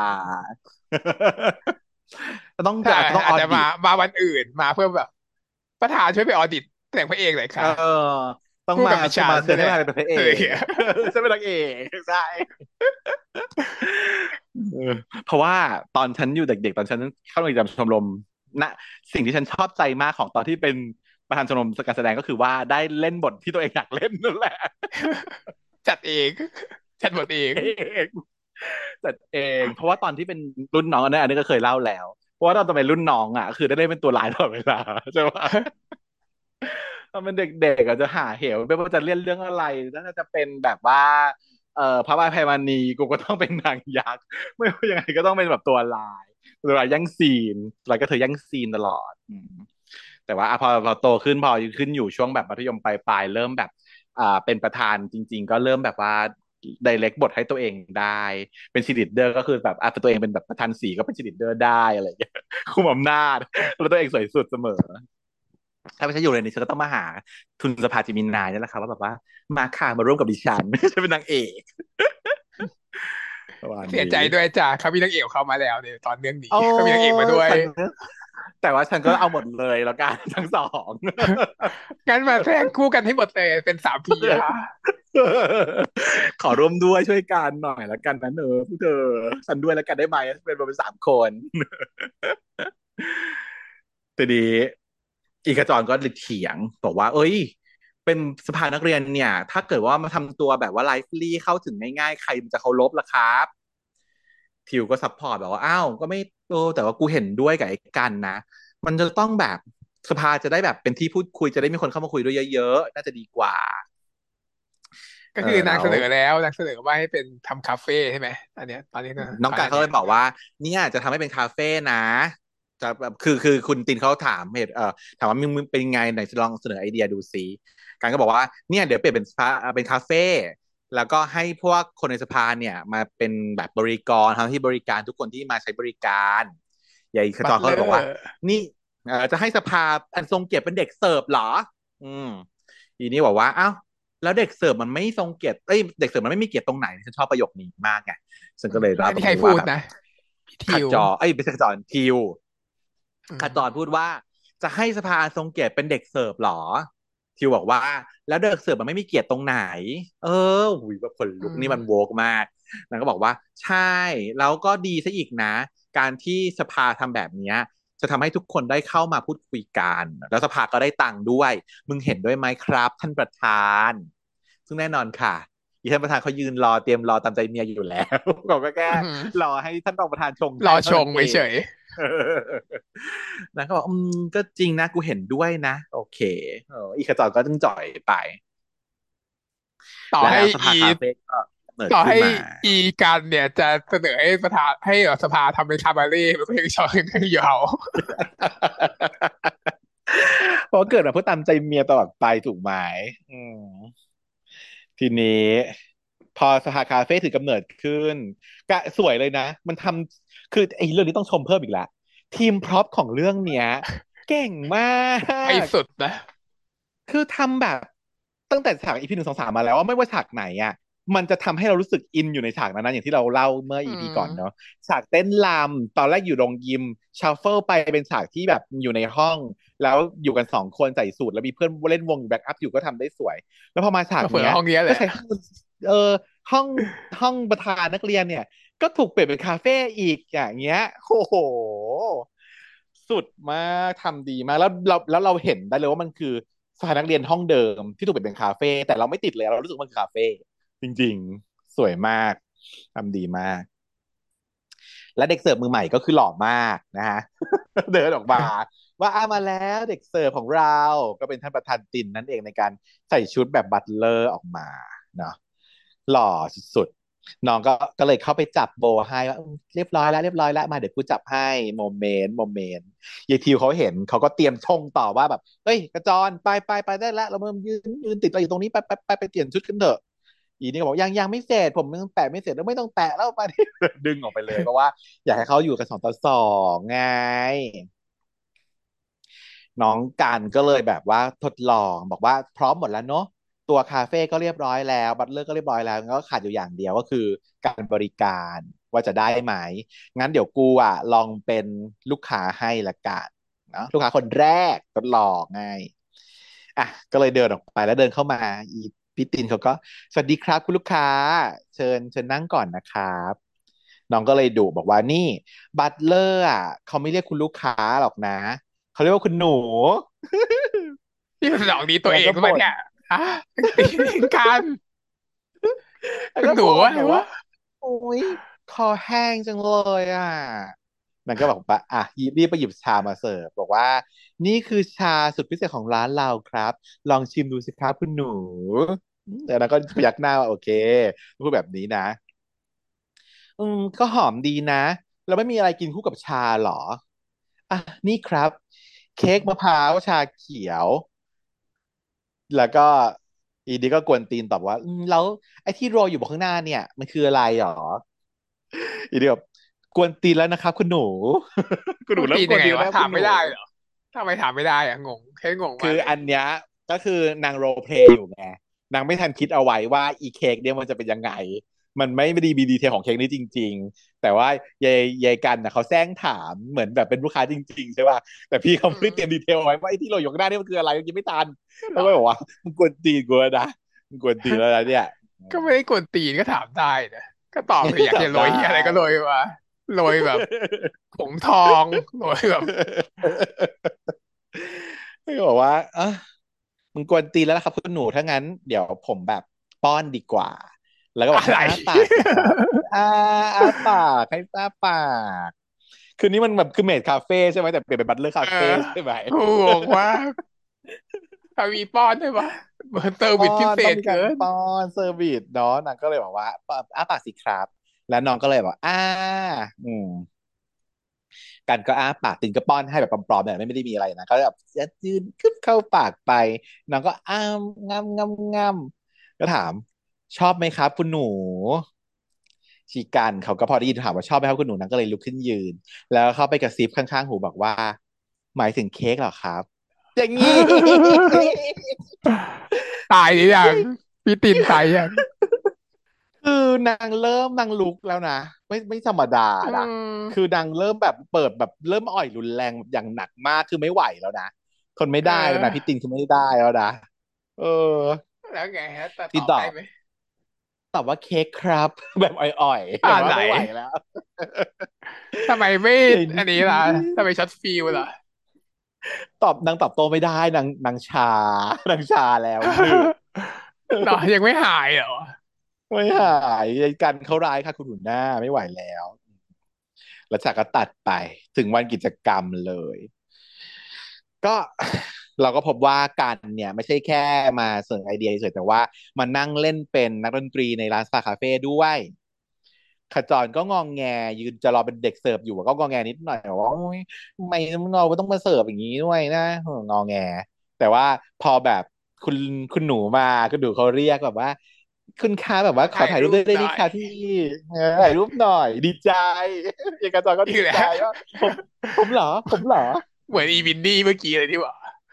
จะต้องใช่อาจจะต้องออาจจะมาอดิตมาวันอื่นมาเพื่อแบบประธานช่วยไปออดิตแต่งพระเอกหน่อยเอค่ะอต้องมาคู่กับดิฉันมาเชิญให้เนี่ยมาเป็นพระเออะไรอย่างกเงี้ยฉันเป็นนางเอกใช่เออเพราะว่าตอนฉันอยู่เด็กๆตอนฉันเข้าโรงเรียนชมรมนะสิ่งที่ฉันชอบใจมากของตอนที่เป็นประธานชมรมการแสดงก็คือว่าได้เล่นบทที่ตัวเองอยากเล่นนั่นแหละจัดเองจัดหมดเองเองจัดเองเพราะว่าตอนที่เป็นรุ่นน้องอันนี้ก็เคยเล่าแล้วเพราะว่าตอนเป็นรุ่นน้องอ่ะคือได้เล่นเป็นตัวร้ายตลอดเวลาใช่ไหม ตอนเป็นเด็กๆอาจจะหาเหวไม่ว่าจะเล่นเรื่องอะไรถ้าจะเป็นแบบว่าพระอภัยมณีกูก็ต้องเป็นนางยักษ์ไม่ว่ายังไงก็ต้องเป็นแบบตัวร้ายแย่งซีนอะไรก็เธอแย่งซีนตลอดแต่ว่าพอโตขึ้นพอขึ้นอยู่ช่วงแบบมัธยมปลายเริ่มแบบเป็นประธานจริงๆก็เริ่มแบบว่าไดเรกบทให้ตัวเองได้เป็นชีลิดเดอร์ก็คือแบบตัวเองเป็นแบบประธานสีก็เป็นชีลิดเดอร์ได้อะไรอย่างเงี้ยคุมอำนาจแล้วตัวเองสวยสุดเสมอ ถ้าไม่ใช่อยู่ในนี้ฉันก็ต้องมาหาทุนสภาจิมินายนี่แหละครับว่าแบบว่ามาค่ะมาร่วมกับดิฉันจะเป็นนางเอกประมาณเสียใจนี้ด้วยจ้ะเขามีนางเอกเข้ามาแล้วในตอนเรื่องนี้โอ้เขามีนางเอกมาด้วยฉันแต่ว่าฉันก็เอาหมดเลยแล้วกันทั้งสองงั้นมาแทรกคู่กันให้หมดเลยเป็นสามพีนะคะขอร่วมด้วยช่วยกันหน่อยแล้วกันนะเนอะพวกเธอฉันด้วยแล้วกันได้ไหมเป็น3 คนทีนี้อีกระจรก็เลยเถียงบอกว่าเอ้ยเป็นสภานักเรียนเนี่ยถ้าเกิดว่ามาทำตัวแบบว่าไลฟ์ลี่เข้าถึงง่ายๆใครมันจะเคารพล่ะครับทิวก็ซัพพอร์ตแบบว่าอ้าวก็ไม่แต่ว่ากูเห็นด้วยกับไอ้กันนะมันจะต้องแบบสภาจะได้แบบเป็นที่พูดคุยจะได้มีคนเข้ามาคุยด้วยเยอะๆน่าจะดีกว่าก็คือนางแล้วเสนอแล้วนางเสนอว่าให้เป็นทำคาเฟ่ใช่ไหมอันเนี้ยตอนนี้นะน้องการเขาก่อนอันเนี้ยเลยบอกว่าเนี่ยจะทำให้เป็นคาเฟ่นะจะแบบคือคุณตินเขาถามเหตุถามว่ามึงเป็นไงไหนลองเสนอไอเดียดูซิการก็บอกว่าเนี่ยเดี๋ยวเปลี่ยนเป็นสปาเป็นคาเฟ่แล้วก็ให้พวกคนในสภาเนี่ยมาเป็นแบบบริกรทำที่บริการทุกคนที่มาใช้บริการใหญ่ขบัตเลอจรเขาเลยบอกว่าร์นี่จะให้สภาอันทรงเกียรติเป็นเด็กเสิร์ฟเหรออืมทีนี้บอกว่าอ้าวแล้วเด็กเสิร์ฟมันไม่ทรงเกียรติเอ้ยเด็กเสิร์ฟมันไม่มีเกียรติตรงไหนฉันชอบประโยคนี้มากไงฉันก็เลยเล่าอันนี้ใครตรงนี้ว่าแบบพูดนะพี่ทิวขจรเอ้ยไม่ใช่ขจรทิวอืขจรพูดมว่าจะให้สภาอันทรงเกียรติเป็นเด็กเสิร์ฟเหรอทิวบอกว่าแล้วเด็กเสิร์ฟมันไม่มีเกียรติตรงไหนเออหุยแบบขนอืลุกนี่มันโวมกมากนางก็บอกว่าใช่แล้วก็ดีซะอีกนะการที่สภาทำแบบเนี้ยจะทำให้ทุกคนได้เข้ามาพูดคุยกันแล้วสภาก็ได้ตังค์ด้วยมึงเห็นด้วยไหมครับท่านประธานซึ่งแน่นอนค่ะอีท่านประธานเขายืนรอเตรียมรอตามใจเมียอยู่แล้วเขาก็แค่อืมรอให้ท่านรองประธานชงให้รอชเท่านั้นเองงเฉยนางก็บอกก็จริงนะกูเห็นด้วยนะโอเคอีขจรก็ต้องจ่อยไปต่อให้แล้วสอีภาคาเฟ่ก็กำเนิดต่อให้ขึ้นมาอีกันเนี่ยจะเสนอให้ประธานให้สภาทำเป็นคาบาเร่มันก็ยังชอบยังยาวเพราะเกิดมาเพื่อตามใจเมียตลอดไปถูกไหมอืมทีนี้พอสหคาเฟ่ถือกำเนิดขึ้นก็สวยเลยนะมันทำคือไอ้เรื่องนี้ต้องชมเพิ่มอีกแล้วทีมพร็อพของเรื่องเนี้ยเก่งมาให้กสุดนะคือทำแบบตั้งแต่ฉากอีพี1 2 3มาแล้วว่าไม่ว่าฉากไหนอ่ะมันจะทำให้เรารู้สึกอินอยู่ในฉากนั้นๆอย่างที่เราเล่าเมื่ออือีพีก่อนเนาะมฉากเต้นรำตอนแรกอยู่โรงยิมชัฟเฟิลไปเป็นฉากที่แบบอยู่ในห้องแล้วอยู่กัน2 คนใส่สูทแล้วมีเพื่อนเล่นวงอยู่แบ็กอัพอยู่ก็ทำได้สวยแล้วพอมาฉากเผื่อเนี้ยห้องเนี้ยแหละก็ใช้เออห้องห้องประธานนักเรียนเนี่ยก็ถูกเปลี่ยนเป็นคาเฟ่อีกอย่างเงี้ยโอ้โหสุดมากทำดีมากแล้วเราเห็นได้เลยว่ามันคือ สถานนักเรียนห้องเดิมที่ถูกเปลี่ยนเป็นคาเฟ่แต่เราไม่ติดเลยเรารู้สึกว่ามันคือคาเฟ่จริงๆสวยมากทำดีมากและเด็กเสิร์ฟมือใหม่ก็คือหล่อมากนะฮะเดินออกมาว่ามาแล้วเด็กเสิร์ฟของเราก็เป็นท่านประธานตินนั่นเองในการใส่ชุดแบบบัตเลอร์ออกมาเนาะหล่อสุดๆน้องก็เลยเข้าไปจับโบให้ว่าเรียบร้อยแล้วเรียบร้อยแล้วมาเดี๋ยวกูจับให้โมเมนต์ยายทิวเขาเห็นเขาก็เตรียมชงต่อว่าแบบเฮ้ยกระจรไปได้แล้วเรามายืนติดเราอยู่ตรงนี้ไปเปลี่ยนชุดกันเถอะอีนี่ก็บอกยังไม่เสร็จผมยังแปะไม่เสร็จแล้วไม่ต้องแปะแล้วไปดึงออกไปเลยเพราะว่าอยากให้เขาอยู่กัน2 ต่อ 2ไงน้องกันก็เลยแบบว่าทดลองบอกว่าพร้อมหมดแล้วเนาะตัวคาเฟ่ก็เรียบร้อยแล้วบัตเลอร์ก็เรียบร้อยแล้วก็ขาดอยู่อย่างเดียวก็คือการบริการว่าจะได้ไหมงั้นเดี๋ยวกูอ่ะลองเป็นลูกค้าให้ละกันเนาะลูกค้าคนแรกทดลองไงอ่ะก็เลยเดินออกไปแล้วเดินเข้ามาอีพี่ตินเขาก็สวัสดีครับคุณลูกค้าเชิญนั่งก่อนนะครับน้องก็เลยดุบอกว่านี่บัตเลอร์อ่ะเขาไม่เรียกคุณลูกค้าหรอกนะเขาเรียกว่าคุณหนูนี่มันสนองนี้ตัวเอแล้วก็บ่นงหรือเปล่าเนี่ยฮะตีกันแล้วก็คุณหนูบ่นบอกว่าอะไรวะโอ้ยคอแห้งจังเลยอ่ะมันก็บอกว่าอ่ะรีบไปหยิบชามาเสิร์ฟบอกว่านี่คือชาสุดพิเศษของร้านเราครับลองชิมดูสิครับคุณหนูแต่นั้นก็พยักหน้าว่าโอเคพูดแบบนี้นะก็หอมดีนะแล้วไม่มีอะไรกินคู่กับชาเหรออ่ะนี่ครับเค้กมะพร้าวชาเขียว แล้วก็อีดีก็กวนตีนตอบว่าแล้วไอ้ที่โรยอยู่บนข้างหน้าเนี่ยมันคืออะไรหรออีดีแบบกวนตีนแล้วนะครับคุณหนูคุณหนูมันตีนเริ่มกวนตีนแล้วยังไงวะถามนะครับคุณหนูไม่ได้เหรอทำไมถามไม่ได้อะงงแค่งงคือมากเลยอันเนี้ยก็คือนางโรลเพลย์อยู่ไงนางไม่ทันคิดเอาไว้ว่าอีเค้กเนี่ยมันจะเป็นยังไงมันไม่ได้มีดีเทลของเค้กนี้จริงๆแต่ว่ายายกันนะเขาแซงถามเหมือนแบบเป็นลูกค้าจริงๆใช่ป่ะแต่พี่เขาอืไม่ได้เตรียมดีมเทลเอาไว้ว่าไอ้ที่เรายกหน้านี่มันคืออะไรยังไม่ทันเหรอเขาก็บอกว่ามึงกวนตีนกูแล้วนะมึงกวนตีนแล้วนะเนี่ยก็ไม่ได้กวนตีนก็ถามได้นะก็ตอบเลยอยากจะโรจับได้ยอะไรก็โรยมาโรยแบบผงทองโรยแบบบอกว่ามึงกวนตีนแล้วนะครับคุณหนูถ้างั้นเดี๋ยวผมแบบป้อนดีกว่าแล้วก็บอกอะไรให้อ้าปากสิครับอ้าอ้าปากให้อ้าปากคืนนี้มันแบบคือเมดคาเฟ่ใช่ไหมแต่เปลี่ยนเป็นบัตเลอร์เอคาอเฟ่ใช่ไหมกูบอกว่าถ้ามีป้อนได้ปะเตอร์ป้อวิสพิเศต้องมีการษเกินป้อนเซอร์วิสเนาะนางก็เลยบอกว่าอ้าปากสิครับแล้วน้องก็เลยบอกอืมกันก็อ้าปากตินก็ป้อนให้แบบปลอมๆเนี่ยไม่ได้มีอะไรนะก็แบบยืนคึบเข้าปากไปน้องก็งำก็ถามชอบไหมครับคุณหนูชีกันเขาก็พอได้ยินถามว่าชอบไหมครับคุณหนูนางก็เลยลุกขึ้นยืนแล้วเข้าไปกระซิบข้างๆหูบอกว่าหมายถึงเค้กเหรอครับอย่างนี้ตายหรือยังพี่ตินตายยังคืนางลุกแล้วนะไม่ธรรมดาอืนะคือมนางเริ่มแบบเปิดแบบเริ่มอ่อยรุนแรงอย่างหนักมากคือไม่ไหวแล้วนะทนไม่เอได้แล้วนะพี่อตินคือไม่ได้แล้วนะเออแล้วไงฮะแต่ตตินตอบอบได้ไหมตอบว่าเค้กครับแบบอ่อยๆแบบอะไรว่าไม่ไหวแล้วทำไมไม่เดี๋ยวอันนี้ล่ะทำไมช็อตฟิลล่ะนางตอบโต้ไม่ได้นางชานางชาแล้วหนึ่งเหรอยังไม่หายเหรอไม่หายกันเขาร้ายค่ะคุณหนูหน้าไม่ไหวแล้วแล้วจากก็ตัดไปถึงวันกิจกรรมเลยก็เราก็พบว่ากันเนี่ยไม่ใช่แค่มาเสนอไอเดียเฉยแต่ว่ามานั่งเล่นเป็นนักดนตรีในร้านสตาร์คาเฟ่ด้วยขจรก็งองแงยืนจะรอเป็นเด็กเสิร์ฟอยู่ก็งองแงนิดหน่อยว่าโอ๊ยทำไมเราต้องมาเสิร์ฟอย่างนี้ด้วยนะงอแงแต่ว่าพอแบบคุณคุณหนูมาคุณหนูเขาเรียกแบบว่าคุณค้าแบบว่าขอขอถ่ายรูถ่ายรูปด้วยได้ปหน่อยไหมคะพี่ถ่ายรูปหน่อยดีใจเอกจรก็ดีใจอีกแล้วว่าผมเหรอผมเหรอเหมือนอีวินดี้เมื่อกี้เลยที่บอก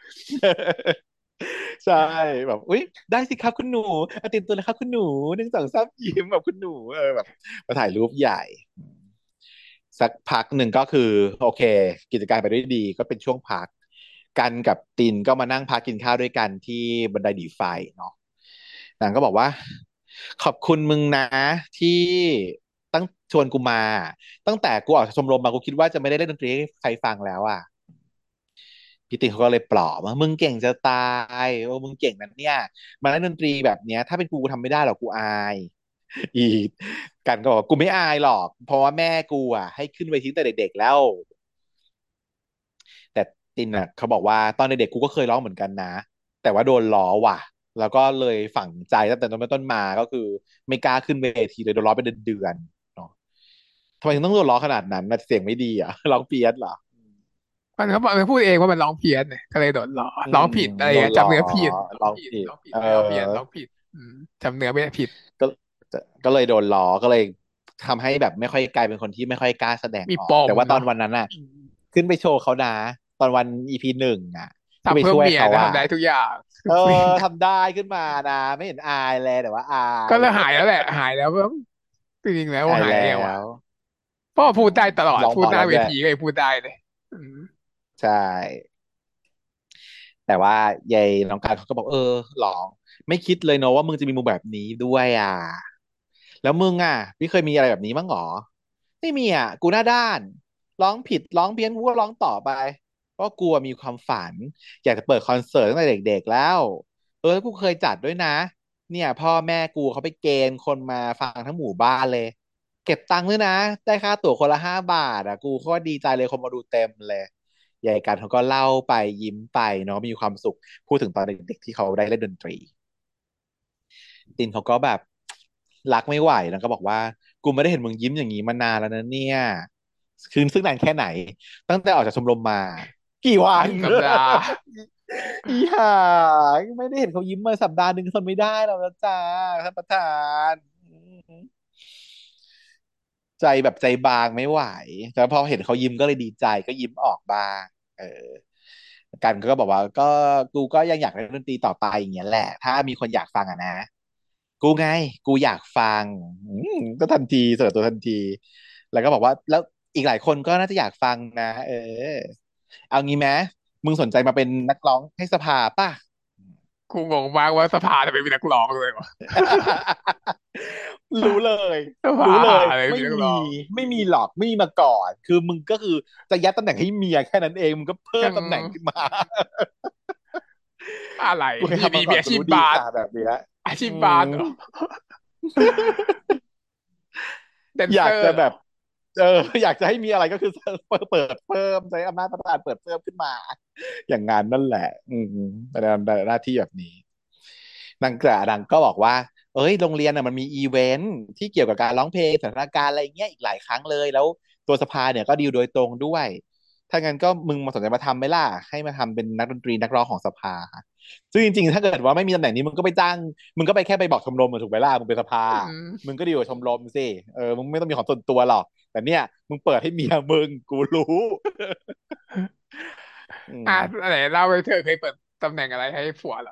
ใช่แบบอุ๊ยได้สิครับคุณหนูเตรียมตัวเลยครับคุณหนู1 2 3ยิ้มแบบคุณหนูแบบมาถ่ายรูปใหญ่สักพักหนึ่งก็คือโอเคกิจการไปด้วยดีก็เป็นช่วงพักกันกับตินก็มานั่งพักกินข้าวด้วยกันที่บันไดหนีไฟเนาะนางก็บอกว่าขอบคุณมึงนะที่ตั้งชวนกูมาตั้งแต่กูออกจากชมรมมากูคิดว่าจะไม่ได้เล่นดนตรีให้ใครฟังแล้วอ่ะ พี่ติเขาก็เลยปลอบว่ามึงเก่งจะตายโอ้มึงเก่งนั้นเนี่ยมาเล่นดนตรีแบบเนี้ยถ้าเป็นกูทำไม่ได้หรอกกูอายอีกกันก็บอกว่ากูไม่อายหรอกเพราะว่าแม่กูอ่ะให้ขึ้นเวทีตั้งแต่เด็กๆแล้วแต่ตินอ่ะเขาบอกว่าตอนเด็กๆกูก็เคยร้องเหมือนกันนะแต่ว่าโดนล้อว่ะแล้วก็เลยฝังใจตั้งแต่ต้นมาก็คือไม่กล้าขึ้นเวทีเลยโดนล้อเป็นเดือนๆเนาะทำไมถึงต้องโดนล้อขนาดนั้นมันเสียงไม่ดีอ่ะร้องเพี้ยนเหรอมันเขาบอกมันพูดเองว่ามันร้องเพี้ยนเนี่ยก็เลยโดนล้ออืมร้องผิดอะไรโดนล้อเงี้ยจำเนื้อผิดร้องผิดร้องผิดร้องผิดไม่ร้องเพี้ยนร้องผิดอืมจำเนื้อไม่ได้ผิดก็ก็เลยโดนล้อก็เลยทำให้แบบไม่ค่อยกลายเป็นคนที่ไม่ค่อยกล้าแสดงมีปออกแต่ว่าตอนมเนาะวันนั้นน่ะอืมขึ้นไปโชว์เขานะตอนวันEP1ขึ้นทำไปช่วยเพื่อเมียเขาอ่ะนะทำได้ทุกอย่างเออทำได้ขึ้นมานะไม่เห็นอายเลยแต่ว่าอาก็ยเริ่มหายแล้วแหละหายแล้วมั้งจริงๆแล้วหายอายแล้ได้ไงวะวเพราะว่าอืมพูดได้ตลอดร้องพูดหน้าเพอแล้วด้วยเวทีก็ยังพูดได้เลยอืมใช่แต่ว่ายายน้องการเขาก็บอกหรอไม่คิดเลยเนอะว่ามึงจะมีมุมแบบนี้ด้วยอ่ะแล้วมึงอ่ะพี่เคยมีอะไรแบบนี้มั้งหรอ ไม่มีอ่ะกูหน้าด้านร้องผิดร้องเพี้ยนกูก็ร้องต่อไปเพราะกูอะมีความฝันอยากจะเปิดคอนเสิร์ตตั้งแต่เด็กๆแล้วแล้วกูเคยจัดด้วยนะเนี่ยพ่อแม่กูเขาไปเกณฑ์คนมาฟังทั้งหมู่บ้านเลยเก็บตังค์ด้วยนะได้ค่าตั๋วคนละ5 บาทอ่ะกูก็ดีใจเลยคนมาดูเต็มเลยยายกันเขาก็เล่าไปยิ้มไปเนาะมีความสุขพูดถึงตอนเด็กๆที่เขาได้เล่นดนตรี ตินเขาก็แบบรักไม่ไหวแล้วก็บอกว่ากูไม่ได้เห็นมึงยิ้มอย่างนี้มานานแล้วนะเนี่ยคือซึ่งนานแค่ไหนตั้งแต่ออกจากชมรมมากี่วัน 1 สัปดาห์อีห่าไม่ได้เห็นเขายิ้มมา1 สัปดาห์ทนไม่ได้แล้วนะจ้าท่านประธานอืมใจแบบใจบางไม่ไหวแต่พอเห็นเขายิ้มก็เลยดีใจก็ยิ้มออกบ้างเออกันก็บอกว่าก็กูก็ยังอยากเล่นดนตรีต่อไปอย่างเงี้ยแหละถ้ามีคนอยากฟังอ่ะนะ กูไงกูอยากฟังก็ทันทีเสนอตัวทันทีแล้วก็บอกว่าแล้วอีกหลายคนก็น่าจะอยากฟังนะเอางี้ไหมมึงสนใจมาเป็นนักร้องให้สภาป่ะกูงงมากว่าสภาทำไมมีนักร้องเลยวะรู้เลยสภารู้เลยหาอะไรไม่มีมีนักร้องไม่มีหรอกไม่มีมาก่อน คือมึงก็คือจะยัดตำแหน่งให้เมียแค่นั้นเองมึงก็เพิ่ยังมตำแหน่งขึ้นมาอะไรกูเคยอยู่ทำมาก่อนดีมีอาชีพกูรู้ดีบาสค่ะแบบเนี้ยอาชีอืพบามสเหรอแดนอยาเซอร์เหรอกจะแบบเอออยากจะให้มีอะไรก็คือเปิดเพิ่มใช้อำนาจประธานเปิดเพิ่มขึ้นมาอย่างงานนั่นแหละเป็นหน้าที่แบบนี้นางกระดังก็บอกว่าเอ้ยโรงเรียนน่ะมันมีอีเวนท์ที่เกี่ยวกับการร้องเพลงสถานการณ์อะไรเงี้ยอีกหลายครั้งเลยแล้วตัวสภาเนี่ยก็ดีลโดยตรงด้วยถ้างั้นก็มึงมาสนใจมาทำไหมล่ะให้มาทำเป็นนักดนตรีนักร้องของสภาซึ่งจริงๆถ้าเกิดว่าไม่มีตำแหน่งนี้มึงก็ไปจ้างมึงก็ไปแค่ไปบอกชมรมมาถูกไหมล่ะมึงเป็นสภาอืมมึงก็ดีกว่าชมรมสิมึงไม่ต้องมีของส่วนตัวหรอกแต่เนี่ยมึงเปิดให้เมียมึงกูรู้อือ่ะมไหนเล่าไปเธอเคยเปิดตำแหน่งอะไรให้ผัวเหรอ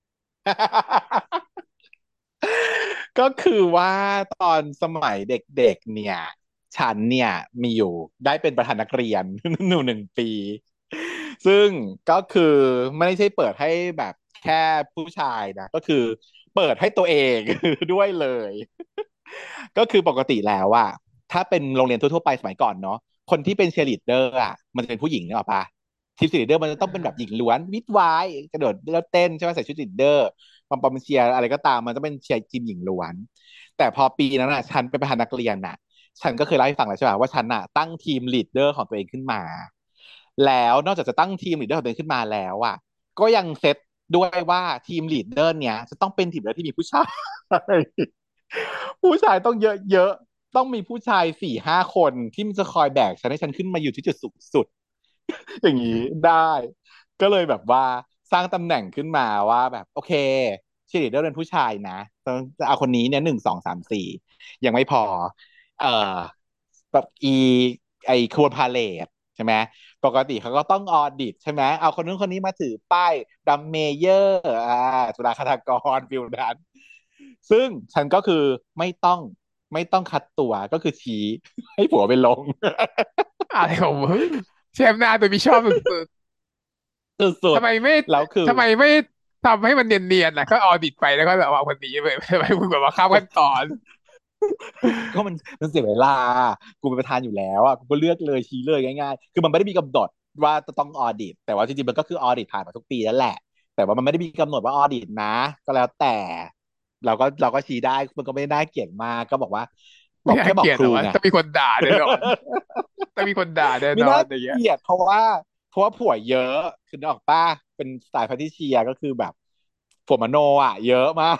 ก็คือว่าตอนสมัยเด็กๆเนี่ยฉันเนี่ยมีอยู่ได้เป็นประธานนักเรียน1 ปีซึ่งก็คือไม่ใช่เปิดให้แบบแค่ผู้ชายนะก็คือเปิดให้ตัวเองด้วยเลยก็คือปกติแล้วอะถ้าเป็นโรงเรียนทั่วๆไปสมัยก่อนเนาะคนที่เป็นเชียร์ลีดเดอร์อะมันจะเป็นผู้หญิงเนกอะปะทีมเชียร์ลีดเดอร์มันจะอ่ต้องเป็นแบบหญิงาล้วนวิดวายกระโดดแล้วเต้นใช่ไหมใส่ชุดลีดเดอร์ ปอมเชียร์อะไรก็ตามมันจะเป็นเชียร์ทีมหญิงล้วนแต่พอปีนั้นอ่ะฉันเป็นประธานนักเรียนน่ะฉันก็เคยเล่าให้ฟังแล้วใช่ไหมว่าฉันอ่ะตั้งทีมลีดเดอร์ของตัวเองขึ้นมาแล้วนอกจากจะตั้งทีมลีดเดอร์ของตัวเองขึ้นมาแล้วอ่ะก็ยังเซตด้วยว่าทีมลีดเดอร์เนี้ยจะต้องเป็นทีมลีดเดอร์ที่มีผู้ชายผู้ชายต้องเยอะๆต้องมีผู้ชาย4-5 คนที่มันจะคอยแบกฉันให้ฉันขึ้นมาอยู่ที่จุดสูงสุด อย่างนี้ได้ก็เลยแบบว่าสร้างตำแหน่งขึ้นมาว่าแบบโอเคเชียร์ลีดเดอร์เป็นผู้ชายนะต้องจะเอาคนนี้เนี่ย1 2 3 4ยังไม่พอเอ่อแบบไอขบวนพาเหรดใช่ไหมปกติเขาก็ต้องออดิตใช่ไหมเอาคนนู้นคนนี้มาถือป้ายดัมเมเยอร์จุฬาคทากรฟิลนั้นซึ่งฉันก็คือไม่ต้องไม่ต้องคัดตัวก็คือชี้ให้ผัวไปลงอะไรของมึงเชฟหน้าตัวพี่ชอบสุดสุดๆทำไมไม่ๆแล้วคือทำไมไม่ทำให้มันเนียนๆนะก็ออดิตไปแล้วก็แบบว่าคนนี้ไปทำไมมึงแบบว่าข้ามขั้นตอนก็มันเสียเวลากูเป็นประธานอยู่แล้วอ่ะกูก็เลือกเลยชี้เลยง่ายๆคือมันไม่ได้มีกำหนดว่าจะต้องออดิตแต่ว่าจริงๆมันก็คือออดิตผ่านมาทุกปีนั่นแหละแต่ว่ามันไม่ได้มีกำหนดว่าออดิตนะก็แล้วแต่เราก็ชี้ได้มันก็ไม่ได้น่าเกลียดมากก็บอกว่าบไม่น่าอกแค่บอกเกลียดหรอวะครูไงต้องมีคนด่าแน่นอนต้องมีคนด่าแน่นอไม่น่านอย่างเงี้ยเกลียดเพราะว่าผัวเยอะคือนึกออกป้าเป็นสายพันธุ์ที่เชียร์ก็คือแบบผัวมโนอ่ะเยอะมาก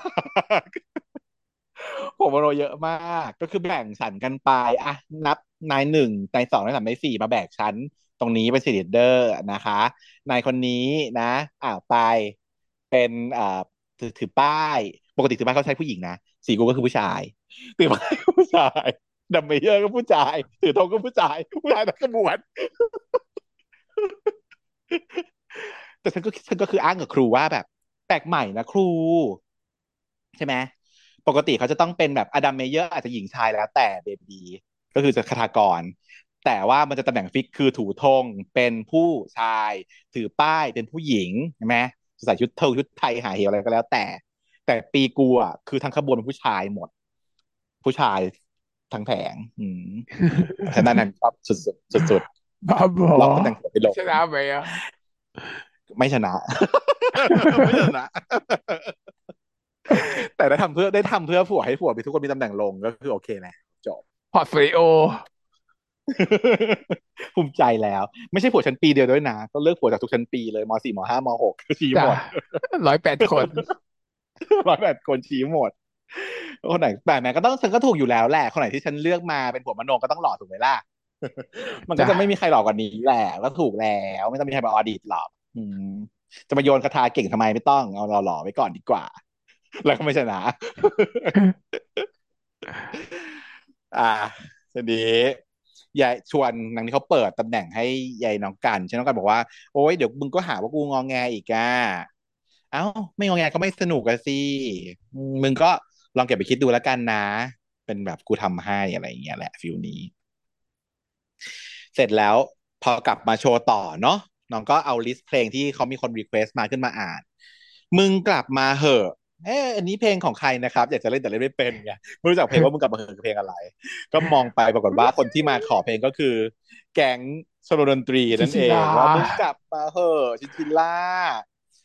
ผมโรเยอะมากก็คือแบ่งสรรกันไปอ่ะนับนาย 1นาย 2นาย 3นาย 4มาแบกชั้นตรงนี้เป็นซีเดอร์นะคะนายคนนี้นะไปเป็นถือป้ายปกติถือป้ายเขาใช้ผู้หญิงนะสีกูก็คือผู้ชายถือป้ายก็ผู้ชายดัมเมเยอร์ก็ผู้ชายถือธงก็ผู้ชายทั้งขบวนแต่ฉันก็คืออ้างกับครูว่าแบบแปลกใหม่นะครู ใช่ไหมปกติเขาจะต้องเป็นแบบอดัมเมเยอร์อาจจะหญิงชายแล้วแต่เบบีก็คือจะคทากรแต่ว่ามันจะตำแหน่งฟิกคือถูธงเป็นผู้ชายถือป้ายเป็นผู้หญิงใช่ไหมจะใส่ชุดไทยหาเหวอะไรก็แล้วแต่ปีกูอ่ะคือทั้งขบวนเป็นผู้ชายหมดผู้ชายทั้งแผงฉะนั้นนั้นชอบสุดบ้าบอๆล็อกตำแหน่งหัวไปลงชนะไหมอ่ะไม่ชนะไม่ชนะ แต่ได้ทำเพื่อผัวให้ผัวมีทุกคนมีตำแหน่งลงก็คือโอเคแหละจบพอร์ตโฟลิโอภูมิใจแล้วไม่ใช่ผัวชั้นปีเดียวด้วยนะก็เลือกผัวจากทุกชั้นปีเลยม.4 ม.5 ม.6ชี้จ้ะหมด 108 คน 108 คนชี้หมดคนไหนแต่แม่ก็ต้องฉันก็ถูกอยู่แล้วแหละคนไหนที่ฉันเลือกมาเป็นผัวมโนก็ต้องหล่อถูกไหมล่ะมันก็จ้ะจะไม่มีใครหล่อกว่านี้แหละก็ถูกแล้วไม่ต้องมีใครมาออดิตหรอกจะมาโยนคาถาเก่งทำไมไม่ต้องเอาหล่อๆไว้ก่อนดีกว่าแล้วก็ไม่ชนะ อ่าทีนี้ยายชวนนางที่เขาเปิดตำแหน่งให้ยายน้องกันใช่น้องกันบอกว่าโอ๊ยเดี๋ยวมึงก็หาว่ากูงอแงอีกอ่ะเอ้าไม่งอแงก็ไม่สนุกอะสิมึงก็ลองเก็บไปคิดดูแล้วกันนะเป็นแบบกูทำให้อะไรอย่างเงี้ยแหละฟิลนี้เสร็จแล้วพอกลับมาโชว์ต่อเนาะน้องก็เอาลิสต์เพลงที่เขามีคนรีเควสต์มาขึ้นมาอ่านมึงกลับมาเหอะอันนี้เพลงของใครนะครับอยากจะเล่นแต่เล่นไม่เป็นไงไม่รู้จักเพลงว่ามึงกลับมาเหอะคือเพลงอะไร ก็มองไปปรากฏว่าคนที่มาขอเพลงก็คือแก๊งโซโลดนตรีนั่นเอชิชิลางว่ามึงกลับมาเหอะชินชิล่า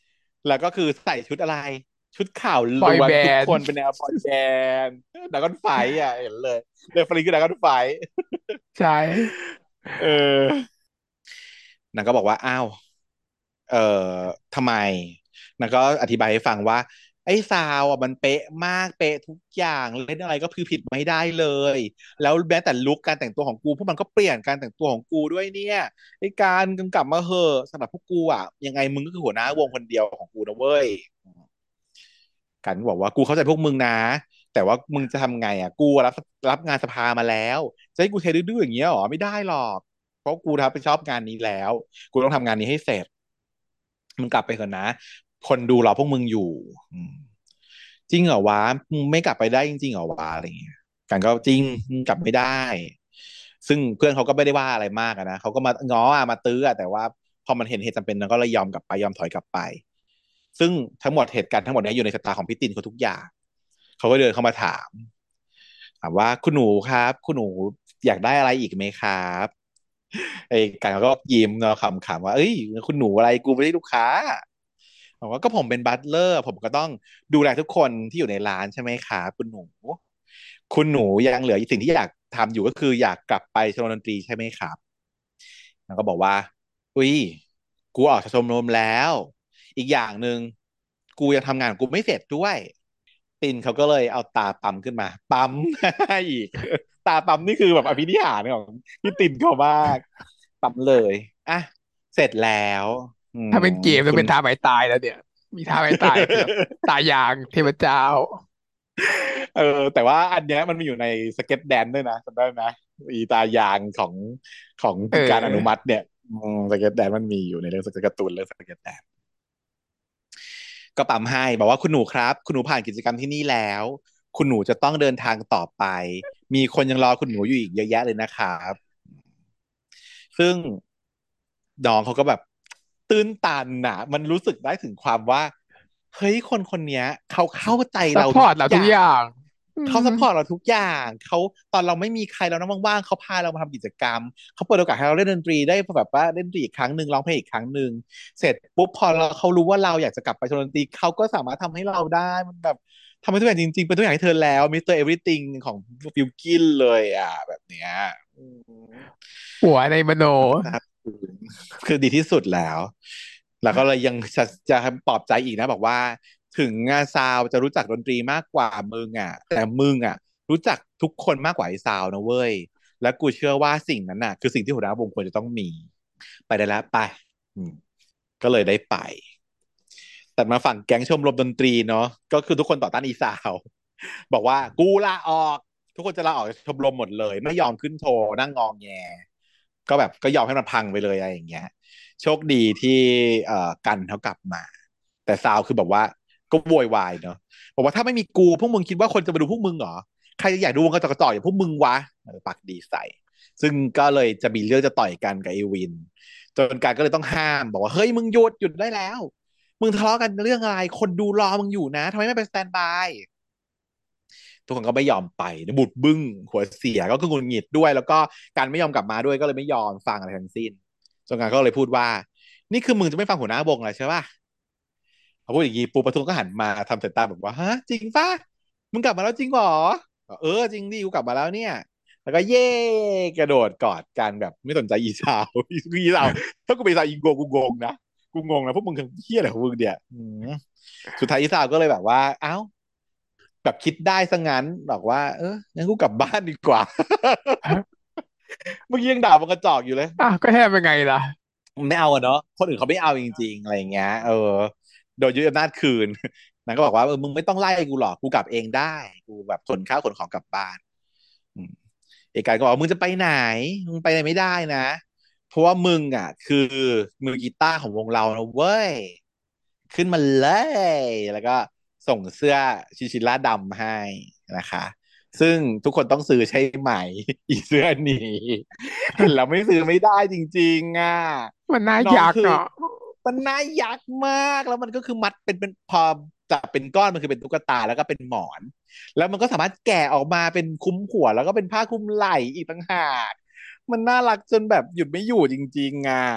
แล้วก็คือใส่ชุดอะไรชุดข่าวบอยแบล้วนทุกนด์คนเป็นแนวบอยแบนด์ดรากอนไฟอ่ะเห็นเลยเรฟเฟอร์คือดรากอนไฟใช่เออ นางก็บอกว่าอ้าวเอ่อทำไมนางก็อธิบายให้ฟังว่าไอ้ซาวอ่ะมันเป๊ะมากเป๊ะทุกอย่างเล่นอะไรก็คือผิดไม่ได้เลยแล้วแม้แต่ลุคการแต่งตัวของกูพวกมันก็เปลี่ยนการแต่งตัวของกูด้วยเนี่ยไอ้การกำกับมาเหอะสำหรับพวกกูอ่ะยังไงมึงก็คือหัวหน้าวงคนเดียวของกูนะเว้ยกันบอกว่ากูเข้าใจพวกมึงนะแต่ว่ามึงจะทำไงอ่ะกูรับงานสภามาแล้วจะให้กูเทดื้อๆอย่างเงี้ยหรอไม่ได้หรอกเพราะกูรับผิดชอบงานนี้แล้วกูต้องทำงานนี้ให้เสร็จ มึงกลับไปเถอะนะคนดูรอพวกมึงอยู่อืมจริงเหรอวะมึงไม่กลับไปได้จริงๆเหรอวะอะไรเงี้ยกันก็จริงมึงกลับไม่ได้ซึ่งเพื่อนเขาก็ไม่ได้ว่าอะไรมากอะนะเขาก็มาง้ออะมาตื้ออะแต่ว่าพอมันเห็นเหตุจำเป็นมันก็เลยยอมกลับไปยอมถอยกลับไปซึ่งทั้งหมดเหตุการณ์ทั้งหมดนี้อยู่ในสายตาของพี่ตินเขาทุกอย่างเขาก็เดินเข้ามาถามว่าคุณหนูครับคุณหนูอยากได้อะไรอีกไหมครับไอ้กันเขาก็ยิ้มเนาะขำๆว่าเอ้ยคุณหนูอะไรกูไม่ใช่ลูกค้า บอกว่าก็ผมเป็นบัตเลอร์ผมก็ต้องดูแลทุกคนที่อยู่ในร้านใช่ไหมครับคุณหนูยังเหลือสิ่งที่อยากทำอยู่ก็คืออยากกลับไปชมรมดนตรีใช่ไหมครับแล้วก็บอกว่าอุ้ยกูออกจากชมรมแล้วอีกอย่างหนึ่งกูยังทำงานของกูไม่เสร็จด้วยตินเขาก็เลยเอาตาปั๊มขึ้นมาปั๊มให้อีกตาปั๊มนี่คือแบบอภินิหารของพี่ตินเขามากปั๊มเลยอ่ะเสร็จแล้วอืมถ้าเป็นเกมจะคุณเป็นท่าไม้ตายแล้วเนี่ยมีท่าไม้ตายคือแบบตายางเทพเจ้าเออแต่ว่าอันเนี้ยมันมีอยู่ในสเก็ตแดนด้วยนะจำได้ไหมอีตายางของเอการอนุมัติอเนี่ยสเก็ตแดนมันมีอยู่ในเรื่องสเก็ตการ์ตูนเรื่องสเก็ตแดนก็ปั๊มให้บอกว่าคุณหนูครับคุณหนูผ่านกิจกรรมที่นี่แล้วคุณหนูจะต้องเดินทางต่อไปมีคนยังรอคุณหนูอยู่อีกเยอะแยะเลยนะครับซึ่งน้องเขาก็แบบตื้นตันน่ะมันรู้สึกได้ถึงความว่าเฮ้ยคนคนเนี้ยเขาเข้าใจซัพเราทุกพอร์ตเราอย่างทุกอย่างอืเขามซัพพอร์ตเราทุกอย่างเขาตอนเราไม่มีใครเรานั่งว่างๆเขาพาเรามาทำกิจกรรมเขาเปิดโอกาสให้เราเล่นดนตรีได้แบบว่าเล่นดนตรีอีกครั้งหนึ่งร้องเพลงอีกครั้งหนึ่งเสร็จปุ๊บพอเขารู้ว่าเราอยากจะกลับไปชมดนตรีเขาก็สามารถทำให้เราได้มันแบบทำให้ทุกอย่างจริงๆเป็นทุกอย่างให้เธอแล้วมิสเตอร์เอเวอร์ธิงของฟิลกินเลยอ่ะแบบเนี้ยอืมหัวในมโนมันก็ซาบซึ้งคือดีที่สุดแล้วแล้วก็เลยยังจะปลอบใจอีกนะบอกว่าถึงงานซาวจะรู้จักดนตรีมากกว่ามึงอ่ะแต่มึงอ่ะ รู้จักทุกคนมากกว่าไอ้ซาวนะเว้ยแล้วกูเชื่อว่าสิ่งนั้นน่ะคือสิ่งที่หัวหน้าวงควรจะต้องมีไปได้แล้วไปอืมก็เลยได้ไปแต่มาฝั่งแก๊งชมรมดนตรีเนาะก็คือทุกคนต่อต้านอีซาวบอกว่ากูลาออกทุกคนจะลาออกจากชมรมหมดเลยไม่ยอมขึ้นโทรนั่งงองแงก็แบบก็ยอมให้มันพังไปเลยอะไรอย่างเงี้ยโชคดีที่กันเขากลับมาแต่ซาวคือแบบว่าก็โวยวายเนาะบอกว่าถ้าไม่มีกูพวกมึงคิดว่าคนจะมาดูพวกมึงเหรอ ใครจะอยากดูวงกระจอกกระจอกอย่างพวกมึงวะปากดีใส่ซึ่งก็เลยจะมีเรื่องจะต่อยกันกับไอวินจนการก็เลยต้องห้ามบอกว่าเฮ้ยมึงหยุดได้แล้วมึงทะเลาะกันเรื่องอะไรคนดูรอมึงอยู่นะทำไมไม่ไปสแตนบายทุกคนก็ไม่ยอมไปบุดบึ้งหัวเสียก็คือหงุดหงิดด้วยแล้วก็การไม่ยอมกลับมาด้วยก็เลยไม่ยอมฟังอะไรทั้งสิ้นจนการก็เลยพูดว่านี่คือมึงจะไม่ฟังหัวหน้าวงเลยใช่ป่ะพอพูดอย่างนี้ปูประทุมก็หันมาทำสายตาแบบว่าฮะจริงป่ะมึงกลับมาแล้วจริงเหรอ เออจริงดิกูกลับมาแล้วเนี่ยแล้วก็เย่กระโดดกอดกันแบบไม่สนใจอีสาวอีสาวถ้ากูเป็นอีสาวอีโกกูงงนะกูงงนะพวกมึงเฮี้ยอะไรของมึงเนี่ยสุดท้ายอีสาวก็เลยแบบว่าเอ้าแบบคิดได้ซะงั้นบอกว่าเอองั้นกูกลับบ้านดีกว่าเมื่อกี้ยังด่ามันกระจอกอยู่เลยอ่ะก็แทบเป็นไงล่ะไม่เอาอะเนาะคนอื่นเขาไม่เอาจริงๆอะไรอย่างเงี้ยโดนยึดอำนาจคืนนางก็บอกว่ามึงไม่ต้องไล่กูหรอกกูกลับเองได้กูแบบขนข้าวขนของกลับบ้าน อืมเอกายก็บอกมึงจะไปไหนมึงไปไหนไม่ได้นะเพราะว่ามึงอ่ะคือมือกีตาร์ของวงเรานะเว้ยขึ้นมาเลยแล้วก็ส่งเสื้อชิชิล่าดำให้นะคะซึ่งทุกคนต้องซื้อใช่ไหมอีเสื้อนี้เห็นแล้วไม่ซื้อไม่ได้จริงๆอ่ะมันน่าน้องคืออยากอ่ะมันน่ายักมากแล้วมันก็คือมัดเป็นพอจับเป็นก้อนมันคือเป็นตุ๊กตาแล้วก็เป็นหมอน แล้วมันก็สามารถแกะออกมาเป็นคุ้มหัวแล้วก็เป็นผ้าคลุมไหล่อีกต่างหากมันน่ารักจนแบบหยุดไม่อยู่จริงๆอ่ะ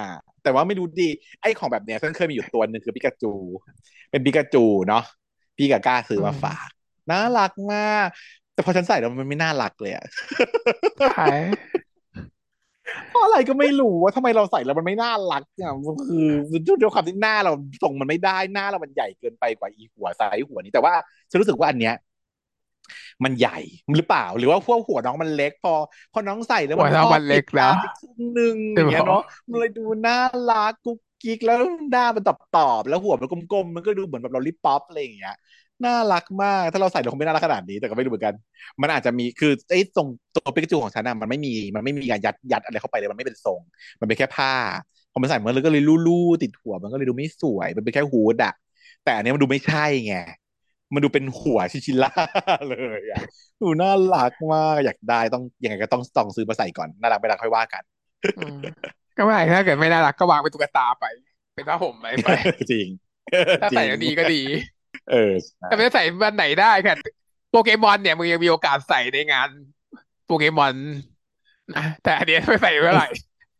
แต่ว่าไม่รู้ดีไอ้ของแบบเนี้ยฉันเคยมีอยู่ตัวหนึ่งคือปิกาจูเป็นปิกาจูเนาะพี่กกล้าซื้ออืมาฝากมน่ารักมากแต่พอฉันใส่แล้วมันไม่น่ารักเลยอะใช่เพราะอะไรก็ไม่รู้ว่าทำไมเราใส่แล้วมันไม่น่ารักอ่ะมันคือด้วยความที่หน้าเราทรงมันไม่ได้หน้าเรามันใหญ่เกินไปกว่าอีหัวไซส์หัวนี้แต่ว่าฉันรู้สึกว่าอันเนี้ยมันใหญ่หรือเปล่าหรือว่าพวกหัวน้องมันเล็กพอน้องใส่แล้วมันพอหัวเรามันปิดตาเล็กแล้วไปครึ่งนึงใช่ไหมอย่างเงี้ยเนาะมันเลยดูน่ารักกุ๊กกิ๊กแล้วหน้ามันตอบแล้วหัวมันกลมๆมันก็ดูเหมือนแบบลอลลี่ป๊อปอะไรอย่างเงี้ยน่ารักมากถ้าเราใส่เราคงไม่น่ารักขนาดนี้แต่ก็ไม่รู้เหมือนกันมันอาจจะมีคือไอ้ตรงตัวปิกาจูของฉันอะมันไม่มีการยัดอะไรเข้าไปเลยมันไม่เป็นทรง มันเป็นแค่ผ้าพอมันใส่มันเลยก็เลยลู่ๆติดหัวมันก็เลยดูไม่สวยมันเป็นแค่ฮูดอะแต่อันนี้มันดูไม่ใช่ไงมันดูเป็นหัวชิชิล่าเลยอะดูน่ารักมากอยากได้ต้องยังไงก็ต้องซื้อมาใส่ก่อนน่ารักไม่น่ารักค่อยว่ากันอืมก็ไม่ถ้าเกิดไม่น่ารักก็วางเป็นตุ๊กตาไปเป็นผ้าห่มอะไรไปจริงถ้าจริงใส่แล้วดีก็ดีเออใช่แต่ไม่ได้ใส่วันไหนได้ค่ะโปเกมอนเนี่ยมึงยังมีโอกาสใส่ในงานโปเกมอนนะแต่อันเนี้ยไม่ใส่เมื่อไหร่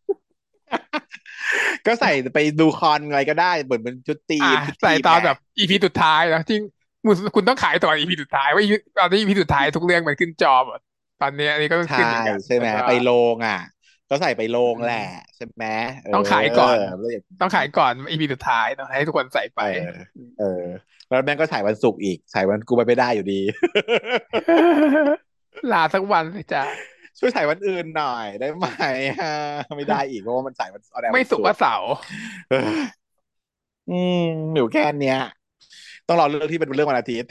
ก็ใส่ไปดูคอนอะไรก็ได้เหมือนเป็นชุดทีอ่ามชุดใส่ทีมไงตอนแบบอีพีสุดท้ายนะที่คุณต้องขายตอนอีพีสุดท้ายว่า EP ตอนนี้อีพีสุดท้ายทุกเรื่องมันขึ้นจอหมดตอนนี้อันนี้ก็ต้องใช่ขึ้นเหมือนกันใช่ไหมแต่ว่าไปโรงอ่ะก็ใส่ไปโรอืงแหละมใช่ไหมเออต้องขายก่อนแล้วอย่างต้องขายก่อนอีพีสุดท้ายเนาะให้ทุกคนใส่ไปเออเออแล้วแม่งก็ฉายวันศุกร์อีกฉายวันกูไปไม่ได้อยู่ดีลาสักวันสิจ้าช่วยฉายวันอื่นหน่อยได้ไหมฮะไม่ได้อีกเพราะว่ามันฉายวันออนแอร์ไม่สุกวันศุกร์ร์ก็เสาร์เอออืมอยู่แค่เนี้ยต้องรอเรื่องที่เป็นเรื่องวันอาทิตย์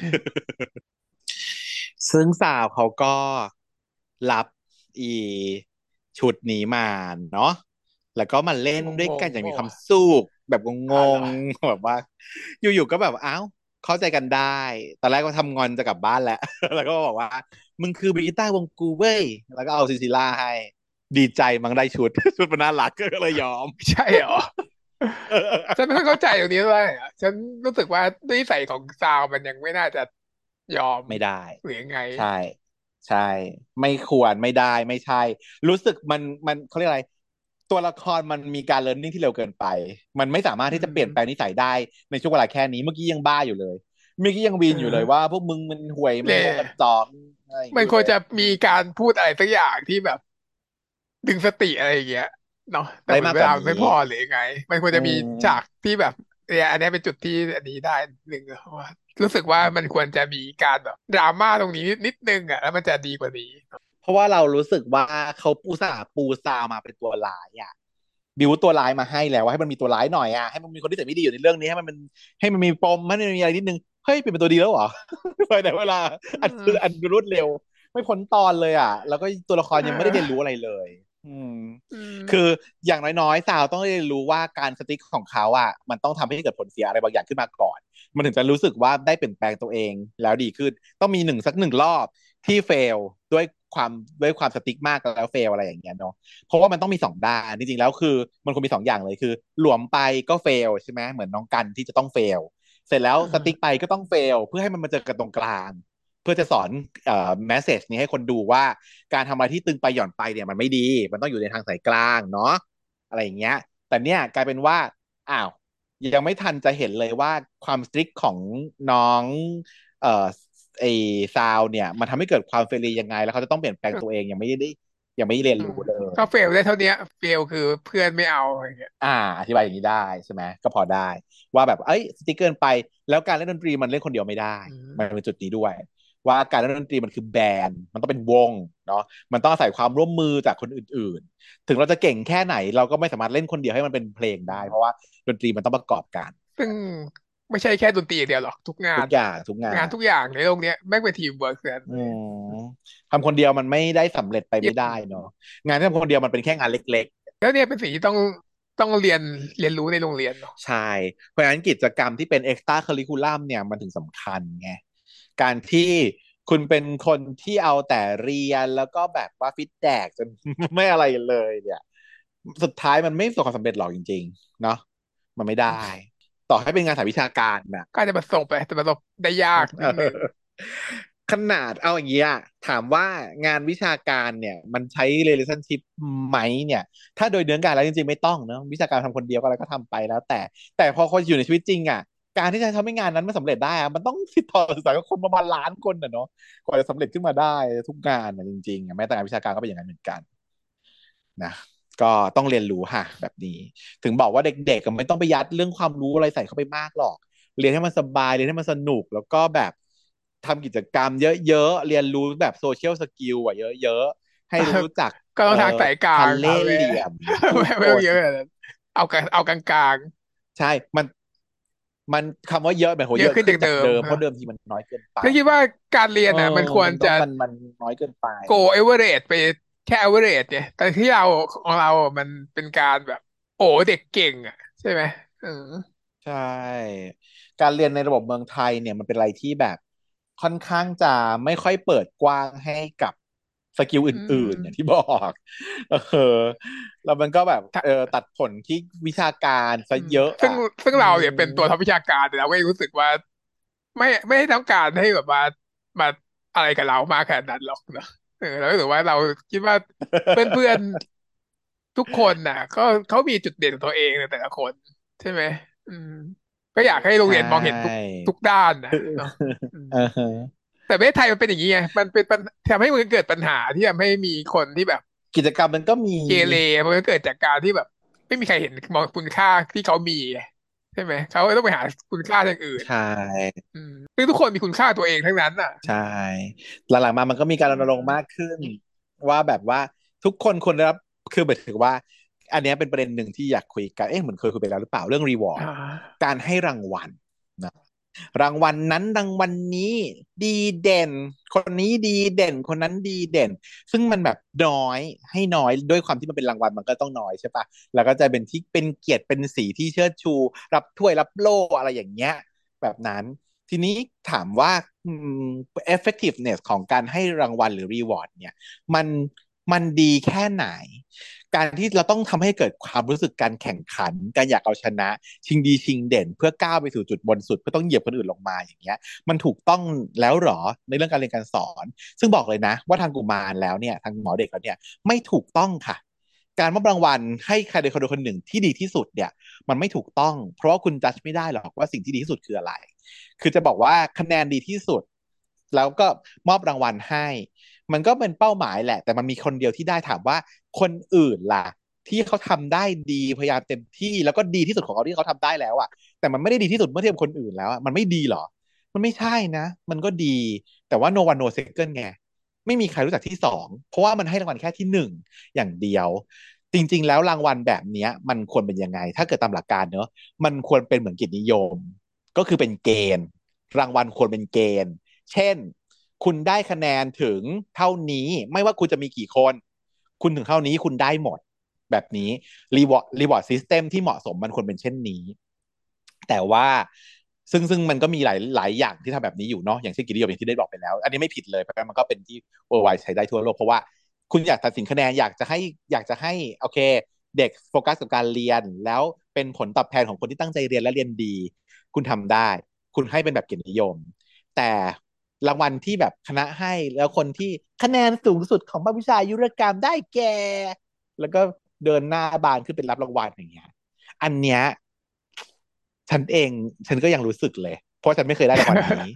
ซึ่งสาวเขาก็รับอีชุดนี้มาเนาะแล้วก็มาเล่นด้วยงงกันอย่างมีความๆป่าวะสุขแบบงงอ่าเหรอๆแบบว่าอยู่ๆก็แบบอ้าวเข้าใจกันได้ตอนแรกก็ทำงอนจะกลับบ้านแหละแล้วก็บอกว่ามึงคือบิกิต้าวงกูเว้ยแล้วก็เอาซิซิล่าให้ดีใจมั้งได้ชุดชุดมันน่ารักก็เลยยอมใช่เหรอฉันไม่ค่อยเข้าใจตรงนี้เลยอ่ะฉันรู้สึกว่านิสัยของซาวมันยังไม่น่าจะยอมไม่ได้หรือยังไงใช่ใช่ไม่ควรไม่ได้ไม่ใช่รู้สึกมันเขาเรียกอะไรตัวละครมันมีการเรียนรู้ที่เร็วเกินไปมันไม่สามารถอืที่จะเปลี่ยนแปลงนิมสัยได้ในช่วงเวลาแค่นี้เมื่อกี้ยังบ้าอยู่เลยเมื่อกี้ยังวีเอนอยู่เลยว่าอพวกมึงมันห่วยมึงเล่พวกกระจอกอะไรอย่างมันนี้อยู่เลยควรจะมีการพูดอะไรสักอย่างที่แบบดึงสติอะไรอย่างเงี้ยเนาะแต่ได้เหมือนเวมากกว่านี้ลามันไม่พอหรือยังไงมันควรอืจะมีฉากมที่แบบเนี่ยอันนี้เป็นจุดที่อันนี้ได้หนึ่งเพราะว่ารู้สึกว่ามันควรจะมีการแบบดราม่าตรงนี้นิดนึงอ่ะแล้วมันจะดีกว่านี้เพราะว่าเรารู้สึกว่าเขาปูสาห์ปูซาวมาเป็นตัวร้ายอ่ะบิวตัวร้ายมาให้แล้วว่าให้มันมีตัวร้ายหน่อยอ่ะให้มันมีคนที่แต่ไม่ดีอยู่ในเรื่องนี้ให้มันมีปมให้มันมีอะไรนิดนึงเฮ้ยเปลี่ยนเป็นตัวดีแล้วเหรอภายในเวลาอือันมรวดเร็วไม่พ้นตอนเลยอ่ะแล้วก็ตัวละคเอรยังไม่ได้เรียนรู้ออะไรเลยอืมอืคือมอย่างน้อยๆซาวต้องเรียนรู้ว่าการสติ๊กของเขาอ่ะมันต้องทำให้เกิดผลเสียอะไรบางอย่างขึ้นมาก่อนมันถึงจะรู้สึกว่าได้เปลี่ยนแปลงตัวเองแล้วดีขึ้นต้องมีสักหนึ่งรอบ ที่เฟลด้วยความด้วยความสติ๊กมากแล้วเฟลอะไรอย่างเงี้ยเนาะเพราะว่ามันต้องมีสองด้านจริงๆแล้วคือมันควรมีสองอย่างเลยคือหลวมไปก็เฟลใช่ไหมเหมือนน้องกันที่จะต้องเฟลเสร็จแล้วอืมสติ๊กไปก็ต้องเฟลเพื่อให้มันมาเจอกันตรงกลางเพื่อจะสอนแมสเซจนี้ให้คนดูว่าการทำอะไรที่ตึงไปหย่อนไปเนี่ยมันไม่ดีมันต้องอยู่ในทางสายกลางเนาะอะไรอย่างเงี้ยแต่เนี่ยกลายเป็นว่าอ้าวยังไม่ทันจะเห็นเลยว่าความสตริกของน้องเอ่อ ไอ้ซาวเนี่ยมันทำให้เกิดความเฟรนลี่ยังไงแล้วเขาจะต้องเปลี่ยนแปลงตัวเองยังไม่ได้เรียนอืมรู้เลยก็เฟลได้เท่าเนี้ยเฟลคือเพื่อนไม่เอาอะไรเงี้ยอ่าอธิบายอย่างนี้ได้ใช่ไหมก็พอได้ว่าแบบเอ้ยสติ๊กเกินไปแล้วการเล่นดนตรีมันเล่นคนเดียวไม่ได้อืมันมเป็นจุดนี้ด้วยว่าการเล่นดนตรีมันคือแบนด์มันต้องเป็นวงเนาะมันต้องอาศัยความร่วมมือจากคนอื่นๆถึงเราจะเก่งแค่ไหนเราก็ไม่สามารถเล่นคนเดียวให้มันเป็นเพลงอืได้เพราะว่ามดนตรีมันต้องประกอบกันซึ่งไม่ใช่แค่ดนตรีอย่างเดียวหรอกทุกงานทุกอย่างทุกงานงานทุกอย่างในโลกเนี้ยแม่งเป็นทีมเวิร์กกันอืเลยมทำคนเดียวมันไม่ได้สำเร็จไปไม่ได้เนาะงานที่ทำคนเดียวมันเป็นแค่งานเล็กแล้วเนี่ยเป็นสิ่งที่ต้องเรียนรู้ในโรงเรียนเนาะใช่เพราะฉะนั้นกิจกรรมที่เป็น extra curriculum เนี่ยมันถึงสำคัญไงการที่คุณเป็นคนที่เอาแต่เรียนแล้วก็แบบว่าฟีดแบ็กจนไม่อะไรเลยเนี่ยสุดท้ายมันไม่ประสบความสำเร็จหรอกจริงๆเนาะมันไม่ได้ต่อให้เป็นงานสายวิชาการน่ะก็อาจจะประสบไปแต่ประสบได้ยากนิดนึงขนาดเอาอย่างเงี้ยถามว่างานวิชาการเนี่ยมันใช้ relationship ไหมเนี่ยถ้าโดยเนื้องานแล้วจริงๆไม่ต้องเนอะวิชาการทำคนเดียวก็อะไรก็ทำไปแล้วแต่พอคนอยู่ในชีวิตจริงอ่ะการที่จะทำให้งานนั้นมันสำเร็จได้อะมันต้องติดต่อสื่อสารกับคนประมาณล้านคนอ่ะเนาะกว่าจะสำเร็จขึ้นมาได้ทุกงานอ่ะจริงๆอะแม้แต่งานวิชาการก็เป็นอย่างนั้นเหมือนกันนะก็ต้องเรียนรู้ค่ะแบบนี้ถึงบอกว่าเด็กๆก็ไม่ต้องไปยัดเรื่องความรู้อะไรใส่เข้าไปมากหรอก เรียนให้มันสบายเรียนให้มันสนุกแล้วก็แบบทำกิจกรรมเยอะๆเรียนรู้แบบโซเชียลสกิลอะเยอะๆให้รู้จักก็ต้องทางสายกลางการครับเล่ห์เหลี่ยมพูดไม่กลต้องเยอะขนาดนั้นเอากลางใช่มันคำว่าเยอะหมายความๆเยอะขึ้นว่าเยอะขึ้นจากเดิมจากเดิมเพนะราะเดิมทีมันน้อยเกินไปก็คิดว่าการเรียเออนอ่ะมันควรจะมันน้อยเกินไป go average ไปแค่ average เนี่ยแต่ที่เราของเราอ่ะมันเป็นการแบบโอ้เด็กเก่งอ่ะใช่ไหมเออใช่การเรียนในระบบเมืองไทยเนี่ยมันเป็นอะไรที่แบบค่อนข้างจะไม่ค่อยเปิดกว้างให้กับสกิลออืื่นๆอย่างที่มบอกเออแล้วมันก็แบบถ้าตัดผลที่วิชาการซะอืมเยอะซึ่งอ่ะซึ่งอืเรามเนี่ยเป็นตัวทำวิชาการแต่เราก็ยังรู้สึกว่าไม่ได้ต้องการให้แบบมาอะไรกับเรามากขนาดนั้นหรอกเนอะเออเรารู้สึกว่าเราคิดว่าเพื่อนๆทุกคนน่ะเขามีจุดเด่นของตัวเองในแต่ละคนใช่ไหมอืมก็อยากให้โรงใช่เรียนมองเห็นทุกด้านนะเนาะอืมเออฮะแต่ประเทศไทยมันเป็นอย่างนี้ไงมันเป็นปัญทำให้มันเกิดปัญหาที่ทำให้มีคนที่แบบกิจกรรมมันก็มีเกเรมันก็เกิดจากการที่แบบไม่มีใครเห็นมองคุณค่าที่เขามีไงใช่ไหมเขาก็ต้องไปหาคุณค่าอย่างอื่นใช่อืมซึ่งทุกคนมีคุณค่าตัวเองทั้งนั้นอ่ะใช่หลังๆมามันก็มีการอืรณรงค์มากมขึ้นว่าแบบว่าทุกคนควรได้รับคือหมายถึงว่าอันเนี้ยเป็นประเด็นหนึ่งที่อยากคุยกันเอ๊ะเหมือนเคยคุยไปแล้วหรือเปล่าเรื่องรีวอร์อ่ดาการให้รางวัลนะรางวัลนั้นรางวัลนี้ดีเด่นคนนี้ดีเด่นคนนั้นดีเด่นซึ่งมันแบบน้อยให้น้อยด้วยความที่มันเป็นรางวัลมันก็ต้องน้อยใช่ปะแล้วก็จะเป็นที่เป็นเกียรติเป็นสีที่เชิดชูรับถ้วยรับโล่อะไรอย่างเงี้ยแบบนั้น ทีนี้ถามว่าeffectiveness ของการให้รางวัลหรือ reward เนี่ยมันมันดีแค่ไหนการที่เราต้องทำให้เกิดความรู้สึกการแข่งขันการอยากเอาชนะชิงดีชิงเด่นเพื่อก้าวไปสู่จุดบนสุดเพื่อต้องเหยียบคนอื่นลงมาอย่างเงี้ยมันถูกต้องแล้วหรอในเรื่องการเรียนการสอนซึ่งบอกเลยนะว่าทางกุมารแล้วเนี่ยทางหมอเด็กแล้วเนี่ยไม่ถูกต้องค่ะการมอบรางวัลให้ใครใดคนหนึ่งที่ดีที่สุดเนี่ยมันไม่ถูกต้องเพราะว่าคุณจัดไม่ได้หรอกว่าสิ่งที่ดีที่สุดคืออะไร คือจะบอกว่าคะแนนดีที่สุดแล้วก็มอบรางวัลให้มันก็เป็นเป้าหมายแหละแต่มันมีคนเดียวที่ได้ถามว่าคนอื่นล่ะที่เขาทำได้ดีพยายามเต็มที่แล้วก็ดีที่สุดของเขาที่เขาทำได้แล้วอ่ะแต่มันไม่ได้ดีที่สุดเมื่อเทียบกับคนอื่นแล้วอะมันไม่ดีหรอมันไม่ใช่นะมันก็ดีแต่ว่า no one no second ไงไม่มีใครรู้จักที่สองเพราะว่ามันให้รางวัลแค่ที่หนึ่งอย่างเดียวจริงๆแล้วรางวัลแบบเนี้ยมันควรเป็นยังไงถ้าเกิดตามหลักการเนอะมันควรเป็นเหมือนเกียรตินิยม ก็คือเป็นเกณฑ์รางวัลควรเป็นเกณฑ์เช่นคุณได้คะแนนถึงเท่านี้ไม่ว่าคุณจะมีกี่คนคุณถึงเท่านี้คุณได้หมดแบบนี้รีวอร์ดซิสเต็มที่เหมาะสมมันควรเป็นเช่นนี้แต่ว่าซึ่งมันก็มีหลายอย่างที่ทำแบบนี้อยู่เนาะอย่างเช่นกิจนิยมอย่างที่ได้บอกไปแล้วอันนี้ไม่ผิดเลยเพราะมันก็เป็นที่เวอร์ไวใช้ได้ทั่วโลกเพราะว่าคุณอยากตัดสินคะแนนอยากจะให้โอเคเด็กโฟกัสกับการเรียนแล้วเป็นผลตอบแทนของคนที่ตั้งใจเรียนและเรียนดี คุณทำได้ คุณให้เป็นแบบเกียรตินิยม แต่รางวัลที่แบบคณะให้แล้วคนที่คะแนนสูงสุดของภาควิชายุรกรรมได้แก่แล้วก็เดินหน้าบานขึ้นเป็นรับรางวัลอย่างเงี้ยอันเนี้ยฉันเองฉันก็ยังรู้สึกเลย เพราะฉันไม่เคยได้รางวัลนี้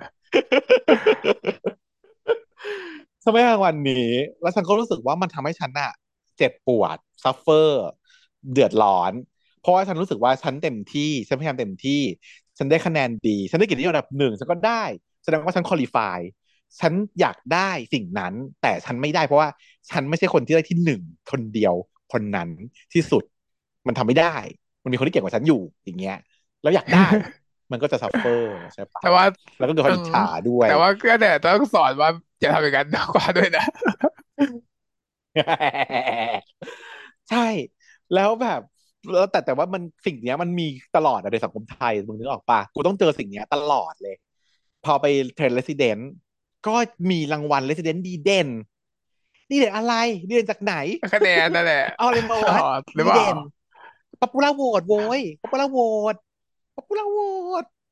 ฉันไม่ได้รางวัลนี้แล้วฉันก็รู้สึกว่ามันทำให้ฉันอะเจ็บปวดซัฟเฟอร์เดือดร้อนเพราะว่าฉันรู้สึกว่าฉันเต็มที่ฉันพยายามเต็มที่ฉันได้คะแนนดีฉันได้เกียรตินิยมอันดับหนึ่งฉันก็ได้แสดงว่าฉันคอลิฟายฉันอยากได้สิ่งนั้นแต่ฉันไม่ได้เพราะว่าฉันไม่ใช่คนที่ได้ที่หนึ่งคนเดียวคนนั้นที่สุดมันทำไม่ได้มันมีคนที่เก่งกว่าฉันอยู่อย่างเงี้ยแล้วอยากได้มันก็จะซัฟเฟอร์ใช่ปะแต่ว่าแล้วก็เกิดเออความอิจฉาด้วยแต่ว่าก็แต่ต้องสอนว่าจะทำอย่างนั้นมากกว่าด้วยนะใช่แล้วแบบแล้วแต่ว่ามันสิ่งเนี้ยมันมีตลอดอะในสังคมไทยมึงนึกออกปะกูต้องเจอสิ่งเนี้ยตลอดเลยพอไปเทรนเรสซิเดนต์ก็มีรางวัลเรสซิเดนต์ดีเด่นดีเด่นอะไรดีเด่นจากไหนคะแนนนั่นแหละเอาอะไรมาอ๋อวัดหรือเปล่าดีเด่นป๊อปปูล่าโหวตโว้ยป๊อปปูล่าโหวตป๊อปปูล่าโหวต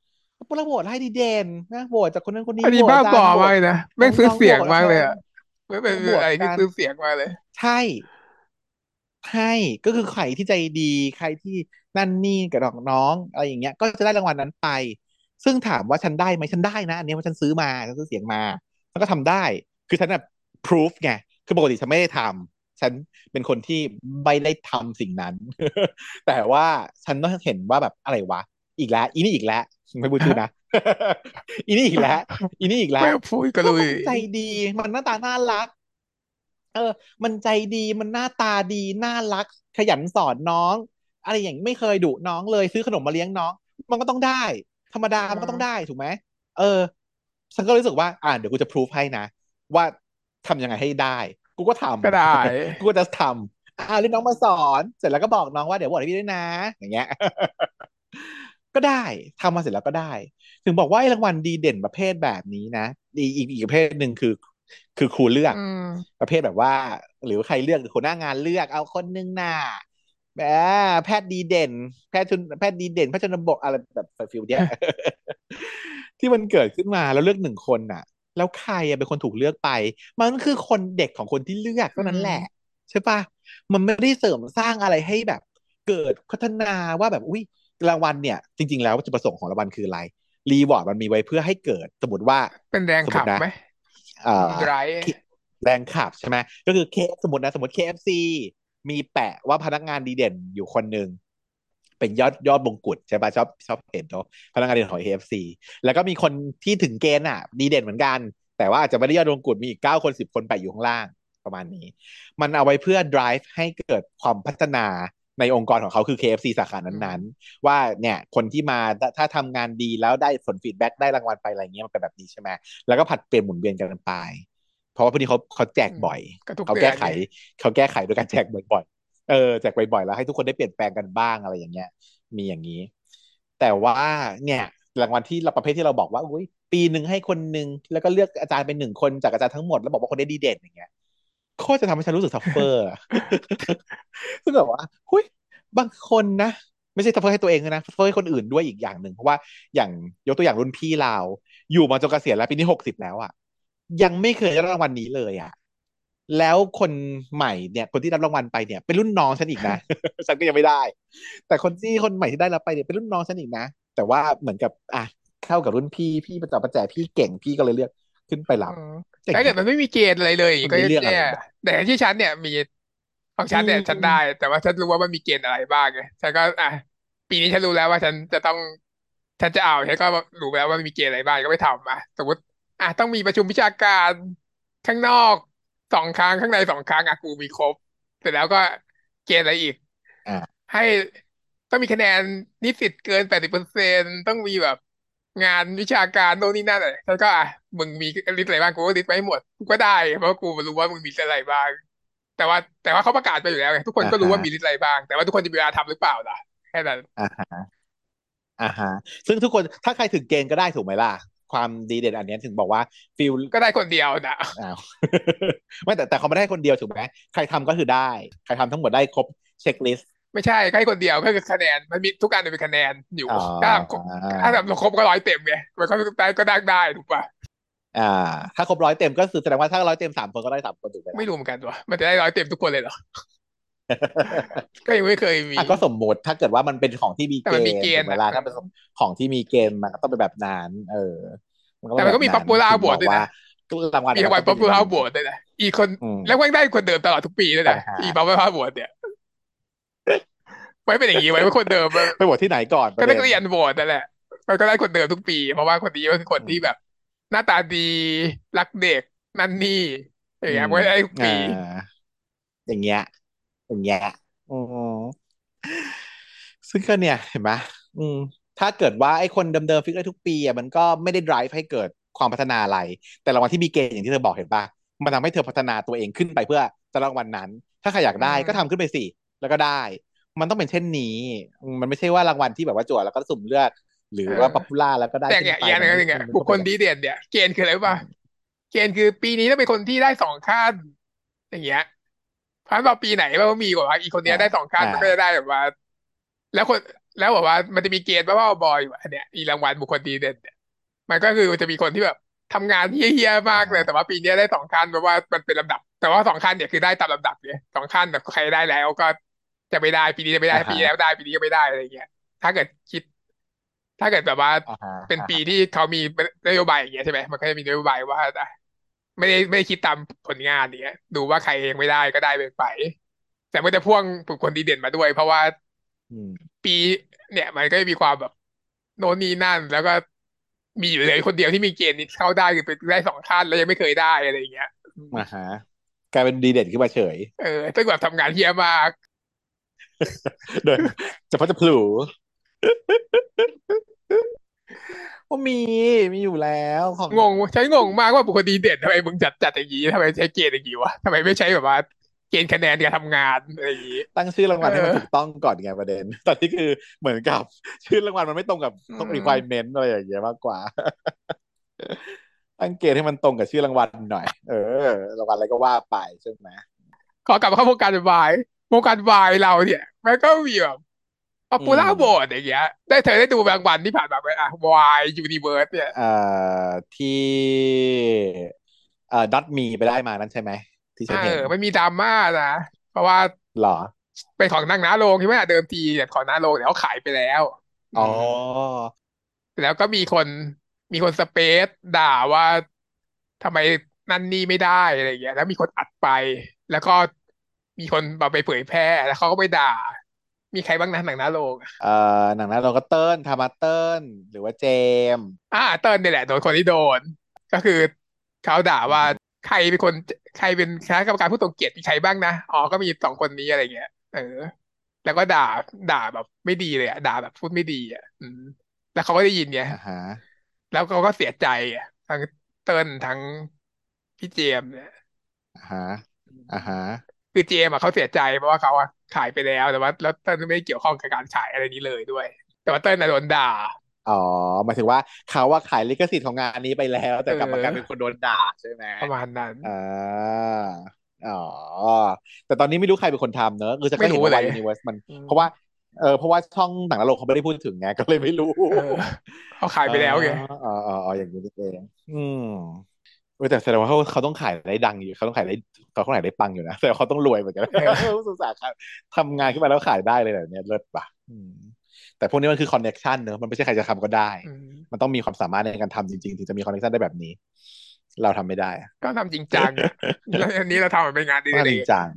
เราโหวตให้ดีเด่นนะโหวตจากคนนั้นคนนี้อันนี้โหวตอาจาบ้าบอรย์โหวตมากเลยนะนแม่งซื้อ้องๆโหวเสียงตอะไรมากเลยอะไม่เป็นโหวตอะไรที่กันซื้อเสียงมากเลยใช่ใช่ก็คือใครที่ใจดีใครที่นั่นนี่กับน้องอะไรอย่างเงี้ยก็จะได้รางวัลนั้นไปซึ่งถามว่าฉันได้ไหมฉันได้นะอันเนี้ยว่าฉันซื้อมาฉันซื้อเสียงมาฉันก็ทำได้คือฉันแบบ proof ไงคือปกติฉันไม่ได้ทำฉันเป็นคนที่ไม่ได้ทำสิ่งนั้นแต่ว่าฉันต้องเห็นว่าแบบอะไรวะอีกแล้วอีนี่อีกแล้วไม่พูดชื่อนะอีนี่อีกแล้วอีนี่อีกแล้วไม่พูดก็รู้อยู่ก็มันใจดีมันหน้าตาน่ารัก เออมันใจดีมันหน้าตาดีน่ารักขยันสอนน้องอะไรอย่างนี้ไม่เคยดุน้องเลยซื้อขนมมาเลี้ยงน้องมันก็ต้องได้ธรรมดาอืมันก็ต้องได้มถูกไหมเออฉันก็รู้สึกว่าเดี๋ยวกูจะพรูฟให้นะว่าทำยังไงให้ได้กูก็ทก็ได้ำกูก็จะทำเรียกน้องมาสอนเสร็จแล้วก็บอกน้องว่าเดี๋ยวบอกให้พี่ด้วยนะอย่างเงี้ยก็ได้ทำมาเสร็จแล้วก็ได้ถึงบอกว่าไอ้รางวัลดีเด่นประเภทแบบนี้นะอีกประเภทหนึ่งคือครูเลืออืกมประเภทแบบว่าหรือใครเลือกหรือหัวหน้างานเลือกเอาคนนึงน่ะแหมแพทย์ดีเด่นแพทย์ดีเด่นแพทย์ชนบทอะไรแบบฟิลเนี้ยที่มันเกิดขึ้นมาแล้วเลือกหนึ่งคนน่ะแล้วใครเป็นคนถูกเลือกไปมันก็คือคนเด็กของคนที่เลือกอืเท่านั้นแหละมใช่ปะมันไม่ได้เสริมสร้างอะไรให้แบบเกิดพัฒนาว่าแบบอุ้ยรางวัลเนี่ยจริงๆแล้วจุดประสงค์ของรางวัลคืออะไรรีวอร์ดมันมีไว้เพื่อให้เกิดสมมติว่าเป็นแรงสมมตินะขับไหมเอ่อไรแรงขับใช่ไหมก็คือเคสมมติ KFC มีแปะว่าพนักงานดีเด่นอยู่คนหนึ่งเป็นยอดมงกุฎใช่ปะชอบเห็นเนาะพนักงานดีเด่นของ KFC แล้วก็มีคนที่ถึงเกณฑ์ดีเด่นเหมือนกันแต่ว่าอาจจะไม่ได้ยอดมงกุฎมีอีก9 คน10 คนแปะอยู่ข้างล่างประมาณนี้มันเอาไว้เพื่อ drive ให้เกิดความพัฒนาในองค์กรของเขาคือ KFC สาขาอืนั้นมๆว่าเนี่ยคนที่มาถ้าทำงานดีแล้วได้ผลฟีดแบ็กได้รางวัลไปอะไรเงี้ยมันเป็นแบบนี้ใช่ไหม แล้วก็ผัดเปลี่ยนหมุนเวียนกันไป เพราะว่าพอดีเขาแจอืมกบ่อยก็ทุกเขาแก้ไขเดือนไงเขาแก้ไขโดยการแจกบ่อยๆแจกบ่อยๆแล้วให้ทุกคนได้เปลี่ยนแปลงกันบ้างอะไรอย่างเงี้ยมีอย่างนี้ แต่ว่าเนี่ยรางวัลที่เราประเภทที่เราบอกว่าอุ้ยปีหนึ่งให้คนหนึ่งแล้วก็เลือกอาจารย์เป็น1 คนจากอาจารย์ทั้งหมดแล้วบอกว่าคนได้ดีเด่นอย่างเงี้ยโคตรจะทำให้ฉันรู้สึกทัฟเฟอร์ซึ่งแบบว่าหุยบางคนนะไม่ใช่ทัฟเฟอร์ให้ตัวเองนะทัฟเฟอร์ให้คนอื่นด้วยอีกอย่างหนึ่งเพราะว่าอย่างยกตัวอย่างรุ่นพี่เราอยู่มาจนเกษียณแล้วปีนี้60แล้วอ่ะยังไม่เคยได้รางวัลนี้เลยอ่ะแล้วคนใหม่เนี่ยคนที่รับรางวัลไปเนี่ยเป็นรุ่นน้องฉันอีกนะฉันก็ยังไม่ได้แต่คนใหม่ที่ได้รับไปเนี่ยเป็นรุ่นน้องฉันอีกนะแต่ว่าเหมือนกับเข้ากับรุ่นพี่ประจับประแจพี่เก่งพี่ก็เลยเลือกขึ้นไปรับอืมแต่อย่างเงี้ยถ้าเกิดมันไม่มีเกณฑ์อะไรเลยอย่างมันได้เรื่องงี้ก็จะแย่อะไรวะแต่ที่ฉันเนี่ยมีของอืฉันเนี่ยฉันได้มแต่ว่าฉันรู้ว่ามันมีเกณฑ์อะไรบ้างไงฉันก็ปีนี้ฉันรู้แล้วว่าฉันจะต้องฉันจะเอาฉันก็รู้แล้วว่ามีเกณฑ์อะไรบ้างก็ไปทำสมมติต้องมีประชุมวิชาการข้างนอก2 ครั้งข้างใน2 ครั้งกูมีครบเสร็จแล้วก็เกณฑ์อะไรอีกอ่าให้ต้องมีคะแนนนิสิตเกิน80%ต้องมีแบบงานวิชาการโน่นนี่นั่นอะไรฉันก็มึงมีลิสต์อะไรบ้างกูก็ลิสต์ไปให้หมดกูก็ได้เพราะกูรู้ว่ามึงมีลิสต์อะไรบ้างแต่ว่าเขาประกาศไปอยู่แล้วไงทุกคนก็รู้อ่าฮะว่ามีลิสต์อะไรบ้างแต่ว่าทุกคนจะมีเวลาทำหรือเปล่าล่ะแค่นั้นอ่าฮะซึ่งทุกคนถ้าใครถึงเกณฑ์ก็ได้ถูกไหมล่ะความดีเด่นอันเนี้ยถึงบอกว่าฟิลก็ได้คนเดียวนะอ้าวไม่แต่เขาไม่ได้คนเดียวถูกไหมใครทำก็คือได้ใครทำทั้งหมดได้ครบเช็คลิสต์ไม่ใช่แค่คนเดียวก็คือคะแนนมันมีทุกอันมันมีคะแนนอยู่อ๋อถ้าแบบเราครบก็100 เต็มไงมันก็ได้ถูกปะอ่าถ้าครบ100 เต็มก็คือแสดงว่าถ้า100 เต็ม3 คนก็ได้3 คนถูกไหมล่ะไม่รู้เหมือนกันวะมันจะได้100 เต็มทุกคนเลยเหรอก็ยังไม่เคยมีก็สมมุติถ้าเกิดว่ามันเป็นของที่มีเกแต่มันมีเกณฑ์ถูกไหมณฑ์ล่ะถ้าเป็นของที่มีเกณฑ์มันก็ต้องเป็นแบบนั้นมันก็แต่มันก็มีเป็นแบบนั้น popular ถึงบอ vote กว่าด้วยนะรางวัลมีรางวัลมันต้องเป็นอย่าง popular นี้ vote ด้วยนะอีกคนอืมแล้วแม่งได้คนเดิมตลอดทุกปีด้วยนะต่างหาอีก popular vote เนี่ยไว้เป็นอย่างนี้ไว้เป็นคนเดิมไปโหวตที่ไหนก่อนประเด็นก็นักเรียนโหวตนั่นแหละมันก็ได้คนเดิมทุกปีเพราะว่าคนนี้ก็คือคนอืมที่แบบหน้าตาดีรักเด็กนั่นนี่อย่างอืมเงี้ยมันก็ได้ทุกปีอย่างเงี้ยอย่างเงี้ยอืมซึ่งก็เนี่ยเห็นไหมอืมถ้าเกิดว่าไอ้คนเดิมๆฟิกได้ทุกปีมันก็ไม่ได้ drive ให้เกิดความพัฒนาอะไรแต่รางวัลที่มีเกณฑ์อย่างที่เธอบอกเห็นป่ะมันทำให้เธอพัฒนาตัวเองขึ้นไปเพื่อจะรางวัลนั้นถ้าใครอยากอืได้ก็ทำขึ้มนไปสิแล้วก็ได้มันต้องเป็นเช่นนี้มันไม่ใช่ว่ารางวัลที่แบบว่าจั่วแล้วก็สุ่มเลือกหรือเอว่าป๊อปอปูล่าแล้วก็ได้แต่ขึ้นไปอย่างอย่างหนึงก็มันไม่บุคคลต้องเป็นแบบดีเด่นเนี่ยเกณฑ์คืออะไรรู้ป่ะนั้นเกณฑ์คือปีนี้ต้องเป็นคนที่ได้2 ขั้นอย่างเงี้ยเพราะฉะนั้นพอปีไหนว่ามีกว่าอีกคนเนี้อ่ายได้2 ขั้นอ่ามันก็จะได้แบบว่าแล้วคนแล้วบอกว่ามันจะมีเกณฑ์บ้าๆบอยอยู่อันเนี้ยอีรางวัลบุคคลดีเด่นเนี่ยมันก็คือจะมีคนที่แบบทำงานเฮี้ยๆมากเลยอ่าฮะแต่ว่าปีเนี้ยได้2 ขั้นเพราะว่ามันเป็นลำดับแต่ว่า2 ขั้นเนี่ยคือได้ตามลำดับเนี่ย2 ขั้นแบบใครได้แล้วก็จะไม่ได้ปีนี้จะไม่ได้ปีอ่าฮะที่แล้วได้ปีนี้ก็ไม่ได้อะไรเงี้ยถ้าเกิดคิดถ้าเกิดแบบว่าอ่าฮะเป็นอ่าฮะปีที่เขามีนโยบายอย่างเงี้ยใช่ไหมมันก็จะมีนโยบายว่าไม่ได้คิดตามผลงานอย่างเงี้ยดูว่าใครเองไม่ได้ก็ได้ไปแต่มันจะพ่วงบุคคลดีเด่นมาด้วยเพราะว่าอืมปีเนี่ยมันก็จะมีความแบบโน่นนี่นั่นแล้วก็มีอยู่เลยคนเดียวที่มีเกณฑ์นี้เข้าได้คือเป็นได้2 ขั้นแล้วยังไม่เคยได้อะไรอย่างเงี้ยอืมอ่าฮะกลายเป็นดีเด่นขึ้นมาเฉยเออถ้าแบบทำงานเฮี้ยมากโดยเฉพาะจะพลูก็มีอยู่แล้วของงงมากว่าบุคคลดีเด่นทำไมมึงจัดอย่างนี้ทำไมใช้เกณฑ์อย่างนี้วะทำไมไม่ใช้แบบว่าเกณฑ์คะแนนการทำงานอะไรอย่างนี้ตั้งชื่อรางเออวัลให้มันถูกต้องก่อนไงประเด็นตอนนี้คือเหมือนกับชื่อรางวัลมันไม่ตรงกับอืม requirement อะไรอย่างเงี้ยมากกว่าตั้งเกณฑ์ให้มันตรงกับชื่อรางวัลหน่อยรางวัลอะไรก็ว่าไปใช่ไหมขอกลับมาเข้าวงการวายเราเนี่ยมันก็มีแบบป๊อปอืปูล่าโหวตมอย่างเงี้ยเธอได้ดูรางวัลที่ผ่านมาไหมอ่ะวายยูนิเวิร์สเนี่ยที่ดอทมีไปได้มานั่นใช่ไหมที่เออฉันเห็นมันมีดราม่านะเพราะว่าหรอเป็นของนางน้าโรงใช่ไหมเดิมทีเนี่ยของน้าโรงเนี่ยเขาขายไปแล้วอือ๋อมแล้วก็มีคนสเปซด่าว่าทำไมนั่นนี่ไม่ได้อะไรอย่างเงี้ยแล้วมีคนอัดไปแล้วก็มีคนเอาไปเผยแพร่แล้วเขาก็ไปด่ามีใครบ้างนะหนังน้าโรงเอ่อหนังนั้นเราก็เติ้ลทามาเติ้ลหรือว่าเจมส์เติ้ลนี่แหละโดนคนที่โดนก็คือเขาด่าว่าอือฮึใครเป็นคนใครเป็นคณะกรรมการผู้ทรงเกียรติมีใครบ้างนะอ๋อก็มี2 คนนี้อะไรเงี้ยเออ แล้วก็ด่าแบบไม่ดีเลยอ่ะด่าแบบพูดไม่ดีอ่ะแล้วเขาก็ได้ยินไงอ่าฮะแล้วเขาก็เสียใจอ่ะทั้งเติ้ลทั้งพี่เจมส์เนี่ยอ่าฮะอือ่าฮะมคือเจมส์อ่ะเขาเสียใจเพราะว่าเขาอ่ะขายไปแล้วแต่ว่าแล้วเติ้ลไม่ได้เกี่ยวข้องกับการขายอะไรนี้เลยด้วยแต่ว่าเติ้ลน่ะโดนด่าอ๋อหมายถึงว่าเขาว่าขายลิขสิทธิ์ของงานนี้ไปแล้วเแต่กลับมากลายเป็นออคนโดนด่าใช่ไหมประมาณนั้นอ่าอ๋อแต่ตอนนี้ไม่รู้ใครเป็นคนทำเนอะคือฉันไม่รู้เลยก็เห็นว่าวายยูนิเวิร์สมันอืมเพราะว่าช่องหนังตลกเขาไม่ได้พูดถึงไงก็เลยไม่รู้เออเขาขายอ๋อไปแล้วไงอย่างนี้นี่เองอืมแต่แสดงว่าเขาต้องขายได้ดังอยู่เขาต้องขายได้ปังอยู่นะแต่เขาต้องรวยเหมือนกันเออสงสารครับทำงานขึ้นมาแล้วขายได้เลยแบบเนี้ยเลิศป่ะแต่พวกนี้มันคือคอนเน็กชันเนอะมันไม่ใช่ใครจะทำก็ได้อืมมันต้องมีความสามารถในการทำจริงๆถึงจะมีคอนเน็กชันได้แบบนี้เราทำไม่ได้อะก็ทำจริงจังอ่ะแล้วอันนี้เราทำมันเป็นงานอดีต้องเลกทำจริงจัง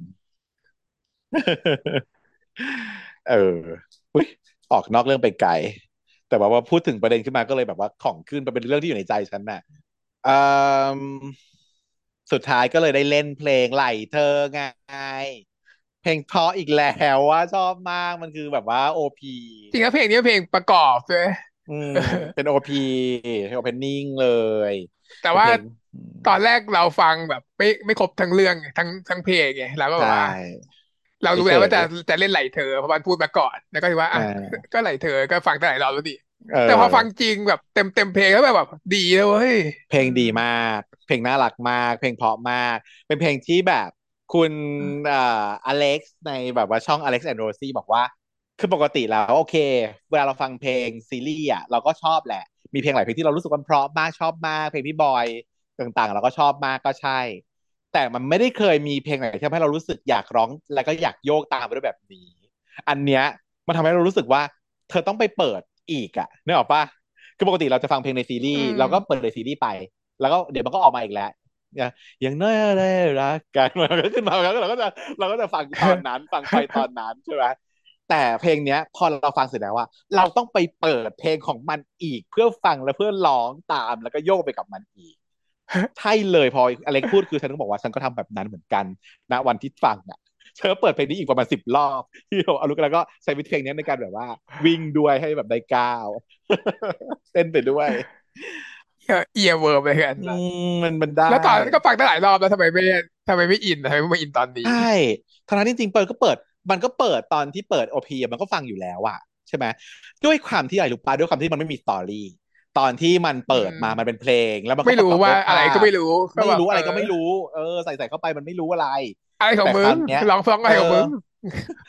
เอออุ้ยออกนอกเรื่องไปไกลแต่ว่าพูดถึงประเด็นขึ้นมาก็เลยแบบว่าของขึ้นไปเป็นเรื่องที่อยู่ในใจฉันน่ะเอ่มสุดท้ายก็เลยได้เล่นเพลงไหลเธอไงเพลงเพราะอีกแล้วว่าชอบมากมันคือแบบว่าโอพีจริงแล้วเพลงนี้เป็นเพลงประกอบด้วยอืมเออเป็นโอพีเพลงโอเพนนิ่งเลยแต่ว่าเป็นเพลงตอนแรกเราฟังแบบไม่ครบทั้งเรื่องไงทั้งเพลงไงเราก็แบใช่บว่าเราเฉรู้แล้วว่าจะยจะเล่นไหลเธอเพราะมันพูดมาก่อนแล้วก็คิดว่าๆอ่ะก็ไหลเธอก็ฟังตั้งหลายรอบแล้วดิเอแต่พอฟังอจริงแบบเต็มเพลงแล้วแบบดีเลยเว้ยเพลอืมงดีมากเพลงน่ารักมากเพลงเพราะมากเป็นเพลงที่แบบคุณอเล็กซ์ในแบบว่าช่อง Alex and Rosie บอกว่าคือปกติแล้วโอเคเวลาเราฟังเพลงซีรีส์อ่ะเราก็ชอบแหละมีเพลงหลายเพลงที่เรารู้สึกว่าเพราะมากชอบมากเพลงพี่บอยต่างๆเราก็ชอบมากก็ใช่แต่มันไม่ได้เคยมีเพลงไหนที่ทำให้เรารู้สึกอยากร้องแล้วก็อยากโยกตามไปด้วยแบบนี้อันเนี้ยมันทำให้เรารู้สึกว่าเธอต้องไปเปิดอีกอ่ะนึกออกปะ คือปกติเราจะฟังเพลงในซีรีอืส์เราก็เปิดมในซีรีส์ไปแล้วก็เดี๋ยวมันก็ออกมาอีกแล้วอย่าอย่างน้อยได้รักกันมันก็ขึ้นมาแล้วเราก็จะฟังตอนนั้นฟังไปตอนนั้นใช่ไหมแต่เพลงเนี้ยพอเราฟังเสร็จแล้วว่าเราต้องไปเปิดเพลงของมันอีกเพื่อฟังและเพื่อร้องตามแล้วก็โยกไปกับมันอีกใช่เลยพออเล็กพูดคือฉันต้องบอกว่าฉันก็ทำแบบนั้นเหมือนกันณวันที่ฟังอ่ะเธอเปิดเพลงนี้อีกประมาณ10 รอบที่เราเอาลูกแล้วก็ใช้วิธีเพลงนี้ในการแบบว่าวิ่งด้วยให้แบบได้ก้าวเต้นไปด้วยเอียเวิร์ไปกันอืนั้นมันได้แล้วตอนนั้นก็ฟังตั้งหลายรอบแล้วทำไมไม่อินทำไมไม่มาอินตอนนี้ใช่ทั้งนั้นจริงๆมันก็เปิดตอนที่เปิดโอพีมันก็ฟังอยู่แล้วอะใช่ไหมด้วยความที่อะไรรู้ป่ะด้วยความที่มันไม่มีสตอรี่ตอนที่มันอืเปิดมามันมเป็นเพลงแล้วมันไม่ก็ประกอบรู้ว่าอะไรด้วยภาพก็ไม่รู้ก็แบบไม่รู้อะไรก็ไม่รู้ใส่เข้าไปมันไม่รู้อะไรอะไรขอแต่งมึงคราวเนี้ยลองฟ้องเอออะไรของมึง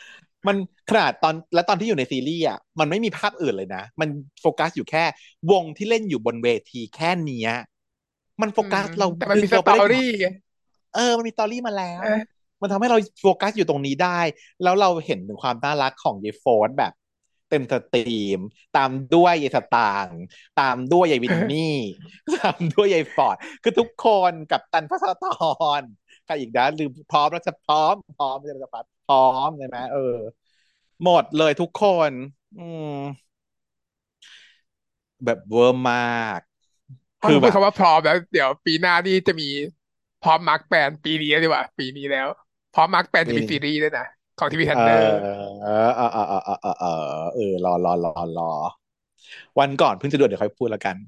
มันขนาดตอนที่อยู่ในซีรีส์อ่ะมันไม่มีภาพอื่นเลยนะมันโฟกัสอยู่แค่วงที่เล่นอยู่บนเวทีแค่เนี้ยมันโฟอืมกัสเราแต่มันดึงเรามีสตอไปได้ถึงรี่ไงมันมีตอรี่มาแล้วเออมันทำให้เราโฟกัสอยู่ตรงนี้ได้แล้วเราเห็นถึงความน่ารักของเยายโฟนแบบเต็มสตรีมตามด้วยยายสตางค์ตามด้วยยายวินนี่ ตามด้วยยายฟอร์ดคือทุกคนกับตันพัสรใครอีกนะลืมพร้อมแล้วจะพร้อมจะพัดพร้อมใช่ไหมหมดเลยทุกคนอืมแบบเวอร์มากถ้าเราพูดคือแบบคำว่าพร้อมแล้วเดี๋ยวปีหน้านี่จะมีพร้อมมาร์คแปนปีนี้ดีกว่าปีนี้แล้วพร้อมมาร์คแปนจะมีมีนี่ซีรีส์ด้วยนะของทีวีทัเออนเดอร์รอวันก่อนเพิ่งจะดูเดี๋ยวค่อยพูดแล้วกัน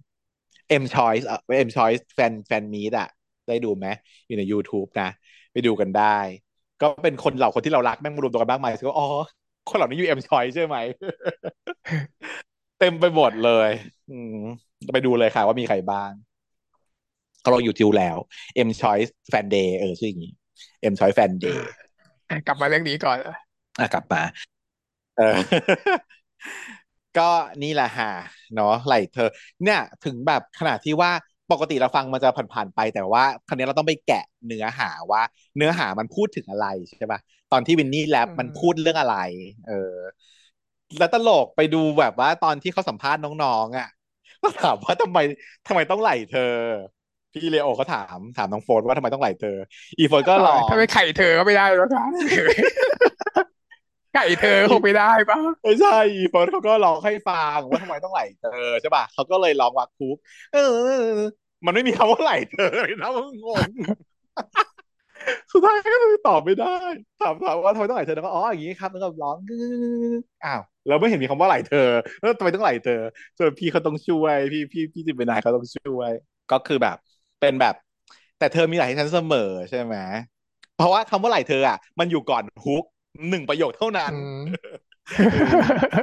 เอ็มชอยส์แฟนมีดอะได้ดูไหมอยู่ใน YouTube นะไปดูกันได้ก็เป็นคนที่เรารักแม่งมารวมตัวกันมากมายก็อ๋อคนเหล่านี้อยู่เอ็มชอยใช่ไหม เต็มไปหมดเลยอืมไปดูเลยค่ะว่ามีใครบ้างเขาลงยูทูบแล้วเอ็มชอยส์แฟนเดย์ชื่ออย่างนี้เอ็มชอยแฟนเดย์กลับมาเรื่องนี้ก่อนกลับมาเออก็นี่แหละฮะเนาะไหลเธอเนี่ยถึงแบบขนาดที่ว่าปกติเราฟังมันจะผ่านๆไปแต่ว่าครั้นี้เราต้องไปแกะเนื้อหาว่าเนื้อหามันพูดถึงอะไรใช่ป่ะตอนที่วินนี่แลอืบมันพูดมเรื่องอะไรเออแล้วตลกไปดูแบบว่าตอนที่เขาสัมภาษณ์น้องๆอ่ะก็ถามว่าทำไมต้องไหลเธอพี่เลโอเขาถามน้องโฟนว่าทำไมต้องไหลเธออีโฟนก็ร้องถ้าไม่ไข่เธอก็ไม่ได้แล้วครับไข่เธออีคงไม่ได้ปะไม่ใช่เฟิร์สเขาก็ร้องให้ฟังว่าทำไมต้องไหลเธอใช่ป่ะเขาก็เลยร้องวักคุกเออมันไม่มีคำว่าไหลเธอเลยนะมันงงสุดท้ายก็เลยตอบไม่ได้ถามว่าทำไมต้องไหลเธอแล้วก็อ๋ออย่างนี้ครับแล้วก็ร้องอ้าวเราไม่เห็นมีคำว่าไหลเธอแล้วทำไมต้องไหลเธอจนพี่เขาต้องช่วยพี่จิมเป็นนายเขาต้องช่วยก็คือแบบเป็นแบบแต่เธอมีไหลให้ฉันเสมอใช่ไหมเพราะว่าคำว่าไหลเธออ่ะมันอยู่ก่อนฮุก1 ประโยคเท่านั้อืนมเออ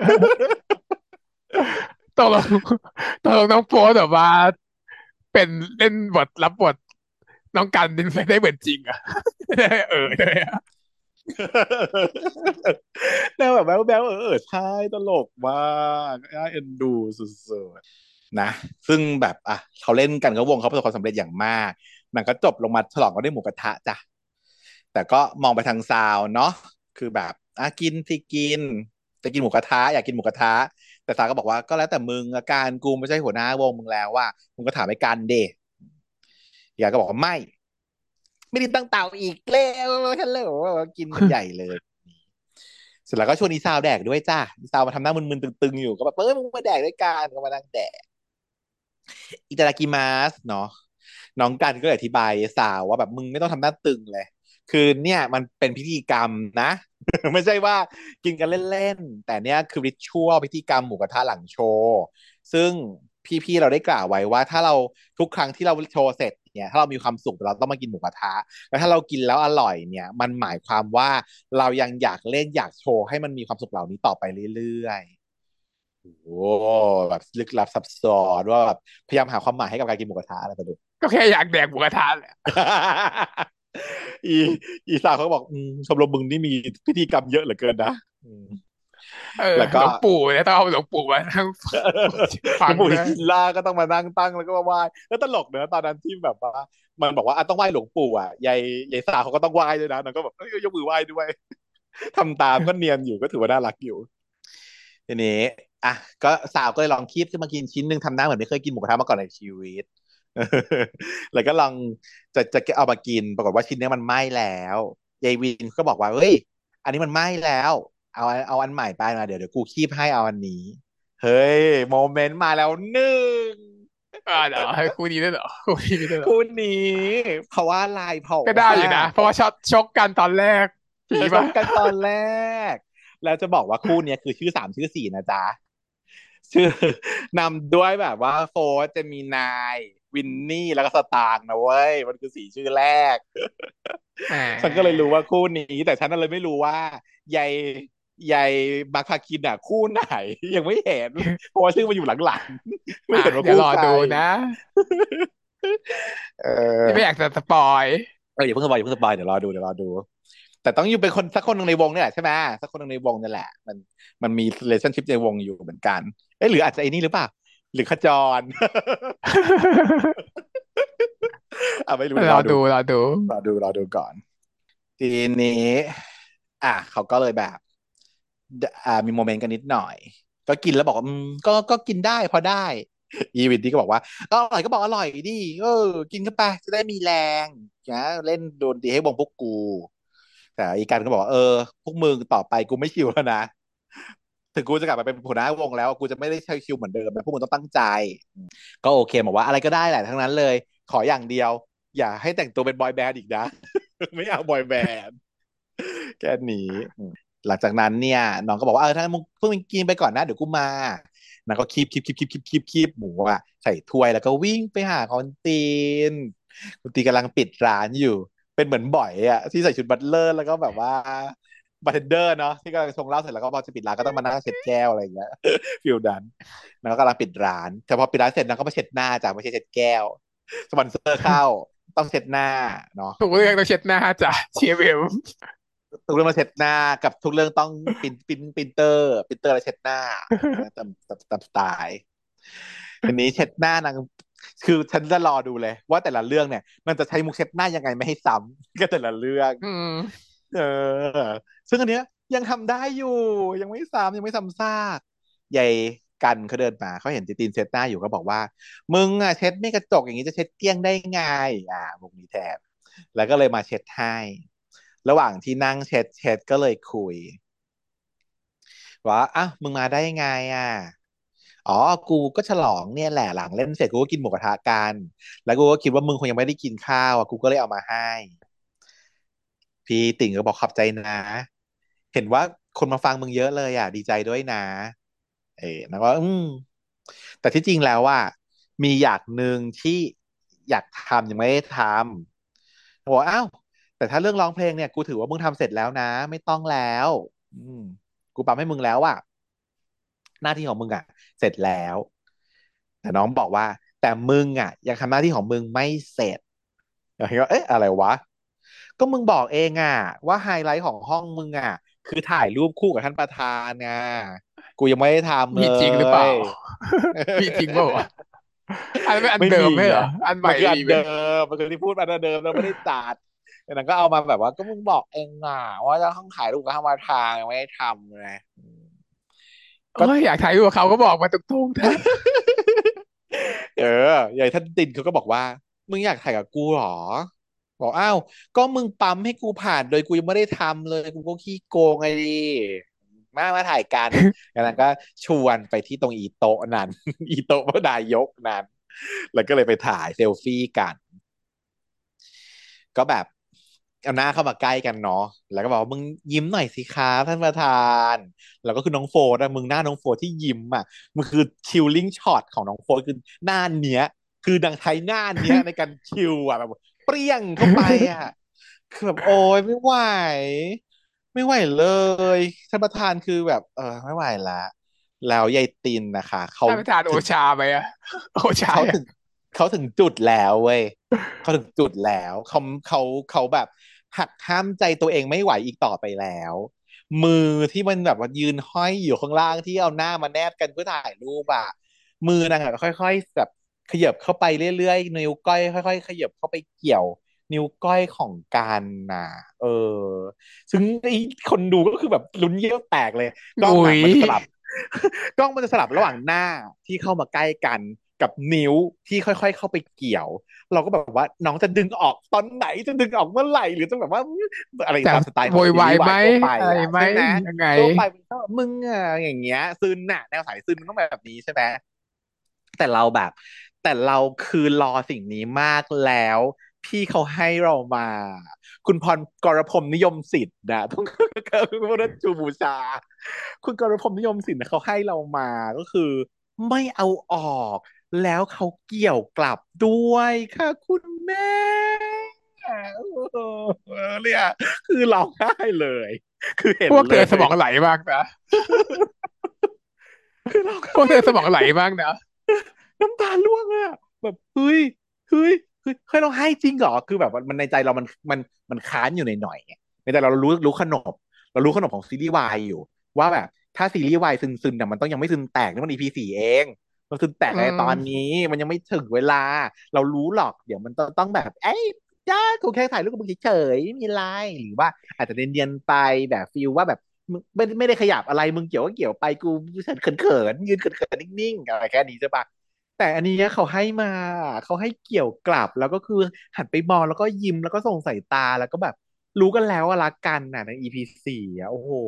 ตกลงตกลงน้องโฟร์แบบว่าเป็นเล่นบทรับบทน้องกันดินไม่ได้เหมือนจริงอ่ะเลยอ่ะแนวแบบแบ๊วใช่ตลกมากน่าเอ็นดูสุดๆนะซึ่งแบบเขาเล่นกันก็วงเขาประสบความสำเร็จอย่างมากหนังก็จบลงมาฉลองกันด้วยหมูกระทะจ้ะแต่ก็มองไปทางซาวเนาะคือแบบกินที่กินจะกินหมูกระทะอยากกินหมูกระทะแต่ซาวก็บอกว่าก็แล้วแต่มึงอาการกูไม่ใช่หัวหน้าวงมึงแล้วว่ามึงก็ถามไอ้กันเดอยากก็บอกว่าไม่ได้ตั้งเต่าอีกแล้วฮัลโหลกินกันใหญ่เลย เสร็จแล้วก็ชวนอีซาวแดกด้วยจ้าอีซาวมาทำหน้ามึนๆตึงๆอยู่ก็แบบมึงมาแดกด้วยกันก็มานั่งแดกอิตาดากิมาสเนาะน้องกันก็เลยอธิบายสาวว่าแบบมึงไม่ต้องทำหน้าตึงเลยคือเนี่ยมันเป็นพิธีกรรมนะไม่ใช่ว่ากินกันเล่นๆแต่เนี่ยคือริชวลพิธีกรรมหมูกระทะหลังโชว์ซึ่งพี่ๆเราได้กล่าวไว้ว่าถ้าเราทุกครั้งที่เราโชว์เสร็จเนี่ยถ้าเรามีความสุขเราต้องมากินหมูกระทะแล้วถ้าเรากินแล้วอร่อยเนี่ยมันหมายความว่าเรายังอยากเล่นอยากโชว์ให้มันมีความสุขเหล่านี้ต่อไปเรื่อยๆโอ้แบบลึกลับซับซ้อนว่าแบบพยายามหาความหมายให้กับการกินหมูกระทะอะไรไปดูก็แค่อยากแดกหมูกระทะแหละอีอีสาวเขาบอกชมรมมึงนี่มีพิธีกรรมเยอะเหลือเกินนะเออแล้วก็หลวงปู่เนี่ยต้องเอาหลวงปู่มาทั้งหฟัลวงปู่ทิงด้วยชินล่าก็ต้องมานั่งตั้งแล้วก็มาไหว้แล้วตลกเนอะตอนนั้นที่แบบว่ามันบอกว่าต้องไหว้หลวงปู่ยายสาวเขาก็ต้องไหว้ด้วยนะนางก็แบบยกมือไหว้ด้วยทำตามก็เนียนอยู่ก็ถือว่าน่ารักอยู่ทีนี้อ่ะก็สาวก็เลยลองคีบขึ้นมากินชิ้นหนึ่งทำหน้าเหมือนไม่เคยกินหมูกระทะมาก่อนในชีวิตแล้วก็ลองจะเอามากินปรากฏว่าชิ้นนี้มันไหม้แล้วยายวินก็บอกว่าเฮ้ยอันนี้มันไหม้แล้วเอาอันใหม่ไปมาเดี๋ยวกูคีบให้เอาอันนี้ เฮ้ยโมเมนต์มาแล้วหนึ่งเดี๋ยวให้คู่นี้ด้วยเหรอคู่นี้ด้วยเหรอคู่นี้เพราะว่าอะไรเพราะก็ได้ว่าอยู่นะเพราะว่าช็อตชกกันตอนแรกผีชปะมกันตอนแรกแล้วจะบอกว่าคู่เนี้ยคือชื่อ3 ชื่อ 4นะจ๊ะชื่อนำด้วยแบบว่าโฟร์จะมีนายวินนี่แล้วก็สตางค์นะเว้ยมันคือ4 ชื่อแรกอ่ฉันก็เลยารู้ว่าคู่นี้แต่ฉันน่ะเลยไม่รู้ว่ายายยายมาร์คพาคินอ่ะคู่ไหนยังไม่เห็นเพราะว่าชื่อมันอยู่หลังๆไม่เห็นว่าเดี๋ยวรอคู่ใครดูนะเออนี่ไม่อยากจะสปอยอย่าเพิ่งสปอยอย่าเพิ่งสปอยเดี๋ยวรอดูแต่ต้องอยู่เป็นคนสักคนหนึ่งในวงนี่แหละใช่ไหมสักคนหนึ่งในวงนี่แหละมันมี relationship ในวงอยู่เหมือนกันเอ๊ะหรืออาจจะไอ้นี่หรือเปล่าหรือขจร อ่ะไม่รู้เดี๋ยวรอดูก่อนรอดูรอดูก่อนทีนี้เขาก็เลยแบบมีโมเมนต์กันนิดหน่อยก็กินแล้วบอกว่าก็กินได้พอได้อีวินดี้ก็บอกว่าก็อร่อยก็บอกอร่อยดิกินเข้าไปจะได้มีแรงนะเล่นโดนดีให้วงพวกกูแต่อีกันก็บอกว่าพวกมึงต่อไปกูไม่ชิวแล้วนะถึงกูจะกลับมาเป็นหัวหน้าวงแล้วกูจะไม่ได้ใช้คิวเหมือนเดิมนะพวกมึงต้องตั้งใจก็โอเคบอกว่าอะไรก็ได้แหละทั้งนั้นเลยขออย่างเดียวอย่าให้แต่งตัวเป็นบอยแบนด์อีกนะไม่เอาบอยแบนด์ แค่นี้หลังจากนั้นเนี่ยน้องก็บอกว่าถ้ามึงเพิ่งกินไปก่อนนะเดี๋ยวกูมานางก็คีบหมูใส่ถ้วยแล้วก็วิ่งไปหาคอนตีนคุณตีกำลังปิดร้านอยู่เป็นเหมือนบ่อยที่ใส่ชุดบัตเลอร์แล้วก็แบบว่าบาร์เทนเดอร์เนาะที่กำลังชงเหล้าเสร็จแล้วก็พอจะปิดร้านก็ต้องมานั่งเช็ดแก้วอะไรอย่างเงี้ยฟิลนั้นนางก็กำลังปิดร้านแต่พอปิดร้านเสร็จนางก็มาเช็ดหน้าจ้ะไม่ใช่เช็ดแก้วสปอนเซอร์เข้าต้องเช็ดหน้าเนาะถูกเรื่องต้องเช็ดหน้าจ้ะCFM ทุกเรื่องมาเช็ดหน้ากับทุกเรื่องต้องปรินเตอร์และเช็ดหน้าตามสไตล์ทีนี้เช็ดหน้านางคือฉันจะรอดูเลยว่าแต่ละเรื่องเนี่ยมันจะใช้มุกเช็ดหน้ายังไงไม่ให้ซ้ำก็แต่ละเรื่องอืมเออซึ่งอันเนี้ยยังทำได้อยู่ยังไม่ซ้ำซากใหญ่กันเขาเดินมาเขาเห็นตินเช็ดหน้าอยู่ก็บอกว่ามึงเช็ดไม่กระจกอย่างนี้จะเช็ดเกลี้ยงได้ไงมุกนี้แทนแล้วก็เลยมาเช็ดให้ ระหว่างที่นั่งเช็ดก็เลยคุยว่ามึงมาได้ยังไงอ่ะอ๋อกูก็ฉลองเนี่ยแหละหลังเล่นเสร็จกูก็กินหมูกระทะกันแล้วกูก็คิดว่ามึงคงยังไม่ได้กินข้าวกูก็เลยเอามาให้พี่ติ่งก็บอกขอบใจนะเห็นว่าคนมาฟังมึงเยอะเลยดีใจด้วยนะแล้วก็แต่ที่จริงแล้วมีอย่างหนึ่งที่อยากทำยังไม่ได้ทำบอกว่าแต่ถ้าเรื่องร้องเพลงเนี่ยกูถือว่ามึงทำเสร็จแล้วนะไม่ต้องแล้วอืมกูปั๊มให้มึงแล้วหน้าที่ของมึงเสร็จแล้วแต่น้องบอกว่าแต่มึงยังทำหน้าที่ของมึงไม่เสร็จอย่างเงี้ยเอ๊ะอะไรวะก็มึงบอกเองว่าไฮไลท์ของห้องมึงคือถ่ายรูปคู่กับท่านประธานกูยังไม่ได้ทำเลมีจริงหรือเปล่ายมีจริงเปล่าวะอันนั้นเป็นอันไม่มีเดิมไหมเหรไงออันใหม่มันคืออัมีไหมนเดิมมันคือที่พูดมาอันเดิมเราไม่ได้จัดแต่นั้นก็เอามาแบบว่าก็มึงบอกเองว่าจะต้องถ่ายรูปกับธรรมทางยังไม่ได้ทำเลยโอ้ก็ยอยากถ่ายรูปกับเขาก็บอกมาตรงๆเถอะเออใหญ่ท่านตินเขาก็บอกว่ามึงอยากถ่ายกับกูเหรอบอกก็มึงปั๊มให้กูผ่านโดยกูยังไม่ได้ทำเลยกูก็ขี้โกงไงดิมาถ่ายกันแล้วนั้นก็ชวนไปที่ตรงอีโต๊ะนั้นอีโต๊ะพระนายกนั้นแล้วก็เลยไปถ่ายเซลฟี่กันก็แบบเอาหน้าเข้ามาใกล้กันเนาะแล้วก็บอกว่ามึงยิ้มหน่อยสิครับท่านประธานแล้วก็คือน้องโฟร์มึงหน้าน้องโฟร์ที่ยิ้มมันคือคิลลิ่งช็อตของน้องโฟร์คือหน้าเนี้ยคือนางใช้หน้าเนี้ยในการคิวแบบเปรี้ยงเข้าไปคือแบบโอ้ยไม่ไหวเลยท่านประธานคือแบบไม่ไหวละแล้วยายตินนะคะเขาท่านประธานโอถึงชาไหมอะโอชาอะเขาถึงเขาถึงจุดแล้วเว้ยเขาถึงจุดแล้วเขาเขาแบบหักห้ามใจตัวเองไม่ไหวอีกต่อไปแล้วมือที่มันแบบว่ายืนห้อยอยู่ข้างล่างที่เอาหน้ามาแนบกันเพื่อถ่ายรูปมือนางค่อยๆแบบขยับเข้าไปเรื่อยๆนิ้วก้อยค่อยๆขยับเข้าไปเกี่ยวนิ้วก้อยของกันน่ะเออ ซึ่งไอ้คนดูก็คือแบบลุ้นเยี่ยวแตกเลยกล้องอุ้ยมันจะสลับกล้องมันจะสลับระหว่างหน้าที่เข้ามาใกล้กันกับนิ้วที่ค่อยๆเข้าไปเกี่ยวเราก็แบบว่าน้องจะดึงออกตอนไหนจะดึงออกเมื่อไหร่หรือจะแบบว่าอะไรจะตามสไตล์ขโวองซีรีส์วายวายไหมยทั่วไปอะไรไหมใช่ไหมยังไงทั่วไปมันก็มึงอย่างเงี้ยซึนแนวสายซึนมันต้องแบบนี้ใช่ไหม แต่เราแบบแต่เราคือรอสิ่งนี้มากแล้วพี่เขาให้เรามาคุณพรกรพรหมนิยมศิษย์ต้องคุณพระจูบูชาคุณกรพรหมนิยมศิษย์เขาให้เรามาก็คือไม่เอาออกแล้วเขาเกี่ยวกลับด้วยค่ะคุณแม่เนี่ยคือร้องไห้เลยคือเห็นเลพวกเธอสมยองไหลมากนะคือร้องไห้พวกเธอสเลยมองไหลมากนะน้ำตาร่วงแบบเฮ้ยเราให้จริงเหรอคือแบบมันในใจเรามันค้านอยู่หน่อยๆไงในแต่เรารู้ขนบเรารู้ขนบของซีรีส์วายอยู่ว่าแบบถ้าซีรีส์วายซึมๆเนี่ยมันต้องยังไม่ซึมแตกนี่มัน EP4เองมันซึมแตกอืในตอนมนี้มันยังไม่ถึงเวลาเรารู้หรอกเดี๋ยวมันต้องแบบเอ้ยจ้ากูแค่ถ่ายรูปกับมึงเฉยๆไม่มีไรหรือว่าอาจจะเนียนๆไปแบบฟีลว่าแบบมึงไม่ได้ขยับอะไรมึงเกี่ยวก็เกี่ยวไปกูฉันเขินๆยืนเขินๆนิ่งๆอะไรแค่นี้ใช่ปะ แต่อันนี้เขาให้มาเขาให้เกี่ยวกลับแล้วก็คือหันไปมองแล้วก็ยิ้มแล้วก็ส่งสายตาแล้วก็แบบรู้กันแล้วว่ารักกันน่ะใน EP4อ่ะโอ้โห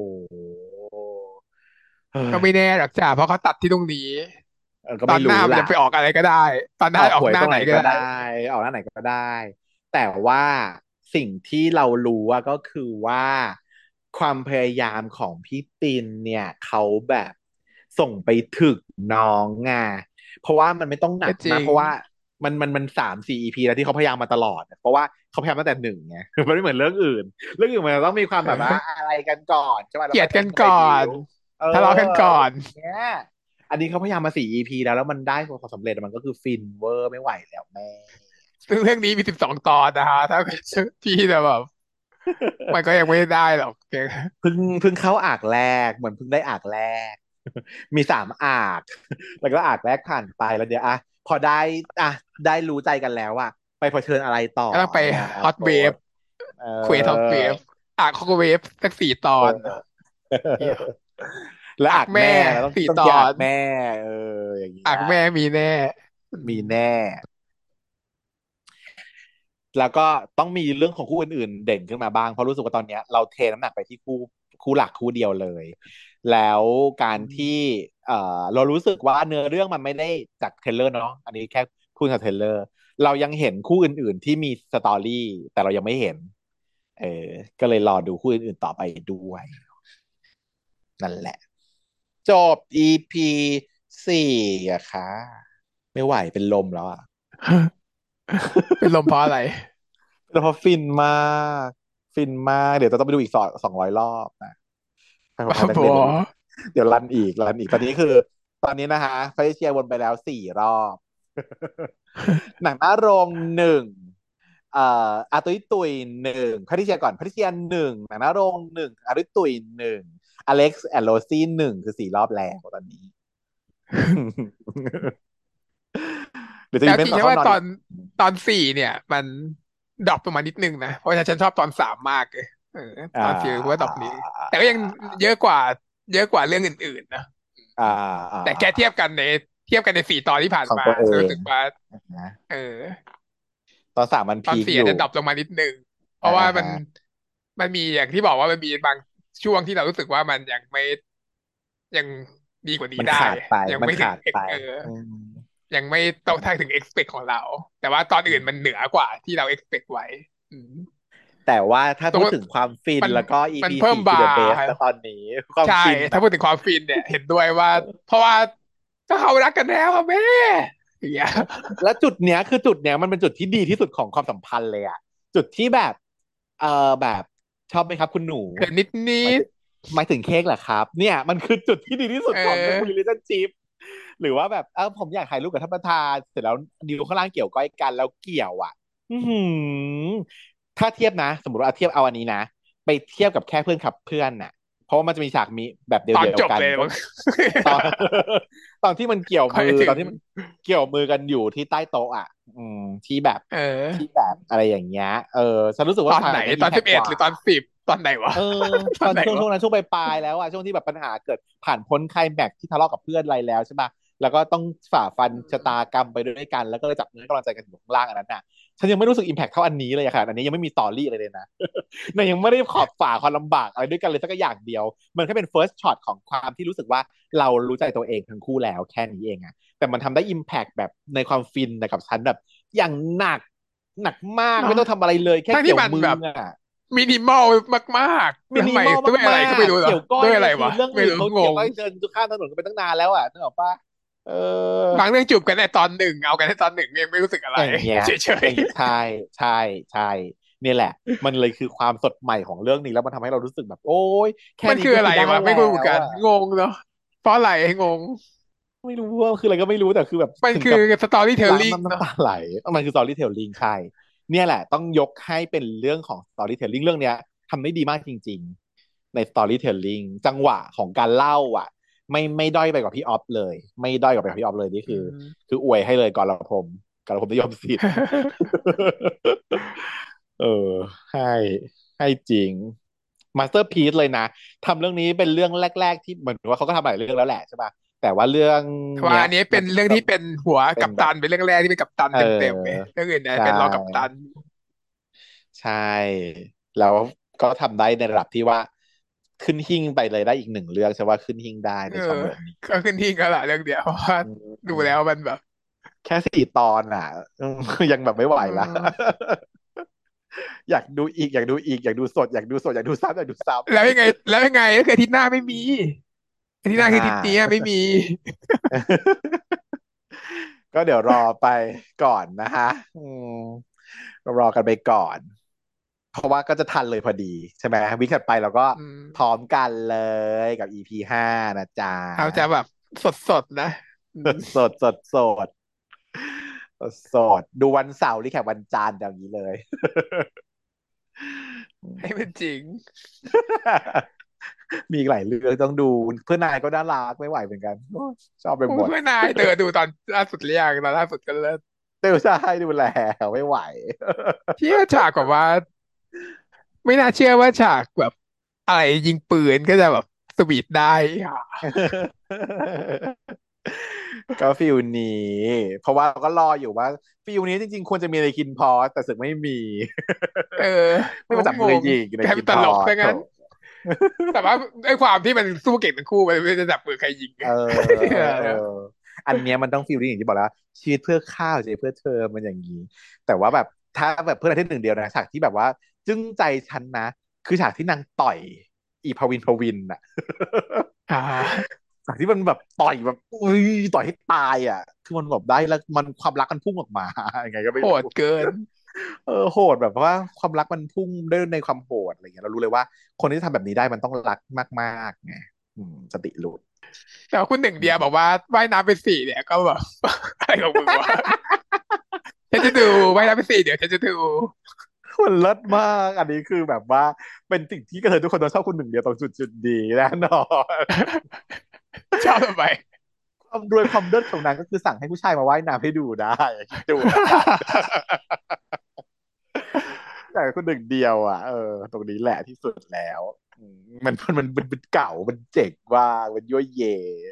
เฮ้ก็ยไม่แน่หรอกจ้ะเพราะเขาตัดที่ตรงนี้ก็ตอนหน้ามันไม่รู้ล่ะจะไปออกอะไรก็ได้ตอนหน้าออกออกหน้าหวยตรงไหนไหนก็ได้ก็ได้ออกหน้าไหนก็ได้แต่ว่าสิ่งที่เรารู้ว่าก็คือว่าความพยายามของพี่ตินเนี่ยเขาแบบส่งไปถึกน้องไงเพราะว่ามันไม่ต้องหนักก็จริงมากเพราะว่ามัน3-4 EPแล้วที่เขาพยายามมาตลอดเพราะว่าเขาพยายามตั้งแต่หนึ่งไงมันไม่เหมือนเรื่องอื่นเรื่องอื่นมันต้องมีความแบบว่าเอออะไรกันก่อนใช่ไหมเกลียแล้วค่อยไปดกันก่อไปบินวเออทะเลาะกันก่อนอย่างเงี้ย อันนี้เขาพยายามมา4 EPแล้วมันได้ความสำเร็จมันก็คือฟินเวอร์ไม่ไหวแล้วแม่ซึ่งเรื่องนี้มี12 ตอนนะฮะถ้าพี่จะแบบมันก็ยังไม่ได้หรอกเพิ่งเข้าอากแรกเหมือนเพิ่งได้อากแรกมี3 อากแล้วก็อากแรกผ่านไปแล้วเดี๋ยวอะพออ่ะได้รู้ใจกันแล้วอะไปเผชิญอะไรต่อก็ต้องไปในอนาคฮอตเวฟตเอเควสฮอตเวอฟฮอตเวฟสัก4 ตอนเออเหี้ยแล้วอักแม่อากแม่ต้องสี่ต้องตอนเจออากแม่เอออย่างเงี้ยอักแม่มีแน่อืมมีแน่ แล้วก็ต้องมีเรื่องของคู่อื่นๆเด่นขึ้นมาบ้างเพราะรู้สึกว่าตอนเนี้ยเราเทน้ำหนักไปที่คู่หลักคู่เดียวเลยแล้วการอืที่มเรารู้สึกว่าเนื้อเรื่องมันไม่ได้จากเทรลเลอร์เนาะอันนี้แค่พูดจากเทรลเลอร์เรายังเห็นคู่อื่นๆที่มีสตอรี่แต่เรายังไม่เห็นเออก็เลยรอดูคู่อื่นๆต่อไปด้วยนั่นแหละจบ EP 4อะค่ะไม่ไหวเป็นลมแล้วอะเป็นลมเพราะอะไรแล้วพอกฟินมากเดี๋ยวจะต้องไปดูอีก200 รอบนะบ้าภายในบอเดือนนี้เดี๋ยวรันอีกตอนนี้คือตอนนี้นะฮะไฟเชียร์วนไปแล้ว4 รอบหนังหน้าโรง1อาตุยตุย1พัทริเชียก่อนพัทริเชีย1หนังหน้าโรง1อาตุยตุย1อเล็กซ์แอนด์โรซี่คือ4 รอบแล้วตอนนี้ เดี๋ยวจะมีเม้นแล้วจริงก่อนเข้านอนอีกใช่ว่าตอน 4เนี่ยมันดรอปลงมานิดนึงนะเพราะฉะนั้นฉันชอบตอน 3มากเลยเอออ่ตอน 4ว่าดรอปนี้แต่ก็ยังาเยอะกว่าเยอะกว่าเรื่องอื่นๆนะอ่าแต่แค่เทียบกันใน4 ตอนที่ผ่านมาของตัวเองรู้สึกว่านะเออตอน 3มันตอนพีคอยู่สี่อาจจะดรอปลงมานิดนึงเพอ่าราะว่าฮะมันมีอย่างที่บอกว่ามันมีบางช่วงที่เรารู้สึกว่ามันยังดีกว่านี้มันได้ขาดไปยังไม่ถึงมันขาดไปอืมยังไม่ต้องถ้าถึง expect ของเราแต่ว่าตอนอื่นมันเหนือกว่าที่เรา expect ไว้อืมแต่ว่าถ้าตรงพูดถึงความฟินมันแล้วก็มัน EP เพิ่ม 4คือบา the ร์ best นะตอนนี้ความใช่ฟินอะถ้าพูดถึงความฟินเนี่ยเห็นด้วยว่าเพราะว่าก็เขารักกันแล้วอะแม่อย่างเงี้ยแล้วจุดเนี้ยคือจุดเนี้ยมันเป็นจุดที่ดีที่สุดของความสัมพันธ์เลยอะจุดที่แบบแบบชอบไหมครับคุณหนูเกิดนิดนิดหมายถึงหมายถึงเค้กเหรอครับเนี่ยมันคือจุดที่ดีที่สุเดของในออ relationship หรือว่าแบบผมอยากถ่ายรูปกับท่านประธานเสร็จแล้วนิ้วข้างล่างเกี่ยวก้อยกันแล้วเกี่ยวอ่ะอือหือถ้าเทียบนะสมมติว่าเทียบเอาอันนี้นะไปเทียบกับแค่เพื่อนขับเพื่อนน่ะเพราะว่ามันจะมีฉากมีแบบเตอนดียวๆกันก็จบเลยมั้งตอนตอนที่มันเกี่ยวค่อยมือถึงตอนที่มันเกี่ยวมือกันอยู่ที่ใต้โต๊ะอ่ะที่แบบเอออะไรอย่างเงี้ยฉันรู้สึกว่าตอนไหนฉากนั้นอิตอน11 มแพกกว่าหรือตอน 10ตอนไหนวะเออตอนไหนวะตอนช่วงนั้นช่วงปลายๆแล้วอะช่วงที่แบบปัญหาเกิดผ่านพ้นไคลแม็กซ์ที่ทะเลาะกับเพื่อนอะไรแล้วใช่ปะแล้วก็ต้องฝ่าฟันอืชะตามกรรมไปด้วยกันแล้วก็เลยจับมือให้กำลังใจกันอยู่ข้างล่างอันนั้นน่ะฉันยังไม่รู้สึกอิมแพคเท่าอันนี้เลยอะค่ะอันนี้ยังไม่มีสตอรี่อะไรเลยนะมันยังไม่ได้ขอบฝ่าความลำบากอะไรด้วยกันเลยสักอย่างเดียวมันแค่เป็น first shot ของความที่รู้สึกว่าเรารู้ใจตัวเองทั้งคู่แล้วแค่นี้เองอะแต่มันทำได้อิมแพคแบบในความฟินนะกับฉันแบบอย่างหนักมากเนาะไม่ต้องทำอะไรเลยแค่ทั้งที่เกี่ยวมือมันแบบอะมินิมอลมากๆทำไมมินิมอลด้วยอะไรมาก็ไม่รู้เหรอกๆเกี่ยวก้อยเนี่ยคือด้วยอะไรวะเรื่องอื่นไม่รู้งงเขาเกี่ยวก้อยเดินข้ามถนนกันไปตั้งนานแล้วอ่ะนึกออกปะเออบางเรื่องจูบกันในตอน 1เอากันในตอน 1ยังไม่รู้สึกอะไรอย่างเงี้ยเฉยอย่างใช่ใช่ใช่เนี่ยแหละมันเลยคือความสดใหม่ของเรื่องนี้แล้วมันทำให้เรารู้สึกแบบโอ้ยแค่ๆมันคืออะไรนี้ก็คือได้แล้วะไม่รู้เหมือนกันวอ่ะงงเนาะเพราะอะไรงงไม่รู้ว่าคืออะไรก็ไม่รู้แต่คือแบบมันคือถึงกับสตอรี่เทลล้างลิ่งเนาะน้ำตาไหลมันคือ storytelling ใช่เนี่ยแหละต้องยกให้เป็นเรื่องของ storytelling เรื่องเนี้ยทำได้ดีมากจริงๆใน storytelling จังหวะของการเล่าอ่ะไม่ด้อยไปกว่าพี่ออฟเลยไม่ด้อยกว่าไปกว่าพี่ออฟเลยนี่อืคือมคืออวยให้เลยกรพรหมนิยมศิษย์ เออให้ให้จริงมาสเตอร์พี e เลยนะทำเรื่องนี้เป็นเรื่องแรกๆที่เหมือนว่าเขาก็ทำหลายเรื่องแล้วแหละใช่ป่ะแต่ว่าเรื่องแต่ว่าเนี้ยอันนี้เป็นมันเป็นแบบเรื่องที่เป็นหัวกัปเป็นแบบตันเป็นเรื่องแรกที่เป็นกัปตันเเต็มๆไงออเรื่องอื่นเนี่ยใช่เป็นรองกัปตันใช่แล้วก็ทำได้ในระดับที่ว่าขึ้นหิ้งไปเลยได้อีกหนึ่งเรื่องใช่ว่าขึ้นหิ้งได้เออในช่องเรื่องนี้ก็ขึ้นที่กันละเรื่องเดียวเพราะว่าอืดูแล้วมมันแบบแค่4 ตอนอ่ะยังแบบไม่ไหวเอละออยากดูอีกอยากดูอีกอยากดูสดอยากดูสดอยากดูซ้ำอยากดูซ้ำแล้วยังไงแล้วยังไงก็คืออาทิตย์หน้าไม่มีอาทิตย์หน้าคืออ่าอาทิตย์นี้ไม่มีก็เดี๋ยวรอไปก่อนนะคะอืมรอกันไปก่อนเพราะว่าก็จะทันเลยพอดีใช่ไหมวิกถัดไปเราก็อืมพร้อมกันเลยกับ EP 5นะจ๊ะเอาจะแบบสดๆนะอืมสดสดสดสดดูวันเสาร์รีแคปวันจันทร์อย่างนี้เลยให้มันจริงมีอีกหลายเรื่องต้องดูเพื่อนนายก็น่ารักไม่ไหวเหมือนกันโอ้ยชอบไปโอ้หมดยเพื่อนนายเธอดูตอนล่าสุดหรือยังตอนล่าสุดก็เลิศเต้าชายดูแลไม่ไหวเที่ยฉากแบบว่าไม่น่าเชื่อว่าฉากแบบอะไรยิงปืนก็จะแบบสวีทได้ค่ะก็ฟิลนี้เพราะว่าเราก็รออยู่ว่าฟิลนี้จริงๆควรจะมีในคินพอสแต่สึกไม่มีเออไม่มาจับมืองงยิงในๆกลายเป็นตลคินพอสโถกซะงั้นแต่ว่าด้วยความที่มันสู้เก่งทั้งคู่มันไม่ได้จับมือใครยิงไงเออเอออันเนี้ยมันต้องฟีลลิ่งอย่างที่บอกแล้วชีวิตเพื่อข้าวชีวิตเพื่อเธอมันอย่างนี้แต่ว่าแบบถ้าแบบเพื่อนอาทิตย์หนึ่งเดียวนะฉากที่แบบว่าจึ้งใจฉันนะคือฉากที่นางต่อยอีพวินน่ะอ่าฉากที่มันแบบต่อยแบบอุ้ยต่อยให้ตายอ่ะคือมันแบบได้แล้วมันความรักมันพุ่งออกมายังไงก็โหไม่รู้ดเกินเออโหดแบบว่าความรักมันพุ่งได้ในความโหดอะไรเงี้ยเรารู้เลยว่าคนที่ทำแบบนี้ได้มันต้องรักมากๆไงสติหลุดแต่ว่าคุณหนึ่งเดียบอกว่าว่ายน้ำเป็นสี่เนี่ยก็แบบอะไรของมึงวะฉันจะดูว่ายน้ำเป็นสี่เดี๋ยวฉันจะดูมันเลิศมากอันนี้คือแบบว่าเป็นสิ่งที่กระเทยทุกคนต้องชอบคุณหนึ่งเดียวตรงจุดดีแน่นอนชอบทำไมความรวยความเลิศของนางก็คือสั่งให้ผู้ชายมาว่ายน้ำให้ดูได้คิดดูแล้วกัน แต่คุณหนึ่งเดียวอ่ะตรงนี้แหละที่สุดแล้วอืมมันเก่ามันเจ๋งว่ามันยั่วเย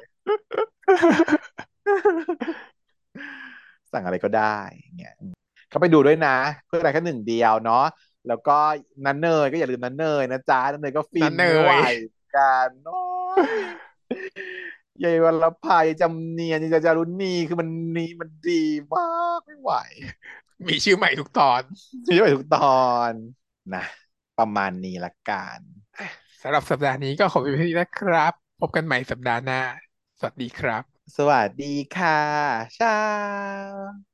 สั่งอะไรก็ได้เงี้ยเขาไปดูด้วยนะเพื่ออะไรแค่หนึ่งเดียวเนาะแล้วก็นันเนยก็อย่าลืมนันเนยนะจ๊ะนันเนยก็ฟินั่นเนนไม่ไหวยกันโอ้ยยายวัลภายจำเนียนยายจารุณีคือมันนี้มันดีมากไม่ไหวมีชื่อใหม่ทุกตอนไม่ไหวทุกตอนนะประมาณนี้ละกันสำหรับสัปดาห์นี้ก็ขอเป็นเพียงเท่านี้นะครับพบกันใหม่สัปดาห์หน้าสวัสดีครับสวัสดีค่ะเช้า